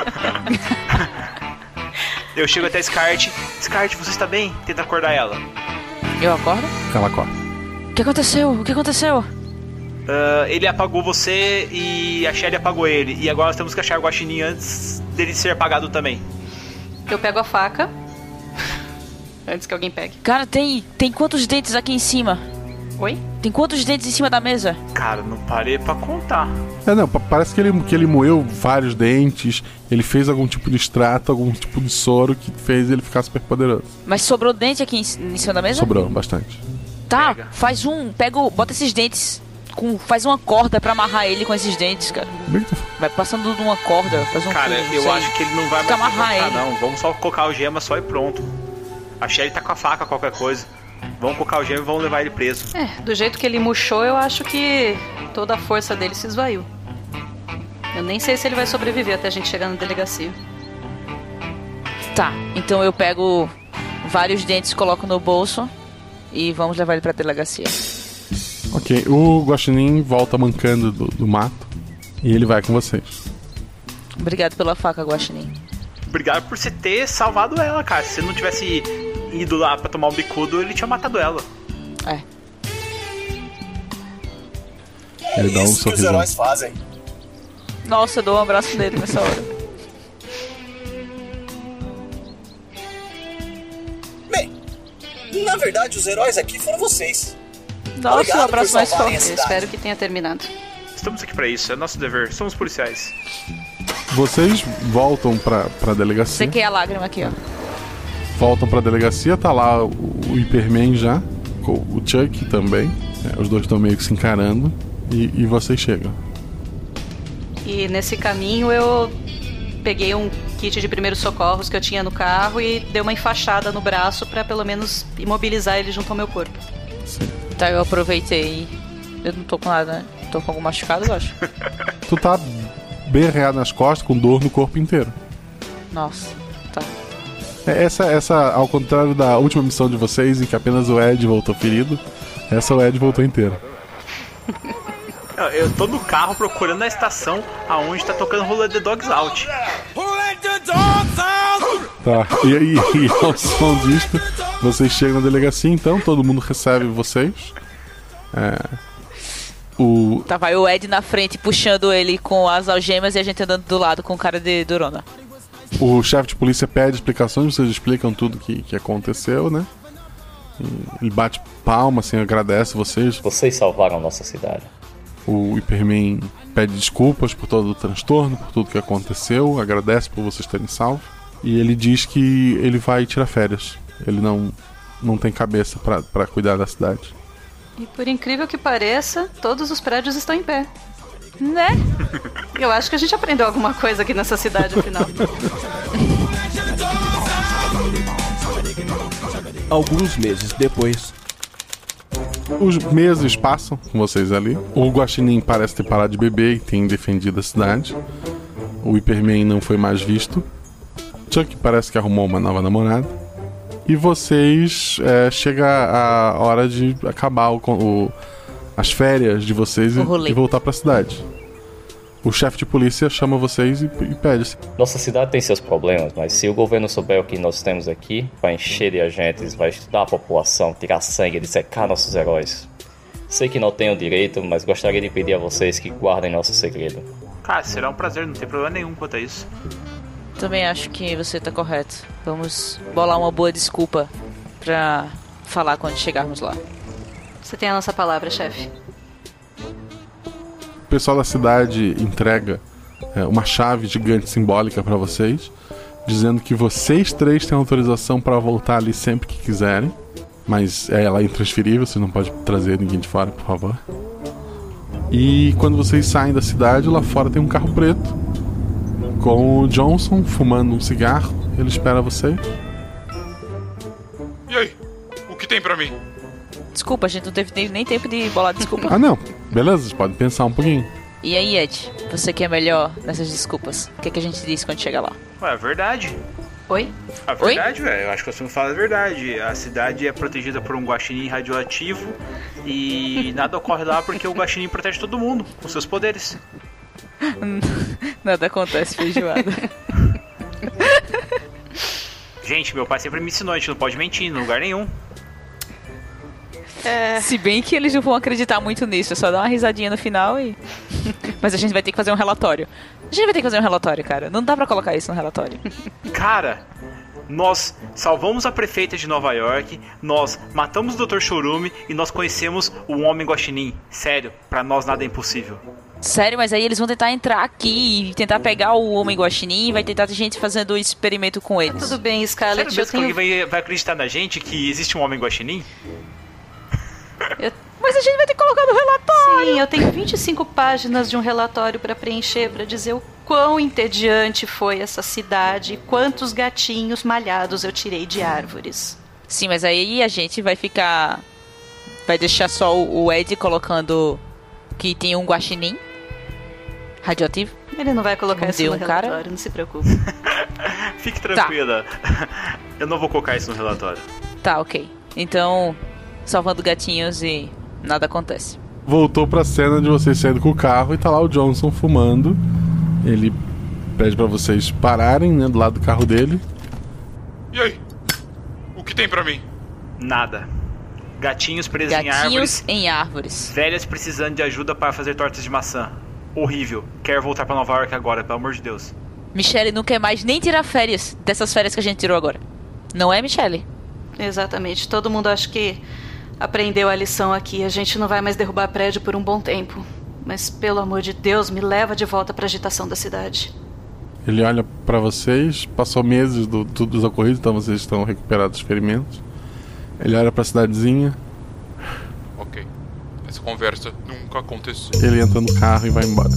Eu chego até a Scarlet. Scarlet, você está bem? Tenta acordar ela. Eu acordo? Ela acorda. O que aconteceu? O que aconteceu? Ele apagou você e a Shelly apagou ele. E agora nós temos que achar o guaxinim antes dele ser apagado também. Eu pego a faca. Antes que alguém pegue. Cara, tem quantos dentes aqui em cima? Oi? Tem quantos dentes em cima da mesa? Cara, não parei pra contar. Não, parece que ele moeu vários dentes. Ele fez algum tipo de extrato, algum tipo de soro que fez ele ficar super poderoso. Mas sobrou dente aqui em cima da mesa? Sobrou, bastante. Tá, bota esses dentes. Faz uma corda pra amarrar ele com esses dentes, cara. Vai passando de uma corda, faz um cara, eu acho que ele não vai mais amarrar ele. Não, vamos só colocar o gema só e pronto. A Shelly tá com a faca, qualquer coisa. Vamos colocar o gema e vamos levar ele preso. Do jeito que ele murchou, eu acho que toda a força dele se esvaiu. Eu nem sei se ele vai sobreviver até a gente chegar na delegacia. Tá, então eu pego vários dentes, coloco no bolso e vamos levar ele pra delegacia. Ok, o Guaxinim volta mancando do mato e ele vai com vocês. Obrigado pela faca, Guaxinim. Obrigado por você ter salvado ela, cara. Se você não tivesse ido lá pra tomar um bicudo, ele tinha matado ela. É. Ele dá um isso que os heróis fazem. Nossa, eu dou um abraço nele nessa hora. Bem, na verdade, os heróis aqui foram vocês. Nossa, um abraço mais forte. Eu espero que tenha terminado. Estamos aqui pra isso, é nosso dever. Somos policiais. Vocês voltam pra delegacia. Sequei a lágrima aqui, ó. Voltam pra delegacia, tá lá o Hyperman já, com o Chuck também. Os dois estão meio que se encarando. E vocês chegam. E nesse caminho eu peguei um kit de primeiros socorros que eu tinha no carro e dei uma enfaixada no braço pra pelo menos imobilizar ele junto ao meu corpo. Sim. Tá, eu aproveitei. Eu não tô com nada, né? Tô com algum machucado, eu acho. Tu tá bem arreado nas costas, com dor no corpo inteiro. Nossa, tá. Essa, ao contrário da última missão de vocês, em que apenas o Ed voltou ferido, essa o Ed voltou inteiro. Eu tô no carro procurando a estação aonde tá tocando Roll the Dogs Out. Tá, e ao som disto, vocês chegam na delegacia, então todo mundo recebe vocês. Tá, vai o Ed na frente puxando ele com as algemas e a gente andando do lado com o cara de Durona. O chefe de polícia pede explicações, vocês explicam tudo que aconteceu, né? Ele bate palma, assim, agradece vocês. Vocês salvaram nossa cidade. O Hyperman pede desculpas por todo o transtorno, por tudo que aconteceu, agradece por vocês terem salvo. E ele diz que ele vai tirar férias. Ele não tem cabeça pra cuidar da cidade. E por incrível que pareça, todos os prédios estão em pé. Né? Eu acho que a gente aprendeu alguma coisa aqui nessa cidade, afinal. Alguns meses depois... Os meses passam com vocês ali. O Guaxinim parece ter parado de beber e tem defendido a cidade. O Hyperman não foi mais visto. Chuck parece que arrumou uma nova namorada. E vocês... chega a hora de acabar as férias de vocês e voltar pra cidade. O chefe de polícia chama vocês e pede. Nossa cidade tem seus problemas, mas se o governo souber o que nós temos aqui, vai encher de agentes, vai estudar a população, tirar sangue, dissecar nossos heróis. Sei que não tenho direito, mas gostaria de pedir a vocês que guardem nosso segredo. Cara, será um prazer, não tem problema nenhum quanto a isso. Também acho que você tá correto. Vamos bolar uma boa desculpa pra falar quando chegarmos lá. Você tem a nossa palavra, chefe. O pessoal da cidade entrega uma chave gigante simbólica pra vocês, dizendo que vocês três têm autorização pra voltar ali sempre que quiserem, mas ela é intransferível, você não pode trazer ninguém de fora, por favor. E quando vocês saem da cidade, lá fora tem um carro preto com o Johnson fumando um cigarro. Ele espera vocês. E aí? O que tem pra mim? Desculpa, a gente não teve nem tempo de bolar desculpa. Ah, não. Beleza, vocês podem pensar um pouquinho. E aí, Ed? Você que é melhor nessas desculpas. O que a gente diz quando chega lá? Ué, é verdade. Oi? A verdade, velho. Eu acho que você não fala a verdade. A cidade é protegida por um guaxinim radioativo e nada ocorre lá porque o guaxinim protege todo mundo com seus poderes. Nada acontece, feijoada. Gente, meu pai sempre me ensinou, a gente não pode mentir em lugar nenhum. Se bem que eles não vão acreditar muito nisso, é só dar uma risadinha no final e... Mas a gente vai ter que fazer um relatório. Cara. Não dá pra colocar isso no relatório. Cara, nós salvamos a prefeita de Nova York, nós matamos o Dr. Chorume e nós conhecemos o Homem Guaxinim. Sério, pra nós nada é impossível. Sério, mas aí eles vão tentar entrar aqui e tentar pegar o Homem Guaxinim e vai tentar ter gente fazendo experimento com eles. Tudo bem, Scarlett. Sério mesmo que alguém vai acreditar na gente que existe um Homem Guaxinim? Mas a gente vai ter que colocar no relatório. Sim, eu tenho 25 páginas de um relatório pra preencher, pra dizer o quão entediante foi essa cidade, quantos gatinhos malhados eu tirei de árvores. Sim, mas aí a gente vai ficar... Vai deixar só o Ed colocando que tem um guaxinim radioativo. Ele não vai colocar isso no relatório, cara? Não se preocupe. Fique tranquila. Tá. Eu não vou colocar isso no relatório. Tá, ok. Então, salvando gatinhos e nada acontece. Voltou pra cena de vocês saindo com o carro e tá lá o Johnson fumando. Ele pede pra vocês pararem, né, do lado do carro dele. E aí? O que tem pra mim? Nada. Gatinhos presos em árvores. Velhas precisando de ajuda para fazer tortas de maçã. Horrível. Quero voltar pra Nova York agora, pelo amor de Deus. Michelle não quer mais nem tirar férias dessas férias que a gente tirou agora. Não é, Michelle? Exatamente. Todo mundo acha que aprendeu a lição aqui. A gente não vai mais derrubar prédio por um bom tempo. Mas, pelo amor de Deus, me leva de volta pra agitação da cidade. Ele olha pra vocês. Passou meses dos ocorridos, então vocês estão recuperados dos ferimentos. Ele olha pra cidadezinha. Ok. Essa conversa nunca aconteceu. Ele entra no carro e vai embora.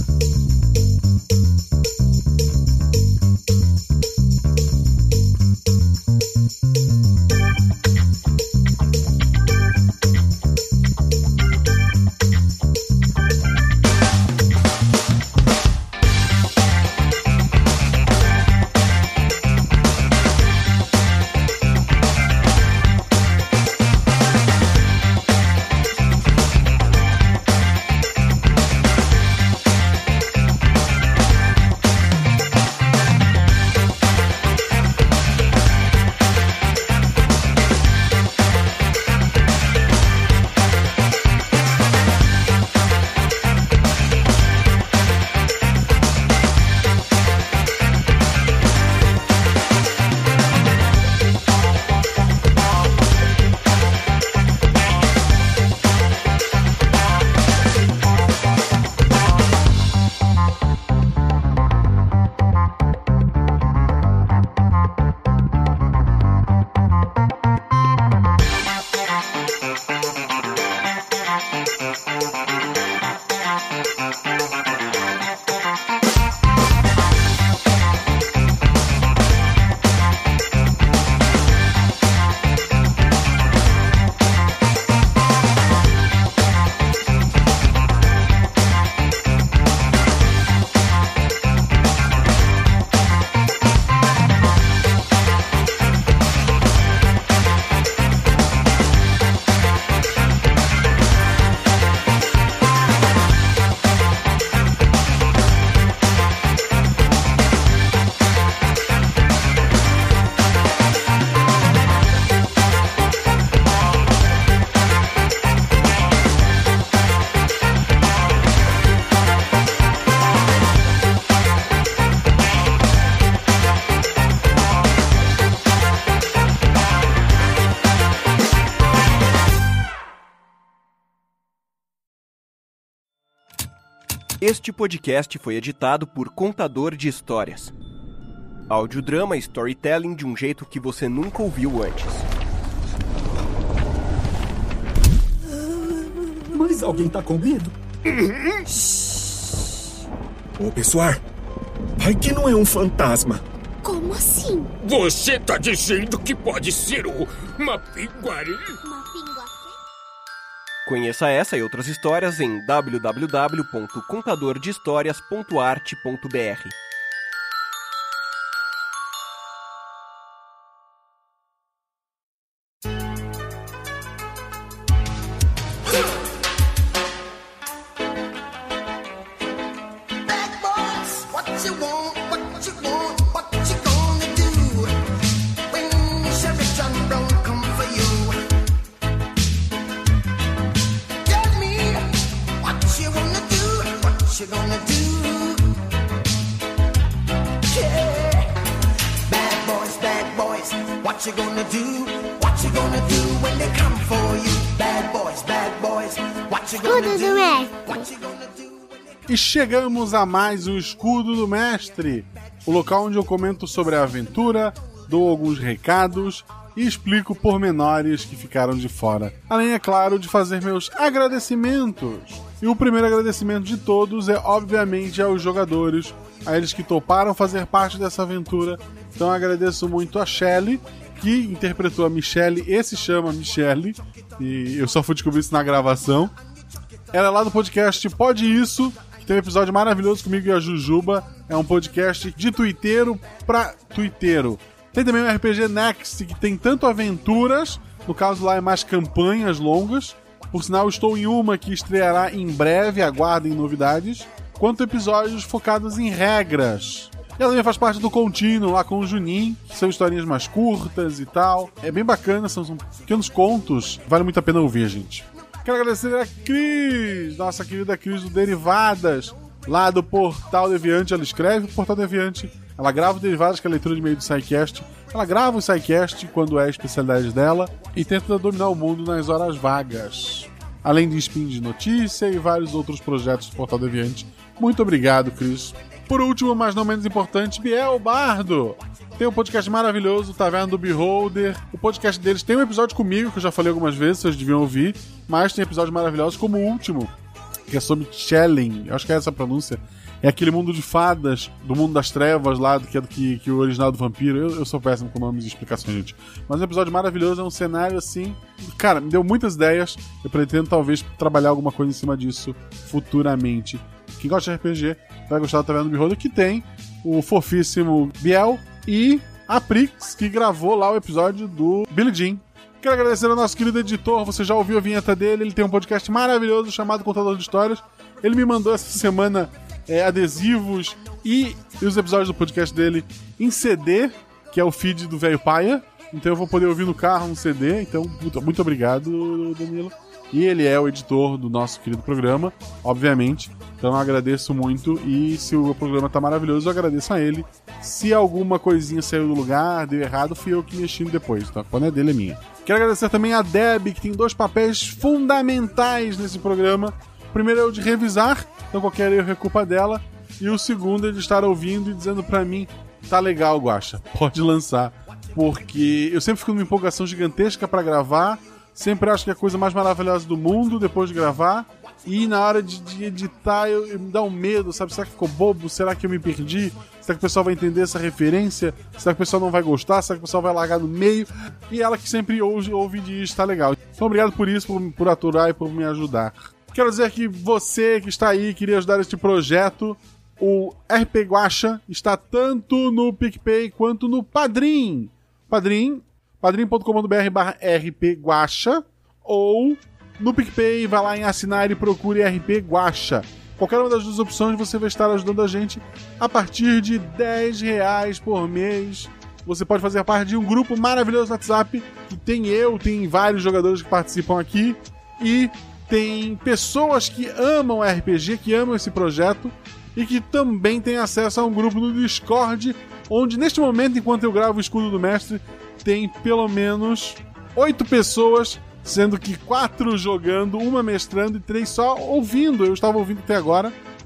Este podcast foi editado por Contador de Histórias. Audiodrama e storytelling de um jeito que você nunca ouviu antes. Mas alguém tá com medo? Ô, pessoal, vai que não é um fantasma. Como assim? Você tá dizendo que pode ser uma pinguari? Conheça essa e outras histórias em www.contadordehistorias.arte.br. E chegamos a mais um Escudo do Mestre, o local onde eu comento sobre a aventura, dou alguns recados e explico pormenores que ficaram de fora. Além, é claro, de fazer meus agradecimentos. E o primeiro agradecimento de todos é, obviamente, aos jogadores, a eles que toparam fazer parte dessa aventura. Então agradeço muito a Shelley, que interpretou a Michelle e se chama Michelle, e eu só fui descobrir isso na gravação. Ela é lá do podcast Pode Isso, que tem um episódio maravilhoso comigo e a Jujuba. É um podcast de tuiteiro pra tuiteiro. Tem também o RPG Next, que tem tanto aventuras, no caso lá é mais campanhas longas. Por sinal, estou em uma que estreará em breve, aguardem novidades, quanto episódios focados em regras. Ela também faz parte do Contínuo, lá com o Juninho, que são historinhas mais curtas e tal. É bem bacana, são pequenos contos, vale muito a pena ouvir, gente. Quero agradecer a Cris, nossa querida Cris do Derivadas, lá do Portal Deviante. Ela escreve o Portal Deviante, ela grava o Derivadas, que é a leitura de meio do SciCast. Ela grava o SciCast quando é a especialidade dela e tenta dominar o mundo nas horas vagas. Além de spin de notícia e vários outros projetos do Portal Deviante. Muito obrigado, Cris. Por último, mas não menos importante, Biel Bardo. Tem um podcast maravilhoso, Taverna do Beholder. O podcast deles tem um episódio comigo, que eu já falei algumas vezes, vocês deviam ouvir. Mas tem episódios maravilhosos, como o último, que é sobre Chelling. Eu acho que é essa a pronúncia. É aquele mundo de fadas, do mundo das trevas lá, que é o original do vampiro. Eu sou péssimo com nomes e explicações, gente. Mas é um episódio maravilhoso, é um cenário assim... Cara, me deu muitas ideias. Eu pretendo talvez trabalhar alguma coisa em cima disso futuramente. Quem gosta de RPG vai gostar da Taverna do Beholder, que tem o fofíssimo Biel e a Prix, que gravou lá o episódio do Billie Jean. Quero agradecer ao nosso querido editor, você já ouviu a vinheta dele, ele tem um podcast maravilhoso chamado Contador de Histórias. Ele me mandou essa semana adesivos e os episódios do podcast dele em CD, que é o feed do Velho Paia. Então eu vou poder ouvir no carro no CD, então muito obrigado, Danilo. E ele é o editor do nosso querido programa, obviamente. Então eu agradeço muito. E se o programa tá maravilhoso, eu agradeço a ele. Se alguma coisinha saiu do lugar, deu errado, fui eu que mexi depois, tá? Quando é dele, é minha. Quero agradecer também a Deb, que tem 2 papéis fundamentais nesse programa. O primeiro é o de revisar, então qualquer erro é culpa dela. E o segundo é de estar ouvindo e dizendo pra mim: tá legal, Guaxa, pode lançar. Porque eu sempre fico numa empolgação gigantesca pra gravar. Sempre acho que é a coisa mais maravilhosa do mundo depois de gravar. E na hora de editar me dá um medo, sabe? Será que ficou bobo? Será que eu me perdi? Será que o pessoal vai entender essa referência? Será que o pessoal não vai gostar? Será que o pessoal vai largar no meio? E ela que sempre ouve e diz, tá legal. Então obrigado por isso, por aturar e por me ajudar. Quero dizer que você que está aí, queria ajudar este projeto, o RP Guaxa está tanto no PicPay quanto no Padrim. padrim.com.br/rpguaxa ou no PicPay, vai lá em assinar e procure RP Guaxa. Qualquer uma das duas opções você vai estar ajudando a gente a partir de R$10 por mês. Você pode fazer parte de um grupo maravilhoso no WhatsApp, que tem vários jogadores que participam aqui, e tem pessoas que amam RPG, que amam esse projeto, e que também tem acesso a um grupo no Discord, onde neste momento, enquanto eu gravo o Escudo do Mestre, tem pelo menos 8 pessoas, sendo que 4 jogando, 1 mestrando e 3 só ouvindo. Eu estava ouvindo até agora.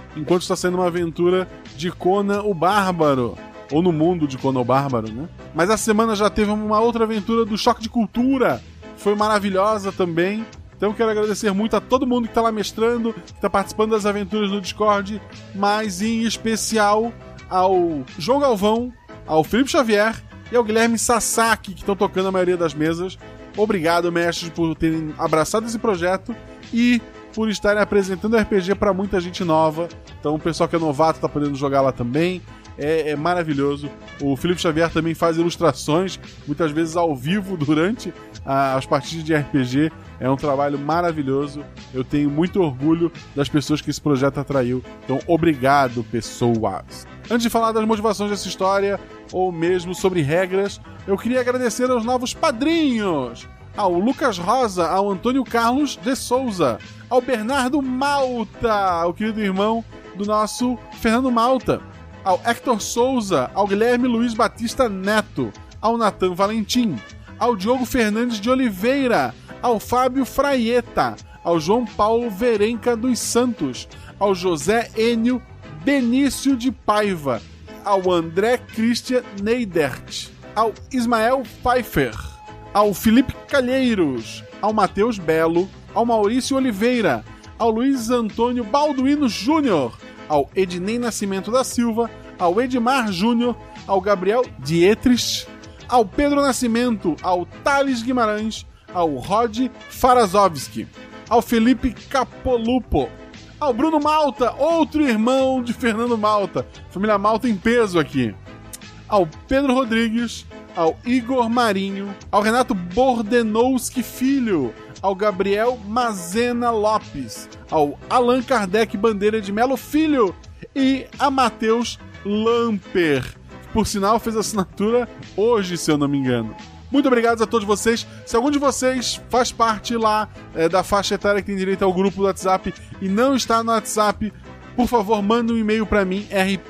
enquanto está sendo uma aventura de Conan o Bárbaro. Ou no mundo de Conan o Bárbaro, né? Mas essa semana já teve uma outra aventura do Choque de Cultura. Foi maravilhosa também. Então quero agradecer muito a todo mundo que está lá mestrando, que está participando das aventuras no Discord, mas em especial ao João Galvão, ao Felipe Xavier e ao Guilherme Sasaki, que estão tocando a maioria das mesas. Obrigado, mestres, por terem abraçado esse projeto e por estarem apresentando RPG para muita gente nova. Então o pessoal que é novato está podendo jogar lá também. É maravilhoso. O Felipe Xavier também faz ilustrações, muitas vezes ao vivo, durante as partidas de RPG. É um trabalho maravilhoso. Eu tenho muito orgulho das pessoas que esse projeto atraiu. Então, obrigado, pessoas. Antes de falar das motivações dessa história, ou mesmo sobre regras, eu queria agradecer aos novos padrinhos. Ao Lucas Rosa, ao Antônio Carlos de Souza, ao Bernardo Malta, o querido irmão do nosso Fernando Malta, ao Hector Souza, ao Guilherme Luiz Batista Neto, ao Natan Valentim, ao Diogo Fernandes de Oliveira, ao Fábio Fraieta, ao João Paulo Verenca dos Santos, ao José Enio Benício de Paiva, ao André Christian Neidert, ao Ismael Pfeiffer, ao Felipe Calheiros, ao Matheus Belo, ao Maurício Oliveira, ao Luiz Antônio Balduino Júnior, ao Ednei Nascimento da Silva, ao Edmar Júnior, ao Gabriel Dietrich, ao Pedro Nascimento, ao Thales Guimarães, ao Rod Farazovski, ao Felipe Capolupo, ao Bruno Malta, outro irmão de Fernando Malta, família Malta em peso aqui, ao Pedro Rodrigues, ao Igor Marinho, ao Renato Bordenowski Filho, ao Gabriel Mazena Lopes, ao Allan Kardec Bandeira de Melo Filho e a Matheus Lamper, que por sinal fez assinatura hoje, se eu não me engano. Muito obrigado a todos vocês. Se algum de vocês faz parte lá da faixa etária que tem direito ao grupo do WhatsApp e não está no WhatsApp, por favor, manda um e-mail para mim,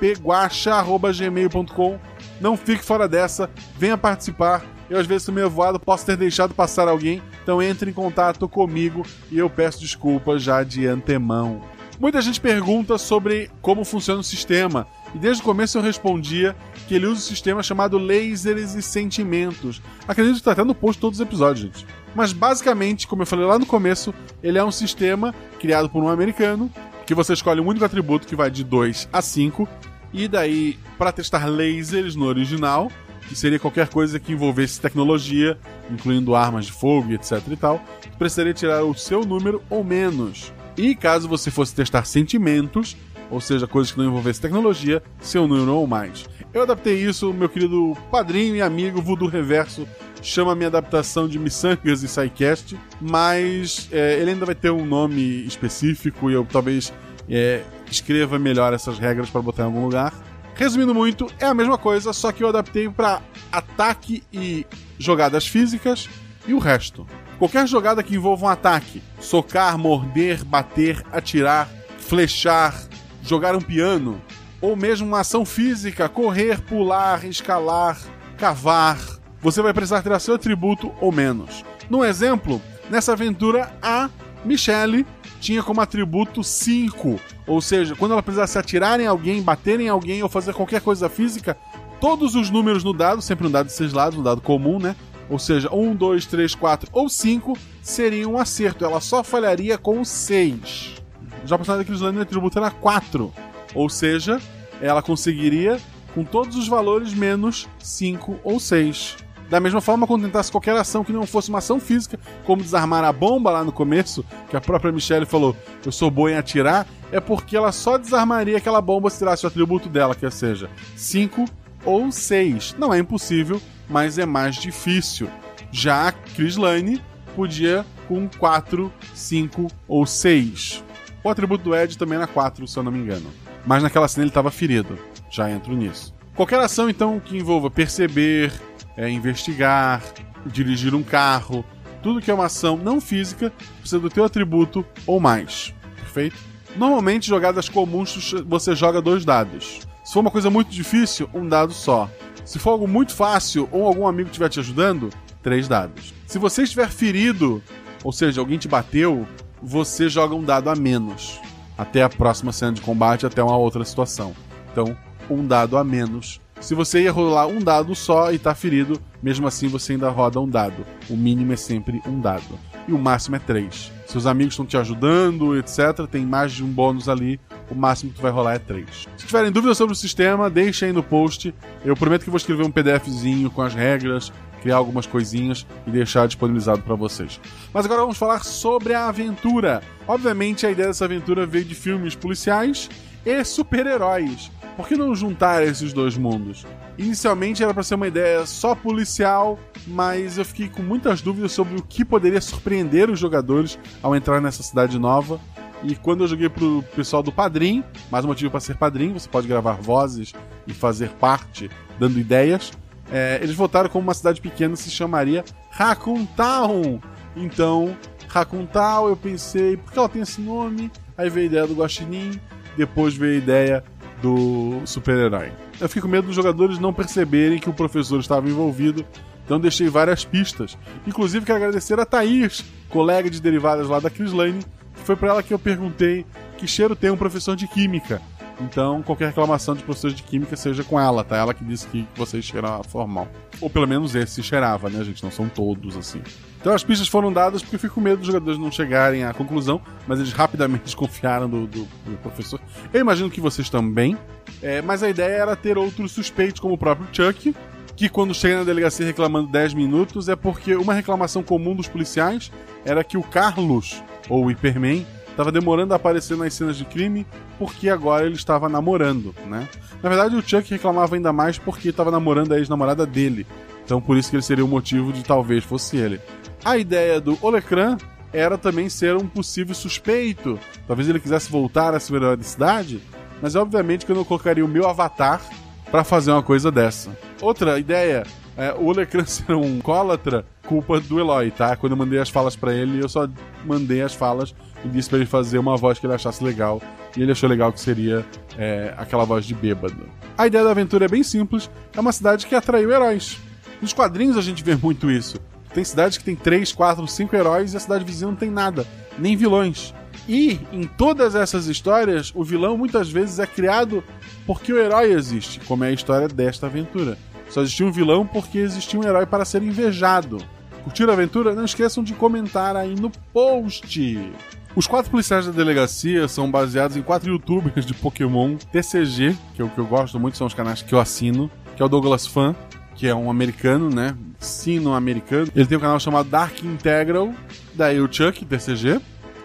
rpguacha@gmail.com. Não fique fora dessa, venha participar. Eu às vezes sou meio voado, posso ter deixado passar alguém, então entre em contato comigo e eu peço desculpas já de antemão. Muita gente pergunta sobre como funciona o sistema, e desde o começo eu respondia que ele usa um sistema chamado Lasers e Sentimentos. Acredito que está até no post de todos os episódios, gente. Mas basicamente, como eu falei lá no começo, ele é um sistema criado por um americano, que você escolhe um único atributo que vai de 2 a 5, e daí, para testar lasers no original, que seria qualquer coisa que envolvesse tecnologia, incluindo armas de fogo e etc e tal, precisaria tirar o seu número ou menos. E caso você fosse testar sentimentos, ou seja, coisas que não envolvessem tecnologia, seu número ou mais. Eu adaptei isso, meu querido padrinho e amigo Voodoo Reverso chama a minha adaptação de Missangas e SciCast, mas ele ainda vai ter um nome específico e eu talvez escreva melhor essas regras para botar em algum lugar. Resumindo muito, é a mesma coisa, só que eu adaptei para ataque e jogadas físicas e o resto. Qualquer jogada que envolva um ataque, socar, morder, bater, atirar, flechar, jogar um piano, ou mesmo uma ação física, correr, pular, escalar, cavar, você vai precisar ter seu atributo ou menos. Num exemplo, nessa aventura, a Michelle tinha como atributo 5, ou seja, quando ela precisasse atirar em alguém, bater em alguém ou fazer qualquer coisa física, todos os números no dado, sempre um dado de 6 lados, um dado comum, né? Ou seja, 1, 2, 3, 4 ou 5 seriam um acerto. Ela só falharia com o 6. Já a personagem da Crislane, o atributo era 4. Ou seja, ela conseguiria com todos os valores menos 5 ou 6. Da mesma forma, quando tentasse qualquer ação que não fosse uma ação física, como desarmar a bomba lá no começo, que a própria Michelle falou, eu sou boa em atirar, é porque ela só desarmaria aquela bomba se tirasse o atributo dela, que seja 5 ou 6. Não é impossível, mas é mais difícil. Já a Crislane podia com 4, 5 ou 6. O atributo do Ed também era 4, se eu não me engano. Mas naquela cena ele estava ferido. Já entro nisso. Qualquer ação, então, que envolva perceber, investigar, dirigir um carro, tudo que é uma ação não física, precisa do teu atributo ou mais. Perfeito? Normalmente, jogadas comuns, você joga 2 dados. Se for uma coisa muito difícil, um dado só. Se for algo muito fácil ou algum amigo estiver te ajudando, 3 dados. Se você estiver ferido, ou seja, alguém te bateu, você joga um dado a menos. até a próxima cena de combate, até uma outra situação. Então, um dado a menos. Se você ia rolar um dado só e tá ferido, mesmo assim você ainda roda um dado. O mínimo é sempre um dado. E o máximo é 3. Se os amigos estão te ajudando, etc., tem mais de um bônus ali, o máximo que tu vai rolar é 3. Se tiverem dúvidas sobre o sistema, deixa aí no post. Eu prometo que vou escrever um PDFzinho com as regras, criar algumas coisinhas e deixar disponibilizado para vocês. Mas agora vamos falar sobre a aventura. Obviamente a ideia dessa aventura veio de filmes policiais e super-heróis. Por que não juntar esses dois mundos? Inicialmente era para ser uma ideia só policial, mas eu fiquei com muitas dúvidas sobre o que poderia surpreender os jogadores ao entrar nessa cidade nova. E quando eu joguei pro pessoal do Padrim, mais um motivo para ser Padrim, você pode gravar vozes e fazer parte, dando ideias, eles votaram como uma cidade pequena se chamaria Raccoon Town. Então, Raccoon Town, eu pensei, por que ela tem esse nome? Aí veio a ideia do Guaxinim, depois veio a ideia do super-herói. Eu fiquei com medo dos jogadores não perceberem que o professor estava envolvido, então deixei várias pistas. Inclusive quero agradecer a Thaís, colega de derivadas lá da Crislane, que foi para ela que eu perguntei que cheiro tem um professor de química. Então qualquer reclamação de professor de química seja com ela, tá? Ela que disse que vocês cheiram formal. Ou pelo menos esse cheirava, né, gente? Não são todos assim. Então as pistas foram dadas porque eu fico com medo dos jogadores não chegarem à conclusão, mas eles rapidamente desconfiaram do professor. Eu imagino que vocês também. Mas a ideia era ter outros suspeitos, como o próprio Chuck, que quando chega na delegacia reclamando 10 minutos é porque uma reclamação comum dos policiais era que o Carlos, ou o Hyperman, estava demorando a aparecer nas cenas de crime porque agora ele estava namorando, né? Na verdade, o Chuck reclamava ainda mais porque estava namorando a ex-namorada dele. Então, por isso que ele seria o motivo de talvez fosse ele. A ideia do Olecran era também ser um possível suspeito. Talvez ele quisesse voltar a ser o herói da cidade, mas obviamente que eu não colocaria o meu avatar para fazer uma coisa dessa. Outra ideia, o Olecran ser um cólatra, culpa do Eloy, tá? Quando eu mandei as falas para ele, eu só mandei as falas e disse para ele fazer uma voz que ele achasse legal. E ele achou legal que seria aquela voz de bêbado. A ideia da aventura é bem simples. É uma cidade que atraiu heróis. Nos quadrinhos a gente vê muito isso. Tem cidades que tem 3, 4, 5 heróis e a cidade vizinha não tem nada. Nem vilões. E em todas essas histórias, o vilão muitas vezes é criado porque o herói existe. Como é a história desta aventura. Só existia um vilão porque existia um herói para ser invejado. Curtiram a aventura? Não esqueçam de comentar aí no post. Os 4 policiais da delegacia são baseados em 4 youtubers de Pokémon TCG, que é o que eu gosto muito, são os canais que eu assino, que é o Douglas Fan, que é um americano, né? Sino-americano. Ele tem um canal chamado Dark Integral, daí o Chuck, TCG,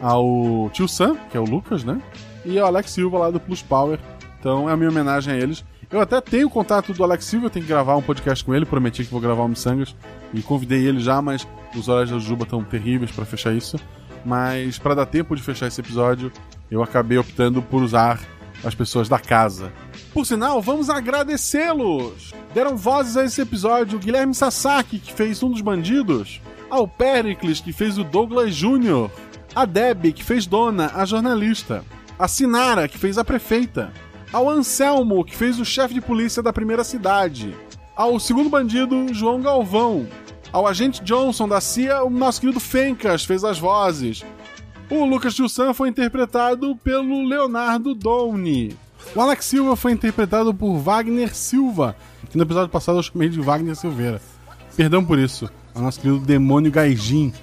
ao Tio Sam, que é o Lucas, né? E ao Alex Silva lá do Plus Power. Então é a minha homenagem a eles. Eu até tenho o contato do Alex Silva, eu tenho que gravar um podcast com ele, prometi que vou gravar o Missangas e convidei ele já, mas os horários da Juba estão terríveis pra fechar isso. Mas para dar tempo de fechar esse episódio, eu acabei optando por usar as pessoas da casa. Por sinal, vamos agradecê-los! Deram vozes a esse episódio o Guilherme Sasaki, que fez um dos bandidos, ao Pericles, que fez o Douglas Jr., a Debbie, que fez Dona, a jornalista, a Sinara, que fez a prefeita, ao Anselmo, que fez o chefe de polícia da primeira cidade, ao segundo bandido, João Galvão, ao agente Johnson da CIA, o nosso querido Fencas fez as vozes. O Lucas Gilson foi interpretado pelo Leonardo Downey. O Alex Silva foi interpretado por Wagner Silva, que no episódio passado eu chamei de Wagner Silveira. Perdão por isso. O nosso querido Demônio Gaijin.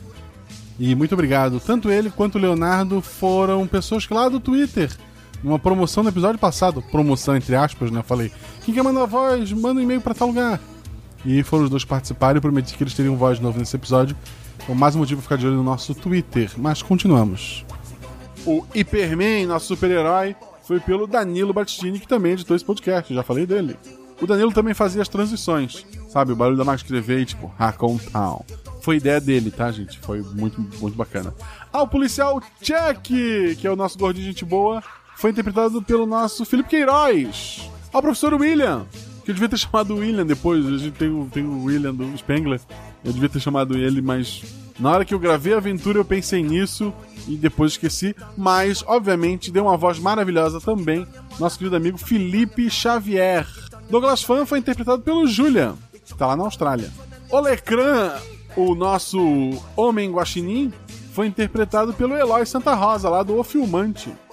E muito obrigado. Tanto ele quanto o Leonardo foram pessoas que lá do Twitter, numa promoção no episódio passado, promoção entre aspas, né? Eu falei, quem quer mandar voz, manda um e-mail pra tal lugar. E foram os dois participarem e prometi que eles teriam voz de novo nesse episódio. Então mais um motivo pra ficar de olho no nosso Twitter. Mas continuamos. O Hyperman, nosso super-herói, foi pelo Danilo Battistini, que também editou esse podcast, já falei dele. O Danilo também fazia as transições, sabe? O barulho da máquina escrever, tipo, Raccoon Town. Foi ideia dele, tá, gente? Foi muito, muito bacana. O policial Chuck, que é o nosso gordinho de gente boa, foi interpretado pelo nosso Felipe Queiroz. O professor William, que eu devia ter chamado o William depois, a gente tem o William do Spengler, eu devia ter chamado ele, mas na hora que eu gravei a aventura eu pensei nisso e depois esqueci, mas obviamente deu uma voz maravilhosa também, nosso querido amigo Felipe Xavier. Douglas Fan foi interpretado pelo Julian, que tá lá na Austrália. Olecran, o nosso homem guaxinim, foi interpretado pelo Eloy Santa Rosa, lá do O Filmante.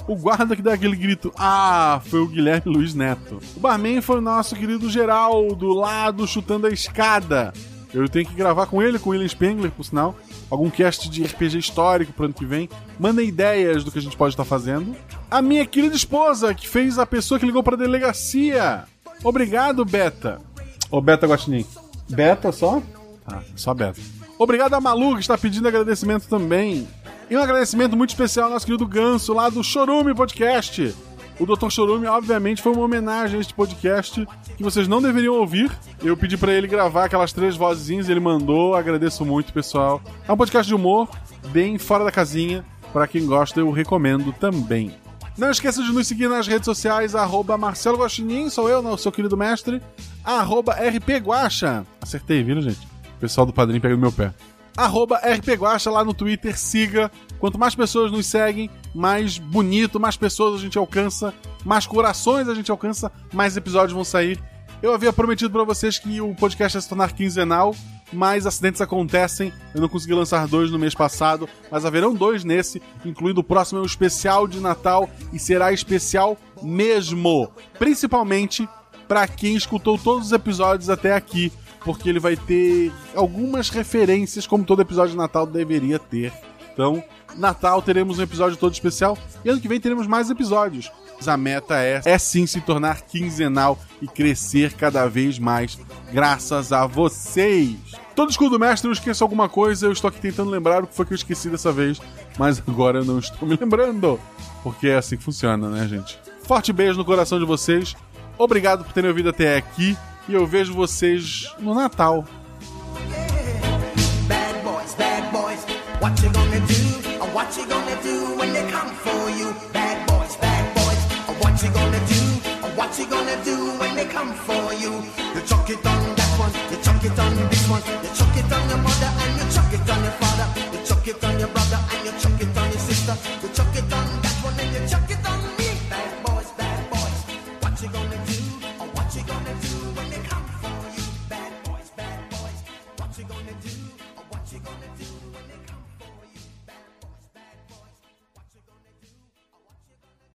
O guarda que dá aquele grito, foi o Guilherme Luiz Neto. O barman foi o nosso querido Geraldo, lá do Chutando a Escada. Eu tenho que gravar com ele, com o William Spengler, por sinal. Algum cast de RPG histórico pro ano que vem. Mandem ideias do que a gente pode estar fazendo. A minha querida esposa, que fez a pessoa que ligou pra delegacia. Obrigado, Beta. Ô, Beta Guaxinim. Beta só? Só Beta. Obrigado a Malu, que está pedindo agradecimento também. E um agradecimento muito especial ao nosso querido Ganso, lá do Chorume Podcast. O Dr. Chorume, obviamente, foi uma homenagem a este podcast que vocês não deveriam ouvir. Eu pedi pra ele gravar aquelas 3 vozinhas, ele mandou. Agradeço muito, pessoal. É um podcast de humor, bem fora da casinha. Pra quem gosta, eu recomendo também. Não esqueça de nos seguir nas redes sociais, @Marcelo Guaxinim, sou eu, não, seu querido mestre, @RPGuaxa. Acertei, viram, gente? O pessoal do Padrim pega no meu pé. @RPGuaxa lá no Twitter, siga. Quanto mais pessoas nos seguem, mais bonito, mais pessoas a gente alcança, mais corações a gente alcança, mais episódios vão sair. Eu havia prometido pra vocês que o podcast ia se tornar quinzenal, mas acidentes acontecem. Eu não consegui lançar 2 no mês passado, mas haverão 2 nesse, incluindo o próximo, é um especial de Natal, e será especial mesmo, principalmente pra quem escutou todos os episódios até aqui, porque ele vai ter algumas referências, como todo episódio de Natal deveria ter. Então, Natal teremos um episódio todo especial, e ano que vem teremos mais episódios. Mas a meta é sim se tornar quinzenal e crescer cada vez mais, graças a vocês. Todo escudo do mestre, eu esqueço alguma coisa, eu estou aqui tentando lembrar o que foi que eu esqueci dessa vez, mas agora eu não estou me lembrando, porque é assim que funciona, né, gente? Forte beijo no coração de vocês, obrigado por terem ouvido até aqui, e eu vejo vocês no Natal. Bad boys, what you gonna do? Or what you gonna do when they come for you? Bad boys, or what you gonna do? Or what you gonna do when they come for you? You chuck it on that one, you chuck it on this one, you chuck it on your mother and you chuck it on your father, you chuck it on your brother and you chuck it on your sister, you chuck